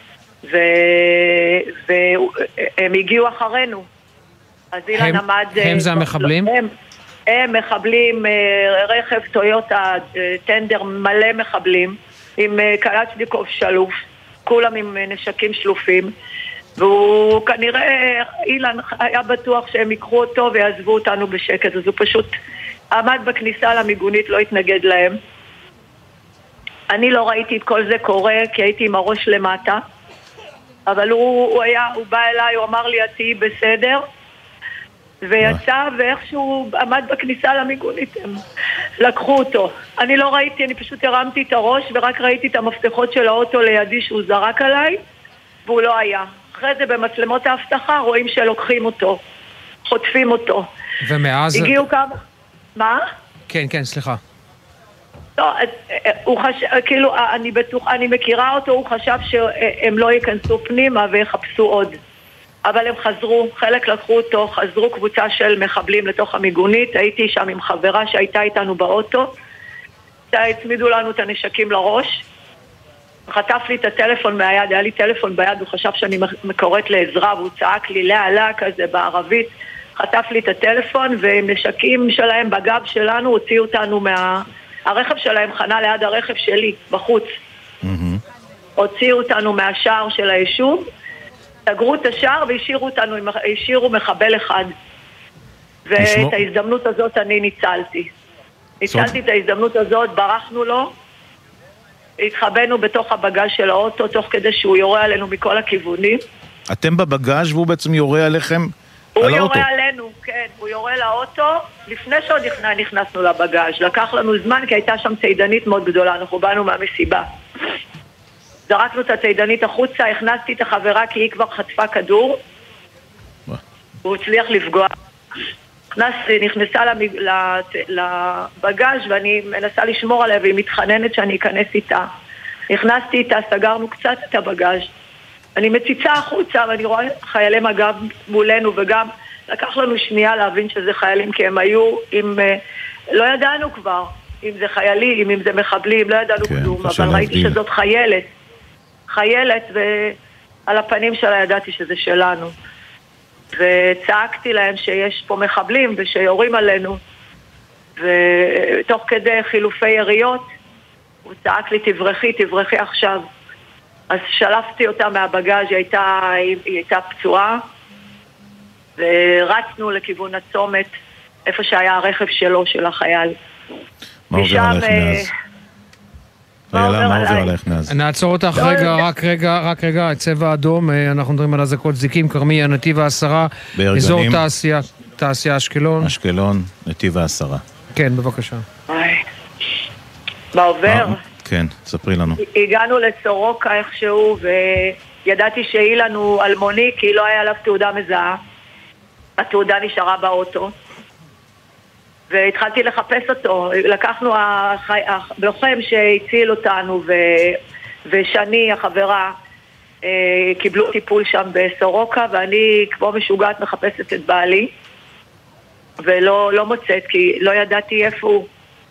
והם הגיעו אחרינו. אז אילן עמד... הם זה המחבלים? הם, הם מחבלים, רכב טויוטה, טנדר מלא מחבלים, עם קלצ'ניקוב שלוף, כולם עם נשקים שלופים, והוא כנראה, אילן היה בטוח שהם יקחו אותו ויעזבו אותנו בשקט, אז הוא פשוט עמד בכניסה למיגונית, לא התנגד להם. אני לא ראיתי את כל זה קורה, כי הייתי עם הראש למטה, אבל הוא, הוא היה, הוא בא אליי, הוא אמר לי, את תהיי בסדר, ויצא, ואיכשהו עמד בכניסה למיגונית, הם לקחו אותו. אני לא ראיתי, אני פשוט הרמתי את הראש, ורק ראיתי את המפתחות של האוטו לידי שהוא זרק עליי, והוא לא היה. אחרי זה במצלמות ההבטחה רואים שלוקחים אותו, חוטפים אותו. ומאז... הגיעו כמה... מה? כן, כן, סליחה. לא, הוא חשב, כאילו, אני בטוח, אני מכירה אותו, הוא חשב שהם לא ייכנסו פנימה ויחפשו עוד. אבל הם חזרו, חלק לקחו אותו, חזרו קבוצה של מחבלים לתוך המיגונית, הייתי שם עם חברה שהייתה איתנו באוטו, הצמידו לנו את הנשקים לראש, חטף לי את הטלפון מהיד, היה לי טלפון ביד, הוא חשב שאני מקוראת לעזרה, והוא צעק לי לה, לה, כזה בערבית, חטף לי את הטלפון, ועם נשקים שלהם בגב שלנו, הוציאו אותנו מה... הרכב שלהם חנה ליד הרכב שלי, בחוץ. Mm-hmm. הוציאו אותנו מהשער של היישוב, סגרו את השער והשאירו אותנו, השאירו מחבל אחד. ואת ההזדמנות הזאת אני ניצלתי. ניצלתי את ההזדמנות הזאת, ברחנו לו, התחבאנו בתוך הבגז של האוטו, תוך כדי שהוא יורה עלינו מכל הכיוונים. אתם בבגז והוא בעצם יורה עליכם הוא על האוטו? יורה עלינו, כן, הוא יורה לאוטו, לפני שעוד נכנסנו לבגז. לקח לנו זמן כי הייתה שם ציידנית מאוד גדולה, אנחנו באנו מהמסיבה. זרקנו את הציידנית החוצה, הכנסתי את החברה כי היא כבר חטפה כדור, הוא הצליח לפגוע. נכנסתי, נכנסה למג... לבגז ואני מנסה לשמור עליה והיא מתחננת שאני אכנס איתה. נכנסתי איתה, סגרנו קצת את הבגז. אני מציצה החוצה ואני רואה חיילי מג"ב מולנו, וגם לקח לנו שנייה להבין שזה חיילים, כי הם היו עם... לא ידענו כבר אם זה חיילים, אם זה מחבלים, לא ידענו כן, כלום, אבל ראיתי להבדיל. שזאת חיילת. חיילת, ועל הפנים שלה ידעתי שזה שלנו. וצעקתי להם שיש פה מחבלים ושיורים עלינו, ותוך כדי חילופי יריות, הוא צעק לי, תברכי, תברכי עכשיו. אז שלפתי אותה מהבגז, היא הייתה, היא הייתה פצועה, ורצנו לכיוון הצומת, איפה שהיה הרכב שלו, של החייל. מה עובר עליך מאז? איילה, מה עובר עליך מאז? נעצור אותך רגע, רק רגע, רק רגע, צבע אדום, אנחנו מדברים על הזקות זיקים, כרמי, נתיב העשרה, אזור תעשייה, תעשייה אשקלון. אשקלון, נתיב העשרה. כן, בבקשה. מה עובר? כן, ספרי לנו. הגענו לסורוקה איכשהו, וידעתי שאילן הוא אלמוני, כי לא היה עליו תעודה מזהה. התעודה נשארה באוטו. והתחלתי לחפש אותו. לקחנו הלוחם שהציל אותנו, ו... ושני, החברה, קיבלו טיפול שם בסורוקה, ואני כמו משוגעת מחפשת את בעלי, ולא לא מוצאת, כי לא ידעתי איפה הוא.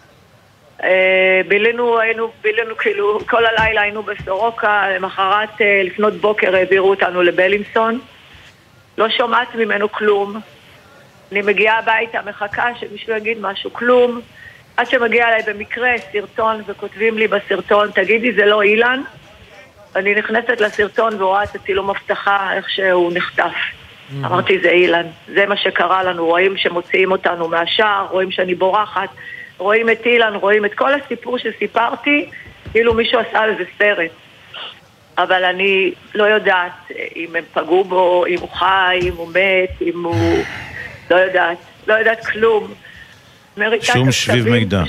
בילינו, היינו, בילינו כאילו, כל הלילה היינו בסורוקה, למחרת לפנות בוקר העבירו אותנו לבלינסון, לא שומעת ממנו כלום. אני מגיעה הביתה, מחכה שמישהו יגיד משהו, כלום, עד שמגיע אליי במקרה סרטון, וכותבים לי בסרטון, תגידי, זה לא אילן? אני נכנסת לסרטון ורואה את הצילום הבטחה, איך שהוא נחטף. Mm-hmm. אמרתי, זה אילן, זה מה שקרה לנו, רואים שמוציאים אותנו מהשער, רואים שאני בורחת, רואים את אילן, רואים את כל הסיפור שסיפרתי, כאילו מישהו עשה לזה סרט. אבל אני לא יודעת אם הם פגעו בו, אם הוא חי, אם הוא מת, אם הוא... לא יודעת, לא יודעת כלום. שום שביב מידע.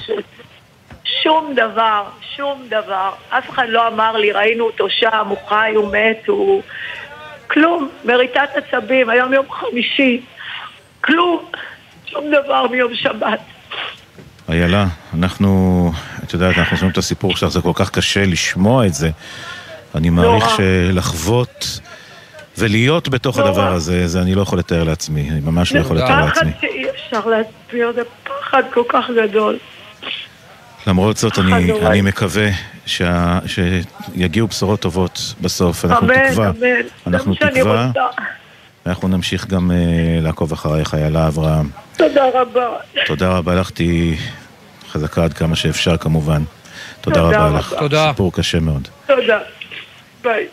שום דבר, שום דבר. אף אחד לא אמר לי, ראינו אותו שם, הוא חי, הוא מת, הוא... כלום, מריטת עצבים, היום יום חמישי. כלום, שום דבר מיום שבת. איילה, אנחנו, את יודעת, אנחנו שומעים את הסיפור שלך, זה כל כך קשה לשמוע את זה. אני מעריך שלחוות ולהיות בתוך הדבר הזה, זה אני לא יכול לתאר לעצממי, אני ממש לא יכול לתאר לעצמי. זה פחד שאי אפשר להסביר, זה פחד כל כך גדול. למרות זאת, אני, אני מקווה שה, שיגיעו בשורות טובות בסוף. אנחנו אמן, תקווה, אמן. אנחנו תקווה, ואנחנו נמשיך גם uh, לעקוב אחרייך, איילה אברהם. תודה רבה. תודה רבה לך, תהי חזקה עד כמה שאפשר כמובן. תודה, תודה רבה, רבה לך. תודה. סיפור קשה מאוד. תודה. ביי.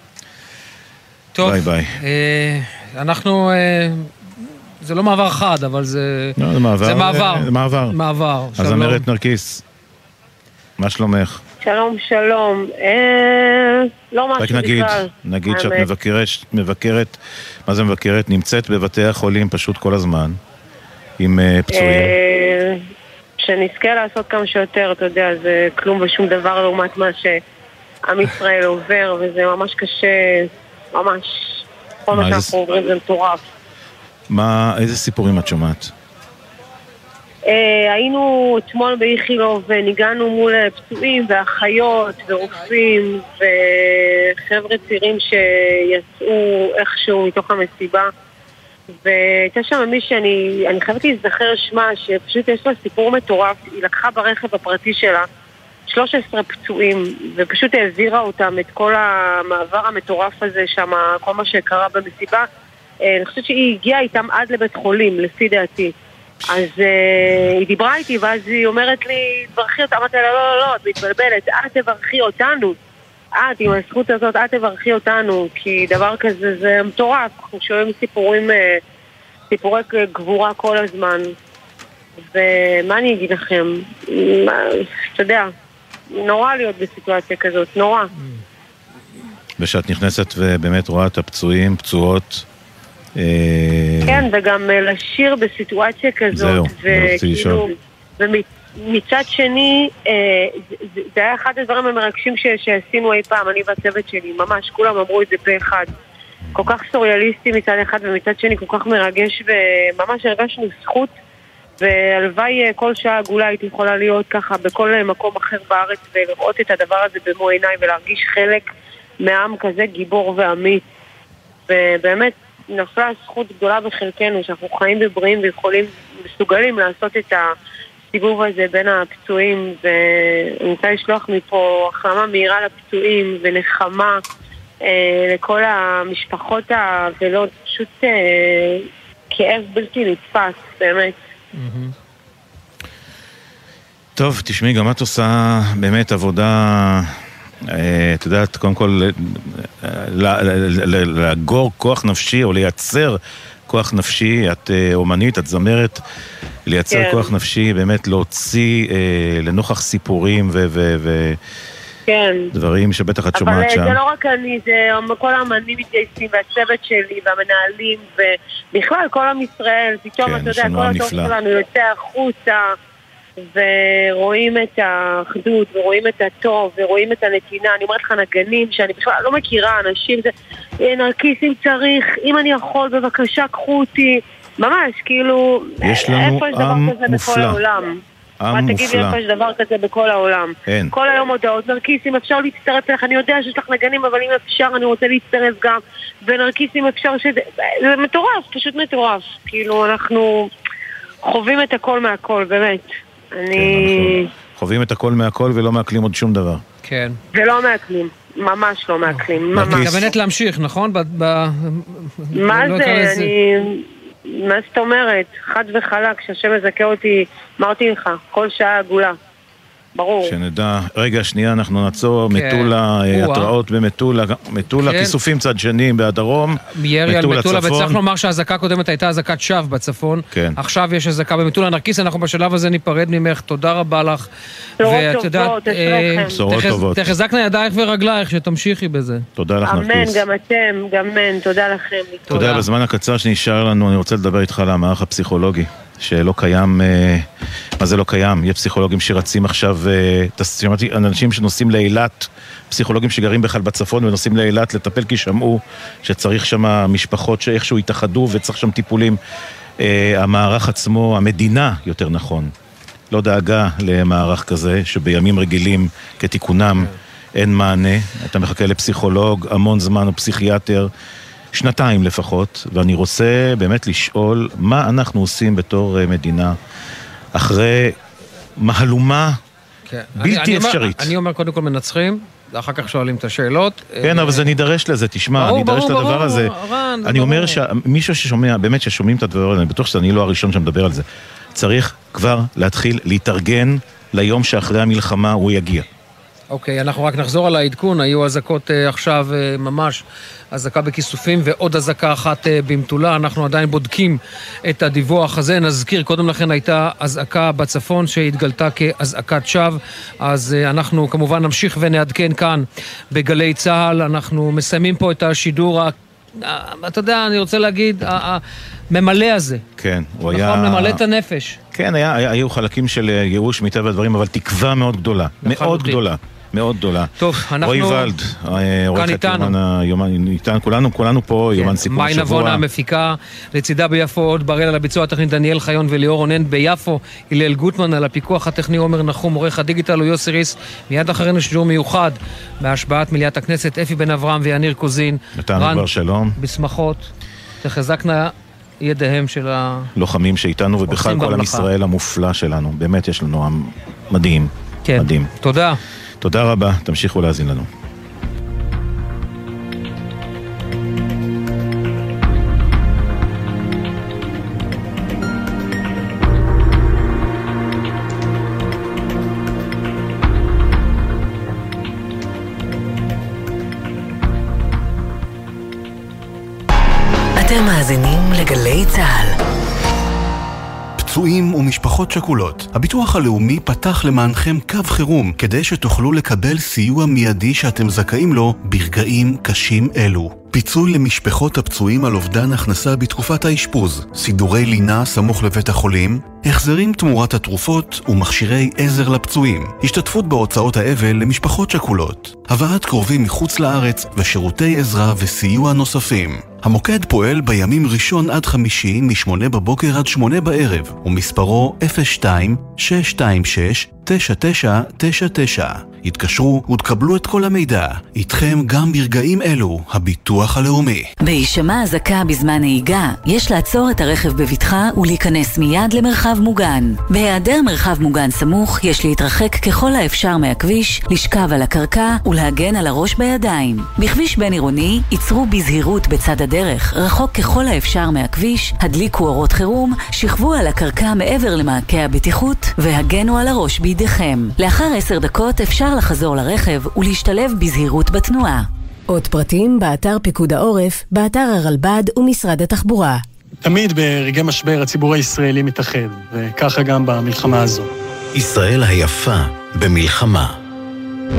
טוב, ביי ביי. אה, אנחנו... אה, זה לא מעבר חד, אבל זה... לא, זה מעבר. זה מעבר. זה מעבר. מעבר. אז אמרת נרקיס, מה שלומך? שלום, שלום. אה, לא משהו בכלל. רק נגיד, נגיד שאת מבקרת, מבקרת, מה זה מבקרת? נמצאת בבתי החולים פשוט כל הזמן, עם אה, פצועים. אה, שנזכה לעשות כמה שיותר, אתה יודע, זה כלום ושום דבר לעומת מה שעם ישראל עובר, וזה ממש קשה, ממש. כל מה שאנחנו עוברים זה מטורף. מה, איזה סיפורים את שומעת? אה, היינו אתמול באיכילוב וניגענו מול פצועים ואחיות ורופאים וחבר'ה צעירים שיצאו איכשהו מתוך המסיבה, והייתה שם מי שאני אני חייבת להזכר שמה, שפשוט יש לה סיפור מטורף. היא לקחה ברכב הפרטי שלה שלושה עשר פצועים ופשוט העבירה אותם את כל המעבר המטורף הזה שם, כל מה שקרה במסיבה. אני חושבת שהיא הגיעה איתם עד לבית חולים, לפי דעתי. אז uh, היא דיברה איתי, ואז היא אומרת לי, תברכי אותה. אמרתי לה, לא, לא, לא, את מתבלבלת, את תברכי אותנו. את, עם הזכות הזאת, את תברכי אותנו, כי דבר כזה זה מטורף. אנחנו שומעים סיפורים, סיפורי גבורה כל הזמן. ומה אני אגיד לכם? אתה יודע, נורא להיות בסיטואציה כזאת, נורא. ושאת נכנסת ובאמת רואה את הפצועים, פצועות, כן, וגם לשיר בסיטואציה כזאת, וכאילו, ומצד שני, זה היה אחד הדברים המרגשים שעשינו אי פעם, אני והצוות שלי, ממש, כולם אמרו את זה פה אחד, כל כך סוריאליסטי מצד אחד, ומצד שני כל כך מרגש, וממש הרגשנו זכות, והלוואי כל שעה עגולה הייתי יכולה להיות ככה בכל מקום אחר בארץ, ולראות את הדבר הזה במו עיניי, ולהרגיש חלק מעם כזה גיבור ואמיץ, ובאמת, נפלה זכות גדולה בחלקנו שאנחנו חיים בבריאים ויכולים, מסוגלים לעשות את הסיבוב הזה בין הפצועים, ואני רוצה לשלוח מפה החלמה מהירה לפצועים ונחמה אה, לכל המשפחות האבלות, פשוט אה, כאב בלתי נתפס, באמת. טוב, תשמעי, גם את עושה באמת עבודה... את יודעת, קודם כל לאגור כוח נפשי או לייצר כוח נפשי, את אומנית, את זמרת, לייצר כוח נפשי, באמת להוציא לנוכח סיפורים ודברים שבטח את שומעת שם. אבל זה לא רק אני, זה כל האמנים מתגייסים והצוות שלי והמנהלים ובכלל כל עם ישראל, פתאום אתה יודע, כל התור שלנו יוצא החוצה ורואים את האחדות, ורואים את הטוב, ורואים את הנתינה. אני אומרת לך, נגנים שאני בכלל לא מכירה, אנשים, זה נרקיס אם צריך, אם אני יכול, בבקשה, קחו אותי. ממש, כאילו, יש לנו איפה יש דבר עם כזה מופלא. בכל העולם? עם מה תגיד לי מופלא. איפה יש דבר כזה בכל העולם? אין. כל היום הודעות, נרקיסים, אפשר להצטרף לך, אני יודע שיש לך נגנים, אבל אם אפשר, אני רוצה להצטרף גם, ונרקיסים אפשר ש... זה מטורף, פשוט מטורף. כאילו, אנחנו חווים את הכל מהכל, באמת. אני... חווים את הכל מהכל ולא מעכלים עוד שום דבר. כן. ולא מעכלים, ממש לא מעכלים, ממש. את מתכוונת להמשיך, נכון? ב- ב- מה לא זה, נקרא לזה. אני... מה זאת אומרת? חד וחלק, כשהשם מזכה אותי, אמרתי לך, כל שעה עגולה. ברור. שנדע, רגע, שנייה, אנחנו נעצור, כן. מטולה, או-אה. התראות במטולה, מטולה, כן. כיסופים צד שני בדרום, ירי על מטולה, צפון. וצריך לומר שהזקה הקודמת הייתה הזקת שווא בצפון. כן. עכשיו יש הזקה במטולה. נרקיס, אנחנו בשלב הזה ניפרד ממך, תודה רבה לך. בשורות ואת טובות, יודעת, אשריכם. אה, בשורות תחז- טובות. תחזקנה ידייך ורגלייך, שתמשיכי בזה. תודה לך, אמן, נרקיס. גם אתם, גם מן, תודה לכם. אתה יודע, בזמן הקצר שנשאר לנו, אני רוצה לדבר איתך על המערך הפסיכולוגי, שלא קיים, אה, מה זה לא קיים? יש פסיכולוגים שרצים עכשיו, אה, שמעתי, אנשים שנוסעים לאילת, פסיכולוגים שגרים בכלל בצפון ונוסעים לאילת לטפל, כי שמעו שצריך שם משפחות שאיכשהו יתאחדו וצריך שם טיפולים. אה, המערך עצמו, המדינה יותר נכון, לא דאגה למערך כזה, שבימים רגילים כתיקונם אין מענה. אתה מחכה לפסיכולוג המון זמן או פסיכיאטר, שנתיים לפחות, ואני רוצה באמת לשאול מה אנחנו עושים בתור מדינה אחרי מהלומה כן. בלתי אני- אני אומר- אפשרית. אני אומר קודם כל מנצחים, ואחר כך שואלים את השאלות. כן, אבל זה נידרש לזה, תשמע, ברור, נידרש ברור, לדבר ברור, הזה. רן, זה אני אומר ברור. שמישהו ששומע, באמת ששומעים את הדבר הזה, אני בטוח שאני לא הראשון שמדבר על זה, צריך כבר להתחיל להתארגן ליום שאחרי המלחמה הוא יגיע. אוקיי, אנחנו רק נחזור על העדכון, היו אזעקות אה, עכשיו אה, ממש, אזעקה בכיסופים ועוד אזעקה אחת אה, במטולה, אנחנו עדיין בודקים את הדיווח הזה, נזכיר, קודם לכן הייתה אזעקה בצפון שהתגלתה כאזעקת שווא, אז אה, אנחנו כמובן נמשיך ונעדכן כאן בגלי צהל, אנחנו מסיימים פה את השידור, ה- ה- אתה יודע, אני רוצה להגיד, ה- הממלא הזה, כן, הוא היה... נכון, ממלא את הנפש. כן, היה, היה, היו חלקים של ייאוש מטבע הדברים, אבל תקווה מאוד גדולה, מאוד גדולה. מאוד גדולה. טוב, אנחנו... רועי ולד, עורכת איתנו. יומן היומן, איתנו, כולנו, כולנו פה, יומן סיכום מאי נבונה השבוע. המפיקה, לצידה ביפו עוד בראל על הביצוע הטכני דניאל חיון וליאור רונן ביפו, הלל גוטמן על הפיקוח הטכני עומר נחום, עורך הדיגיטל הוא יוסי ריס, מיד אחרינו שידור מיוחד בהשבעת מליאת הכנסת, אפי בן אברהם ויניר קוזין. נתנו כבר שלום. בשמחות, תחזקנה ידיהם של ה... לוחמים שאיתנו ובכלל כל עם במלאכה. ישראל המופלא שלנו. באמת יש לנו עם מדהים. כן. מדהים. תודה. תודה רבה, תמשיכו להאזין לנו. אתם מאזינים לגלי צהל. פצועים ומשפחות שכולות. הביטוח הלאומי פתח למענכם קו חירום כדי שתוכלו לקבל סיוע מיידי שאתם זכאים לו ברגעים קשים אלו. פיצוי למשפחות הפצועים על אובדן הכנסה בתקופת האשפוז, סידורי לינה סמוך לבית החולים, החזרים תמורת התרופות ומכשירי עזר לפצועים, השתתפות בהוצאות האבל למשפחות שכולות, הבאת קרובים מחוץ לארץ ושירותי עזרה וסיוע נוספים. המוקד פועל בימים ראשון עד חמישי משמונה בבוקר עד שמונה בערב, ומספרו אפס שתיים שש שתיים שש תשע תשע תשע תשע. התקשרו ותקבלו את כל המידע. איתכם גם ברגעים אלו, הביטוח הלאומי. בהישמע אזעקה בזמן נהיגה, יש לעצור את הרכב בבטחה ולהיכנס מיד למרחב מוגן. בהיעדר מרחב מוגן סמוך, יש להתרחק ככל האפשר מהכביש, לשכב על הקרקע ולהגן על הראש בידיים. בכביש בין עירוני, ייצרו בזהירות בצד הדרך, רחוק ככל האפשר מהכביש, הדליקו אורות חירום, שכבו על הקרקע מעבר למעקה הבטיחות והגנו על הראש בידיכם. לאחר עשר דקות אפשר לחזור לרכב ולהשתלב בזהירות בתנועה. עוד פרטים באתר פיקוד העורף, באתר הרלב"ד ומשרד התחבורה. תמיד ברגעי משבר הציבור הישראלי מתאחד, וככה גם במלחמה הזו. ישראל היפה במלחמה.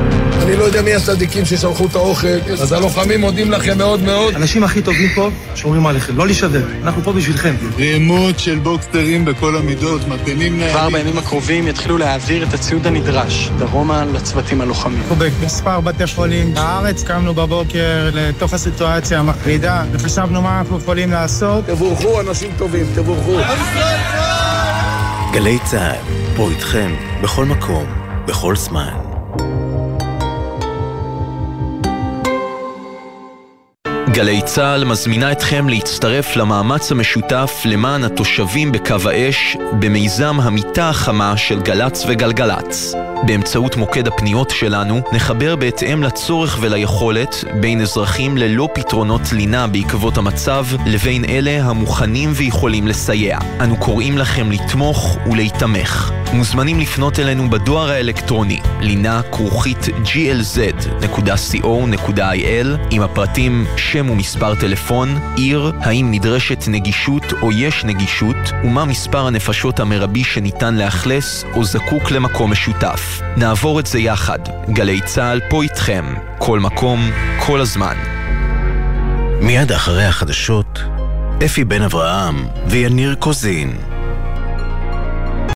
אני לא יודע מי הצדיקים ששלחו את האוכל, אז הלוחמים מודים לכם מאוד מאוד. האנשים הכי טובים פה שומרים עליכם, לא להישבר, אנחנו פה בשבילכם. רימות של בוקסטרים בכל המידות, מתנים נהלים. כבר בימים הקרובים יתחילו להעביר את הציוד הנדרש, דרומה לצוותים הלוחמים. אנחנו במספר בתי חולים בארץ, קמנו בבוקר לתוך הסיטואציה המחרידה, וחשבנו מה אנחנו יכולים לעשות. תבורכו אנשים טובים, תבורכו. גלי צהל, פה איתכם, בכל מקום, בכל זמן. גלי צהל מזמינה אתכם להצטרף למאמץ המשותף למען התושבים בקו האש במיזם המיטה החמה של גלץ וגלגלץ. באמצעות מוקד הפניות שלנו נחבר בהתאם לצורך וליכולת בין אזרחים ללא פתרונות לינה בעקבות המצב לבין אלה המוכנים ויכולים לסייע. אנו קוראים לכם לתמוך ולהתמך. מוזמנים לפנות אלינו בדואר האלקטרוני לינה כרוכית ג'י אל זד נקודה סי או נקודה איי אל עם הפרטים שם ומספר טלפון, עיר, האם נדרשת נגישות או יש נגישות ומה מספר הנפשות המרבי שניתן לאכלס או זקוק למקום משותף. נעבור את זה יחד. גלי צהל פה איתכם. כל מקום, כל הזמן. מיד אחרי החדשות, אפי בן אברהם ויניר קוזין.